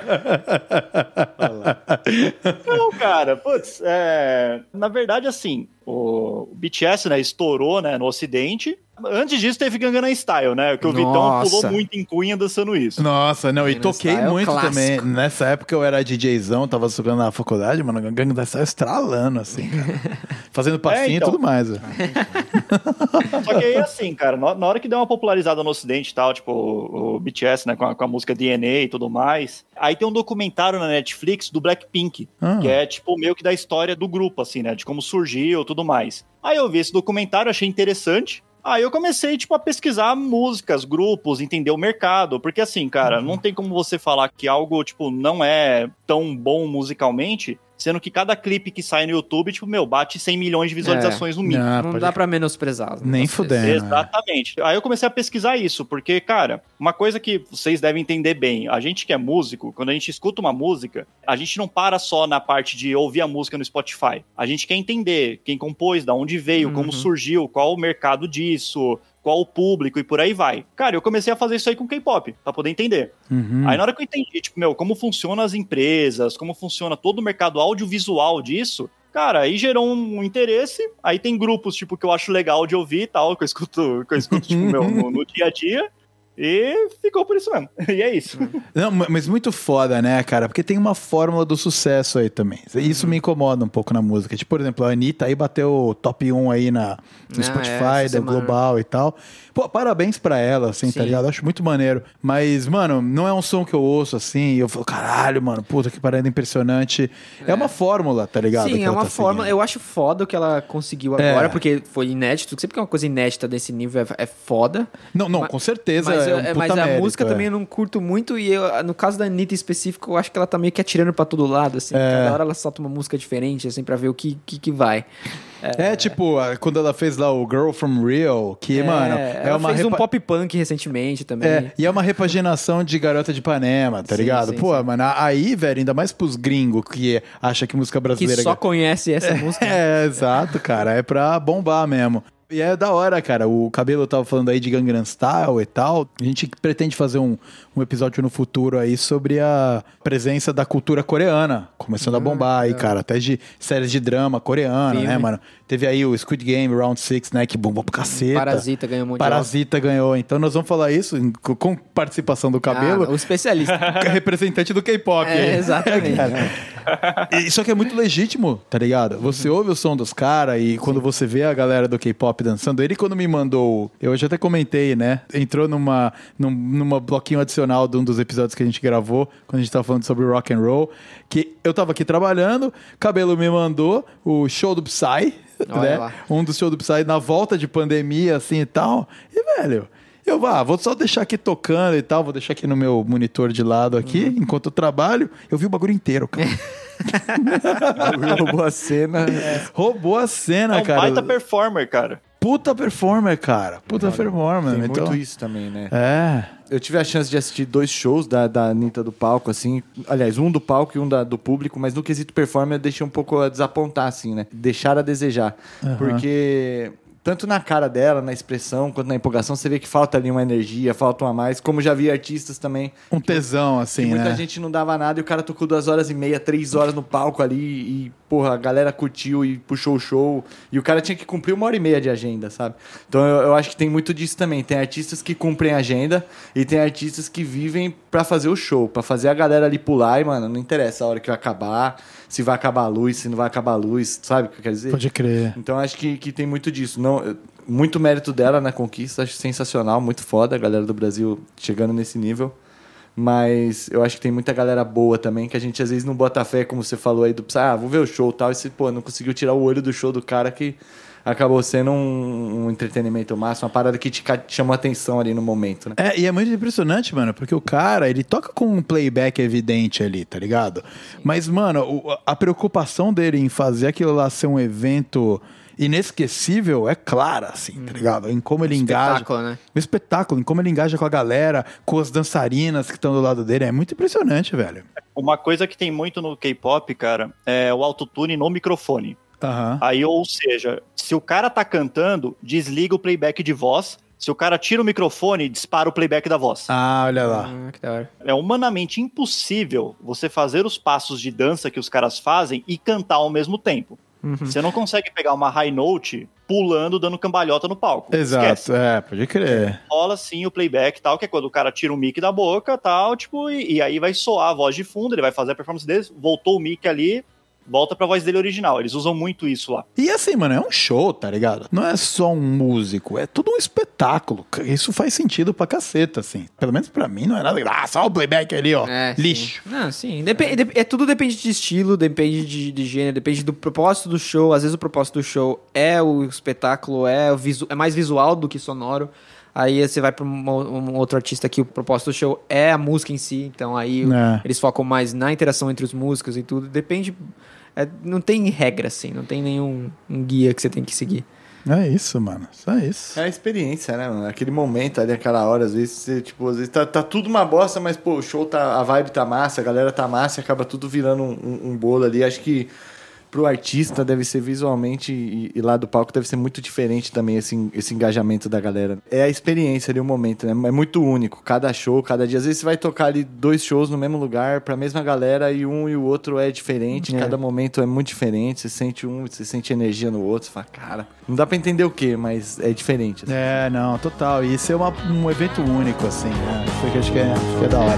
Não, cara, putz, é... na verdade, assim, o B T S, né, estourou, né, no Ocidente. Antes disso, teve Gangnam Style, né, que o Vitão
Nossa.
pulou muito em cunha dançando isso.
Nossa, não, e
Gangnam
toquei
Style é o
muito
clássico.
também. Nessa época eu era DJzão, tava estudando na faculdade, mano, Gangnam Style estralando, assim, cara. Fazendo passinho
É, então.
e tudo mais. ó.
Só que aí, assim, cara, na na hora que deu uma popularizada no Ocidente e tal, tipo, o o B T S, né, com a, com a música D N A e tudo mais, aí tem um documentário na Netflix do Blackpink,
Ah.
que é, tipo, meio que da história do grupo, assim, né, de como surgiu e tudo mais. Aí eu vi esse documentário, achei interessante. Aí eu comecei, tipo, a pesquisar músicas, grupos, entender o mercado. Porque, assim, cara, não tem como você falar que algo, tipo, não é tão bom musicalmente, sendo que cada clipe que sai no YouTube, tipo, meu, bate cem milhões de visualizações no mínimo.
Ah,
Não
pode
dá
crer.
pra menosprezá-lo.
Nem
Nossa,
fudendo. É.
Exatamente. Aí eu comecei a pesquisar isso, porque, cara, uma coisa que vocês devem entender bem, a gente que é músico, quando a gente escuta uma música, a gente não para só na parte de ouvir a música no Spotify. A gente quer entender quem compôs, da onde veio, como
Uhum.
surgiu, qual o mercado disso, qual o público e por aí vai. Cara, eu comecei a fazer isso aí com K-pop, pra poder entender.
Uhum.
Aí na hora que eu entendi, tipo, meu, como funcionam as empresas, como funciona todo o mercado audiovisual disso, cara, aí gerou um interesse. Aí tem grupos, tipo, que eu acho legal de ouvir e tal, que eu escuto, que eu escuto tipo, meu, no, no dia a dia. E ficou por isso mesmo. E é isso.
Não, mas muito foda, né, cara? Porque tem uma fórmula do sucesso aí também. Isso me incomoda um pouco na música. Tipo, por exemplo, a Anitta aí bateu top um aí na, no
Ah,
Spotify,
é, essa
da
semana.
Global e tal. Pô, parabéns pra ela, assim, tá
Sim.
ligado? Eu acho muito maneiro. Mas, mano, não é um som que eu ouço assim e eu falo, caralho, mano, puta que parada impressionante. É, uma fórmula, tá ligado?
Sim,
que
é
ela
uma
tá
forma.
seguindo.
Eu acho foda o que ela conseguiu
É.
agora, porque foi inédito. Sempre que é uma coisa inédita desse nível é, é foda.
Não, não,
Mas-
com certeza
mas mas,
é
eu-
um
é,
puta
mas a
mérito,
música
é.
também eu não curto muito. E eu, no caso da Anitta em específico, eu acho que ela tá meio que atirando pra todo lado, assim.
É.
Cada hora ela solta uma música diferente, assim, pra ver o que, que, que vai.
É, tipo, a- quando ela fez lá o Girl From Rio, que, mano, é
ela
uma
fez um
repa-
pop punk recentemente também.
É, e é uma repaginação de Garota de Ipanema, tá
Sim,
ligado?
sim,
Pô,
sim.
mano, aí, velho, ainda mais pros gringos que acha que música
Que
brasileira...
só conhece essa música.
É, exato, cara. É pra bombar mesmo. E é da hora, cara. O Cabelo tava falando aí de Gangnam Style e tal. A gente pretende fazer um, um episódio no futuro aí sobre a presença da cultura coreana. Começando a bombar aí, cara. Até de séries de drama coreana,
Filme.
né, mano? Teve aí o Squid Game Round six, né? Que bombou pro caceta.
Parasita ganhou um monte de
Parasita ganhou. Então nós vamos falar isso em- com participação do Cabelo.
Ah, o especialista.
que é representante do K-pop.
É, exatamente.
E Só que é muito legítimo, tá ligado? Você ouve o som dos caras e quando você vê a galera do K-pop dançando, ele quando me mandou, eu hoje até comentei, né? Entrou numa, num, numa bloquinho adicional de um dos episódios que a gente gravou, quando a gente tava falando sobre rock and roll, que eu tava aqui trabalhando, Cabelo me mandou o show do Psy,
Olha
né?
lá.
Um dos shows do Psy na volta de pandemia, assim e tal. E, velho... Eu vá, vou só deixar aqui tocando e tal, vou deixar aqui no meu monitor de lado aqui,
Uhum.
enquanto eu trabalho, eu vi o bagulho inteiro, cara.
Roubou a cena.
Roubou a cena,
É um
cara.
baita performer, cara.
Puta performer, cara. Puta performer.
Tem
então...
muito isso também, né?
É.
Eu tive a chance de assistir dois shows da, da Anitta do palco, assim. Aliás, um do palco e um da, do público, mas no quesito performance eu deixei um pouco a desapontar, assim, né? Deixar a desejar. Porque tanto na cara dela, na expressão, quanto na empolgação, você vê que falta ali uma energia, falta uma mais. Como já vi artistas também,
Um tesão,
que
assim,
muita
né?
gente não dava nada e o cara tocou duas horas e meia, três horas no palco ali e, porra, a galera curtiu e puxou o show. E o cara tinha que cumprir uma hora e meia de agenda, sabe? Então eu, eu acho que tem muito disso também. Tem artistas que cumprem a agenda e tem artistas que vivem pra fazer o show, pra fazer a galera ali pular e, mano, não interessa a hora que vai acabar, se vai acabar a luz, se não vai acabar a luz, sabe o que eu quero dizer?
Pode crer.
Então acho que, que tem muito disso. Não, eu- muito mérito dela na conquista, acho sensacional, muito foda a galera do Brasil chegando nesse nível. Mas eu acho que tem muita galera boa também, que a gente às vezes não bota fé, como você falou aí, do ah, vou ver o show e tal, e você, pô, não conseguiu tirar o olho do show do cara que acabou sendo um, um entretenimento máximo, uma parada que te ca- chamou a atenção ali no momento, né?
É, e é muito impressionante, mano, porque o cara, ele toca com um playback evidente ali, tá ligado? Mas, mano, o- a preocupação dele em fazer aquilo lá ser um evento inesquecível é clara, assim, tá ligado? Em como ele engaja.
Espetáculo, né?
O espetáculo, em como ele engaja com a galera, com as dançarinas que estão do lado dele. É muito impressionante, velho.
Uma coisa que tem muito no K-pop, cara, é o autotune no microfone.
Aham.
Aí, ou seja, se o cara tá cantando, desliga o playback de voz. Se o cara tira o microfone, dispara o playback da voz.
Ah, olha lá.
Ah, que da hora.
É humanamente impossível você fazer os passos de dança que os caras fazem e cantar ao mesmo tempo. Você não consegue pegar uma high note pulando, dando cambalhota no palco.
Exato,
Esquece.
é, pode crer.
Rola sim o playback e tal, que é quando o cara tira o mic da boca tal, tipo, e, e aí vai soar a voz de fundo, ele vai fazer a performance dele, voltou o mic ali, volta pra voz dele original. Eles usam muito isso lá.
E assim, mano, é um show, tá ligado? Não é só um músico, é tudo um espetáculo. Isso faz sentido pra caceta, assim. Pelo menos pra mim não é nada. Ah, só o playback ali, ó.
É, sim.
Lixo.
Não, sim. Dep- dep- é tudo depende de estilo, depende de, de gênero, depende do propósito do show. Às vezes o propósito do show é o espetáculo, é, o visu- é mais visual do que sonoro. Aí você vai pra um, um outro artista que o propósito do show é a música em si. Então aí
É.
eles focam mais na interação entre os músicos e tudo. Depende. É, não tem regra, assim. Não tem nenhum um guia que você tem que seguir.
É isso, mano. Só isso.
É a experiência, né, mano? Aquele momento ali, aquela hora, às vezes, você, tipo, às vezes tá, tá tudo uma bosta, mas, pô, o show tá, a vibe tá massa, a galera tá massa e acaba tudo virando um, um, um bolo ali. Acho que pro artista deve ser visualmente e, e lá do palco deve ser muito diferente também esse, esse engajamento da galera. É a experiência ali, o momento, né? É muito único. Cada show, cada dia. Às vezes você vai tocar ali dois shows no mesmo lugar pra mesma galera e um e o outro é diferente.
É.
Cada momento é muito diferente. Você sente um, você sente energia no outro. Você fala, cara, não dá pra entender o que, mas é diferente. assim.
É, não, total. E isso é uma- um evento único, assim, né? Isso que eu acho que é, acho que é da hora.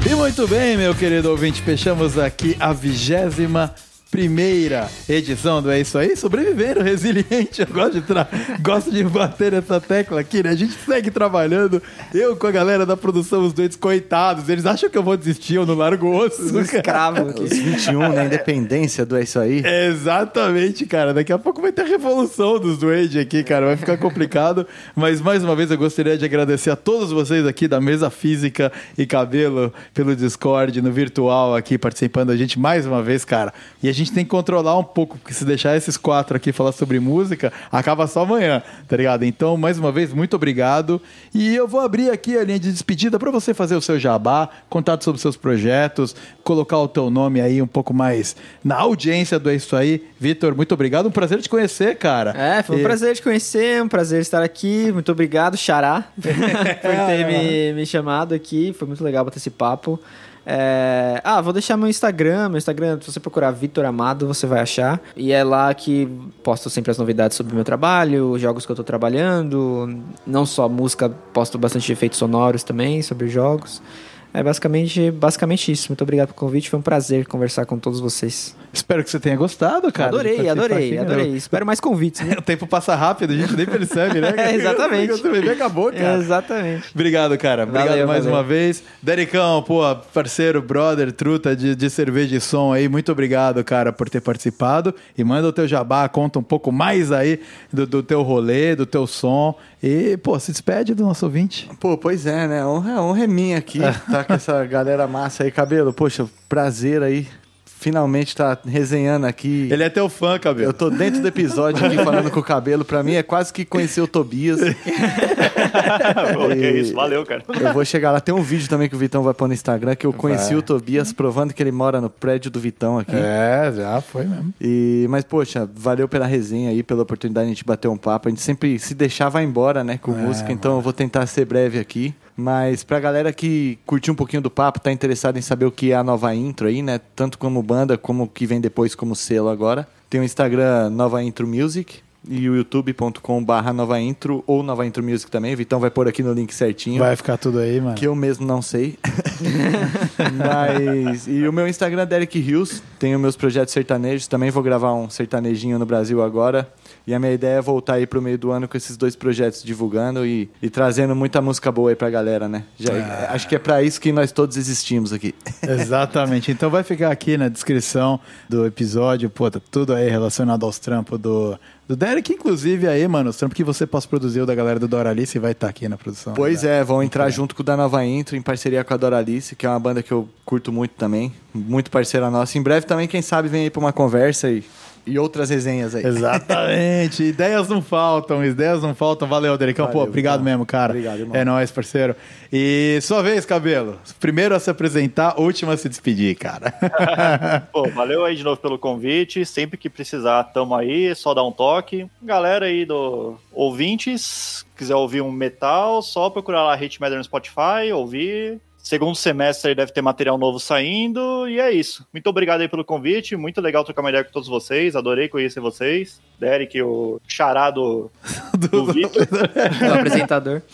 E muito bem, meu querido ouvinte, fechamos aqui a vigésima primeira edição do É Isso Aí, sobrevivendo, resiliente. Eu gosto de, tra... gosto de bater nessa tecla aqui, né? A gente segue trabalhando. Eu com a galera da produção, os dois coitados, eles acham que eu vou desistir, eu não largo o osso.
Os escravos aqui.
Os vinte e um, né? Independência do É Isso Aí.
Exatamente, cara. Daqui a pouco vai ter a revolução dos Duende aqui, cara. Vai ficar complicado. Mas, mais uma vez, eu gostaria de agradecer a todos vocês aqui da Mesa Física e Cabelo pelo Discord, no virtual aqui, participando da gente mais uma vez, cara. E a gente tem que controlar um pouco, porque se deixar esses quatro aqui falar sobre música, acaba só amanhã, tá ligado? Então, mais uma vez, muito obrigado. E eu vou abrir aqui a linha de despedida para você fazer o seu jabá, contar sobre os seus projetos, colocar o teu nome aí um pouco mais na audiência do É Isso Aí. Vitor, muito obrigado. Um prazer te conhecer, cara.
É, foi um
e...
prazer te conhecer, um prazer estar aqui. Muito obrigado, Xará, por ter me, me chamado aqui. Foi muito legal bater esse papo. É... Ah, vou deixar meu Instagram. Meu Instagram, se você procurar Vitor Amado, você vai achar. E é lá que posto sempre as novidades sobre o meu trabalho, os jogos que eu tô trabalhando. Não só música, posto bastante efeitos sonoros também sobre jogos. É basicamente, basicamente isso. Muito obrigado pelo convite. Foi um prazer conversar com todos vocês.
Espero que você tenha gostado, cara.
Adorei, adorei,
aqui,
adorei.
Meu.
Espero mais convites, né?
O tempo passa rápido, a gente nem percebe, né?
É, exatamente.
Você bebê acabou, cara.
É, exatamente.
Obrigado, cara. Obrigado
Valeu,
mais
valeu.
uma vez. Dericão, pô, parceiro, brother, truta de, de cerveja e som aí. Muito obrigado, cara, por ter participado. E manda o teu jabá, conta um pouco mais aí do, do teu rolê, do teu som. E, pô, se despede do nosso ouvinte.
Pô, pois é, né? Honra, honra é minha aqui, tá com essa galera massa aí. Cabelo, poxa, prazer aí. Finalmente tá resenhando aqui.
Ele é teu fã, Cabelo.
Eu tô dentro do episódio aqui falando com o Cabelo. Pra mim é quase que conhecer o Tobias.
Pô, que
E-
isso, valeu, cara.
Eu vou chegar lá. Tem um vídeo também que o Vitão vai pôr no Instagram que eu conheci
Vai.
o Tobias provando que ele mora no prédio do Vitão aqui.
É, já foi mesmo.
E, mas, poxa, valeu pela resenha aí, pela oportunidade de a gente bater um papo. A gente sempre se deixar vai embora, né, com
É,
música. Então eu vou tentar ser breve aqui. Mas pra galera que curtiu um pouquinho do papo, tá interessado em saber o que é a nova intro aí, né? Tanto como banda, como o que vem depois como selo agora. Tem o Instagram Nova Intro Music e o youtube ponto com barra Nova Intro ou Nova Intro Music também. O Vitão vai pôr aqui no link certinho.
Vai ficar tudo aí, mano.
Que eu mesmo não sei. Mas. E o meu Instagram é Derek Rios. Tenho meus projetos sertanejos. Também vou gravar um sertanejinho no Brasil agora. E a minha ideia é voltar aí pro meio do ano com esses dois projetos divulgando e, e trazendo muita música boa aí pra galera, né? Já,
Ah.
Acho que é pra isso que nós todos existimos aqui.
Exatamente. Então vai ficar aqui na descrição do episódio, pô, tá tudo aí relacionado aos trampos do, do Derek, inclusive aí, mano, os trampos que você possa produzir o da galera do Doralice vai estar aqui na produção.
Pois
né?
é, vão entrar junto com o da Nova Intro, em parceria com a Doralice, que é uma banda que eu curto muito também. Muito parceira nossa. Em breve também, quem sabe, vem aí pra uma conversa e, e outras resenhas aí.
Exatamente. Ideias não faltam, ideias não faltam. Valeu, Derecão. Pô,
Valeu,
obrigado
irmão.
mesmo, cara.
Obrigado, irmão.
É nóis, parceiro. E sua vez, Cabelo. Primeiro a se apresentar, último a se despedir, cara.
Pô, valeu aí de novo pelo convite. Sempre que precisar, tamo aí, só dá um toque. Galera aí do ouvintes, quiser ouvir um metal, só procurar lá Hate Matter no Spotify, ouvir. Segundo semestre aí deve ter material novo saindo, e é isso. Muito obrigado aí pelo convite, muito legal trocar uma ideia com todos vocês, adorei conhecer vocês. Derek, o charado do Vitor.
O apresentador.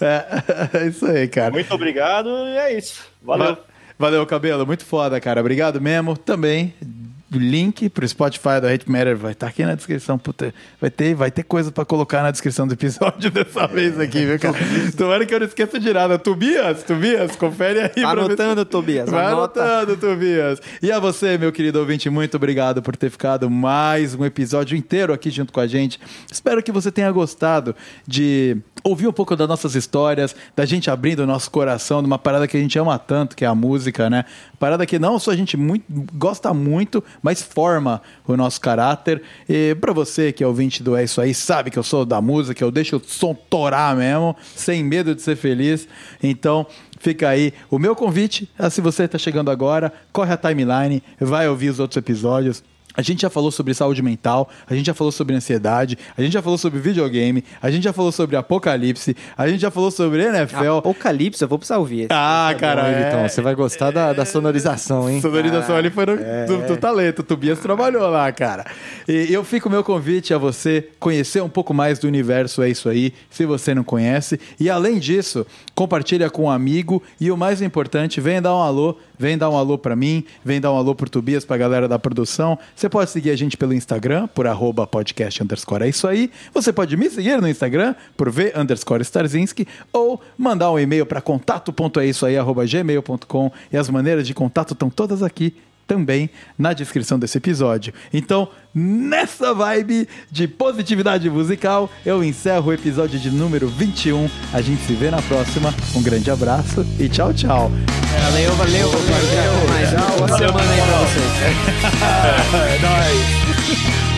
É, é isso aí, cara.
Muito obrigado, e é isso. Valeu.
Va- Valeu, Cabelo. Muito foda, cara. Obrigado mesmo. Também, o link pro Spotify do Hate Matter vai estar aqui na descrição. Puta, vai ter, vai ter coisa pra colocar na descrição do episódio dessa vez aqui, viu, cara? Tomara que eu não esqueça de nada. Tobias, Tobias, confere aí. pra ver se-
Anotando, Tobias.
Vai
Anota.
anotando, Tobias. E a você, meu querido ouvinte, muito obrigado por ter ficado mais um episódio inteiro aqui junto com a gente. Espero que você tenha gostado de ouvir um pouco das nossas histórias, da gente abrindo o nosso coração numa parada que a gente ama tanto, que é a música, né? Parada que não só a gente muito, gosta muito, mas forma o nosso caráter. E pra você que é ouvinte do É Isso Aí, sabe que eu sou da música, eu deixo o som torar mesmo, sem medo de ser feliz. Então, fica aí o meu convite. Se você está chegando agora, corre a timeline, vai ouvir os outros episódios. A gente já falou sobre saúde mental, a gente já falou sobre ansiedade, a gente já falou sobre videogame, a gente já falou sobre apocalipse, a gente já falou sobre N F L.
Apocalipse, eu vou precisar ouvir esse.
Ah, cara,
Bom,
é...
Então, você vai gostar da, da sonorização, hein?
Sonorização ali foi no,
é.
do, do talento. O Tobias trabalhou lá, cara. E eu fico o meu convite a você conhecer um pouco mais do universo É Isso Aí, se você não conhece. E além disso, compartilha com um amigo. E o mais importante, vem dar um alô. Vem dar um alô pra mim, vem dar um alô pro Tobias, pra galera da produção. Você pode seguir a gente pelo Instagram, por arroba podcast underscore É Isso Aí. Você pode me seguir no Instagram, por v underscore Starzinski, ou mandar um e-mail para contato ponto é isso aí arroba gmail ponto com. E as maneiras de contato estão todas aqui também na descrição desse episódio. Então, nessa vibe de positividade musical, eu encerro o episódio de número vinte e um. A gente se vê na próxima. Um grande abraço e tchau, tchau.
Valeu, valeu, valeu. Até mais. Boa semana aí pra vocês.
É nóis.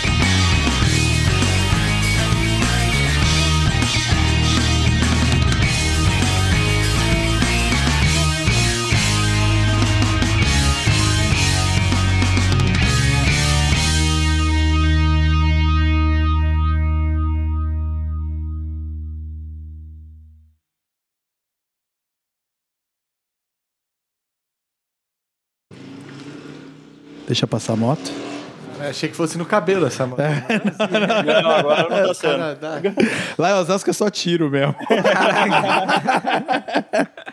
Deixa passar a moto.
Eu achei que fosse no cabelo essa moto.
Não, agora não tá sendo.
Lá em Osasco é só tiro mesmo.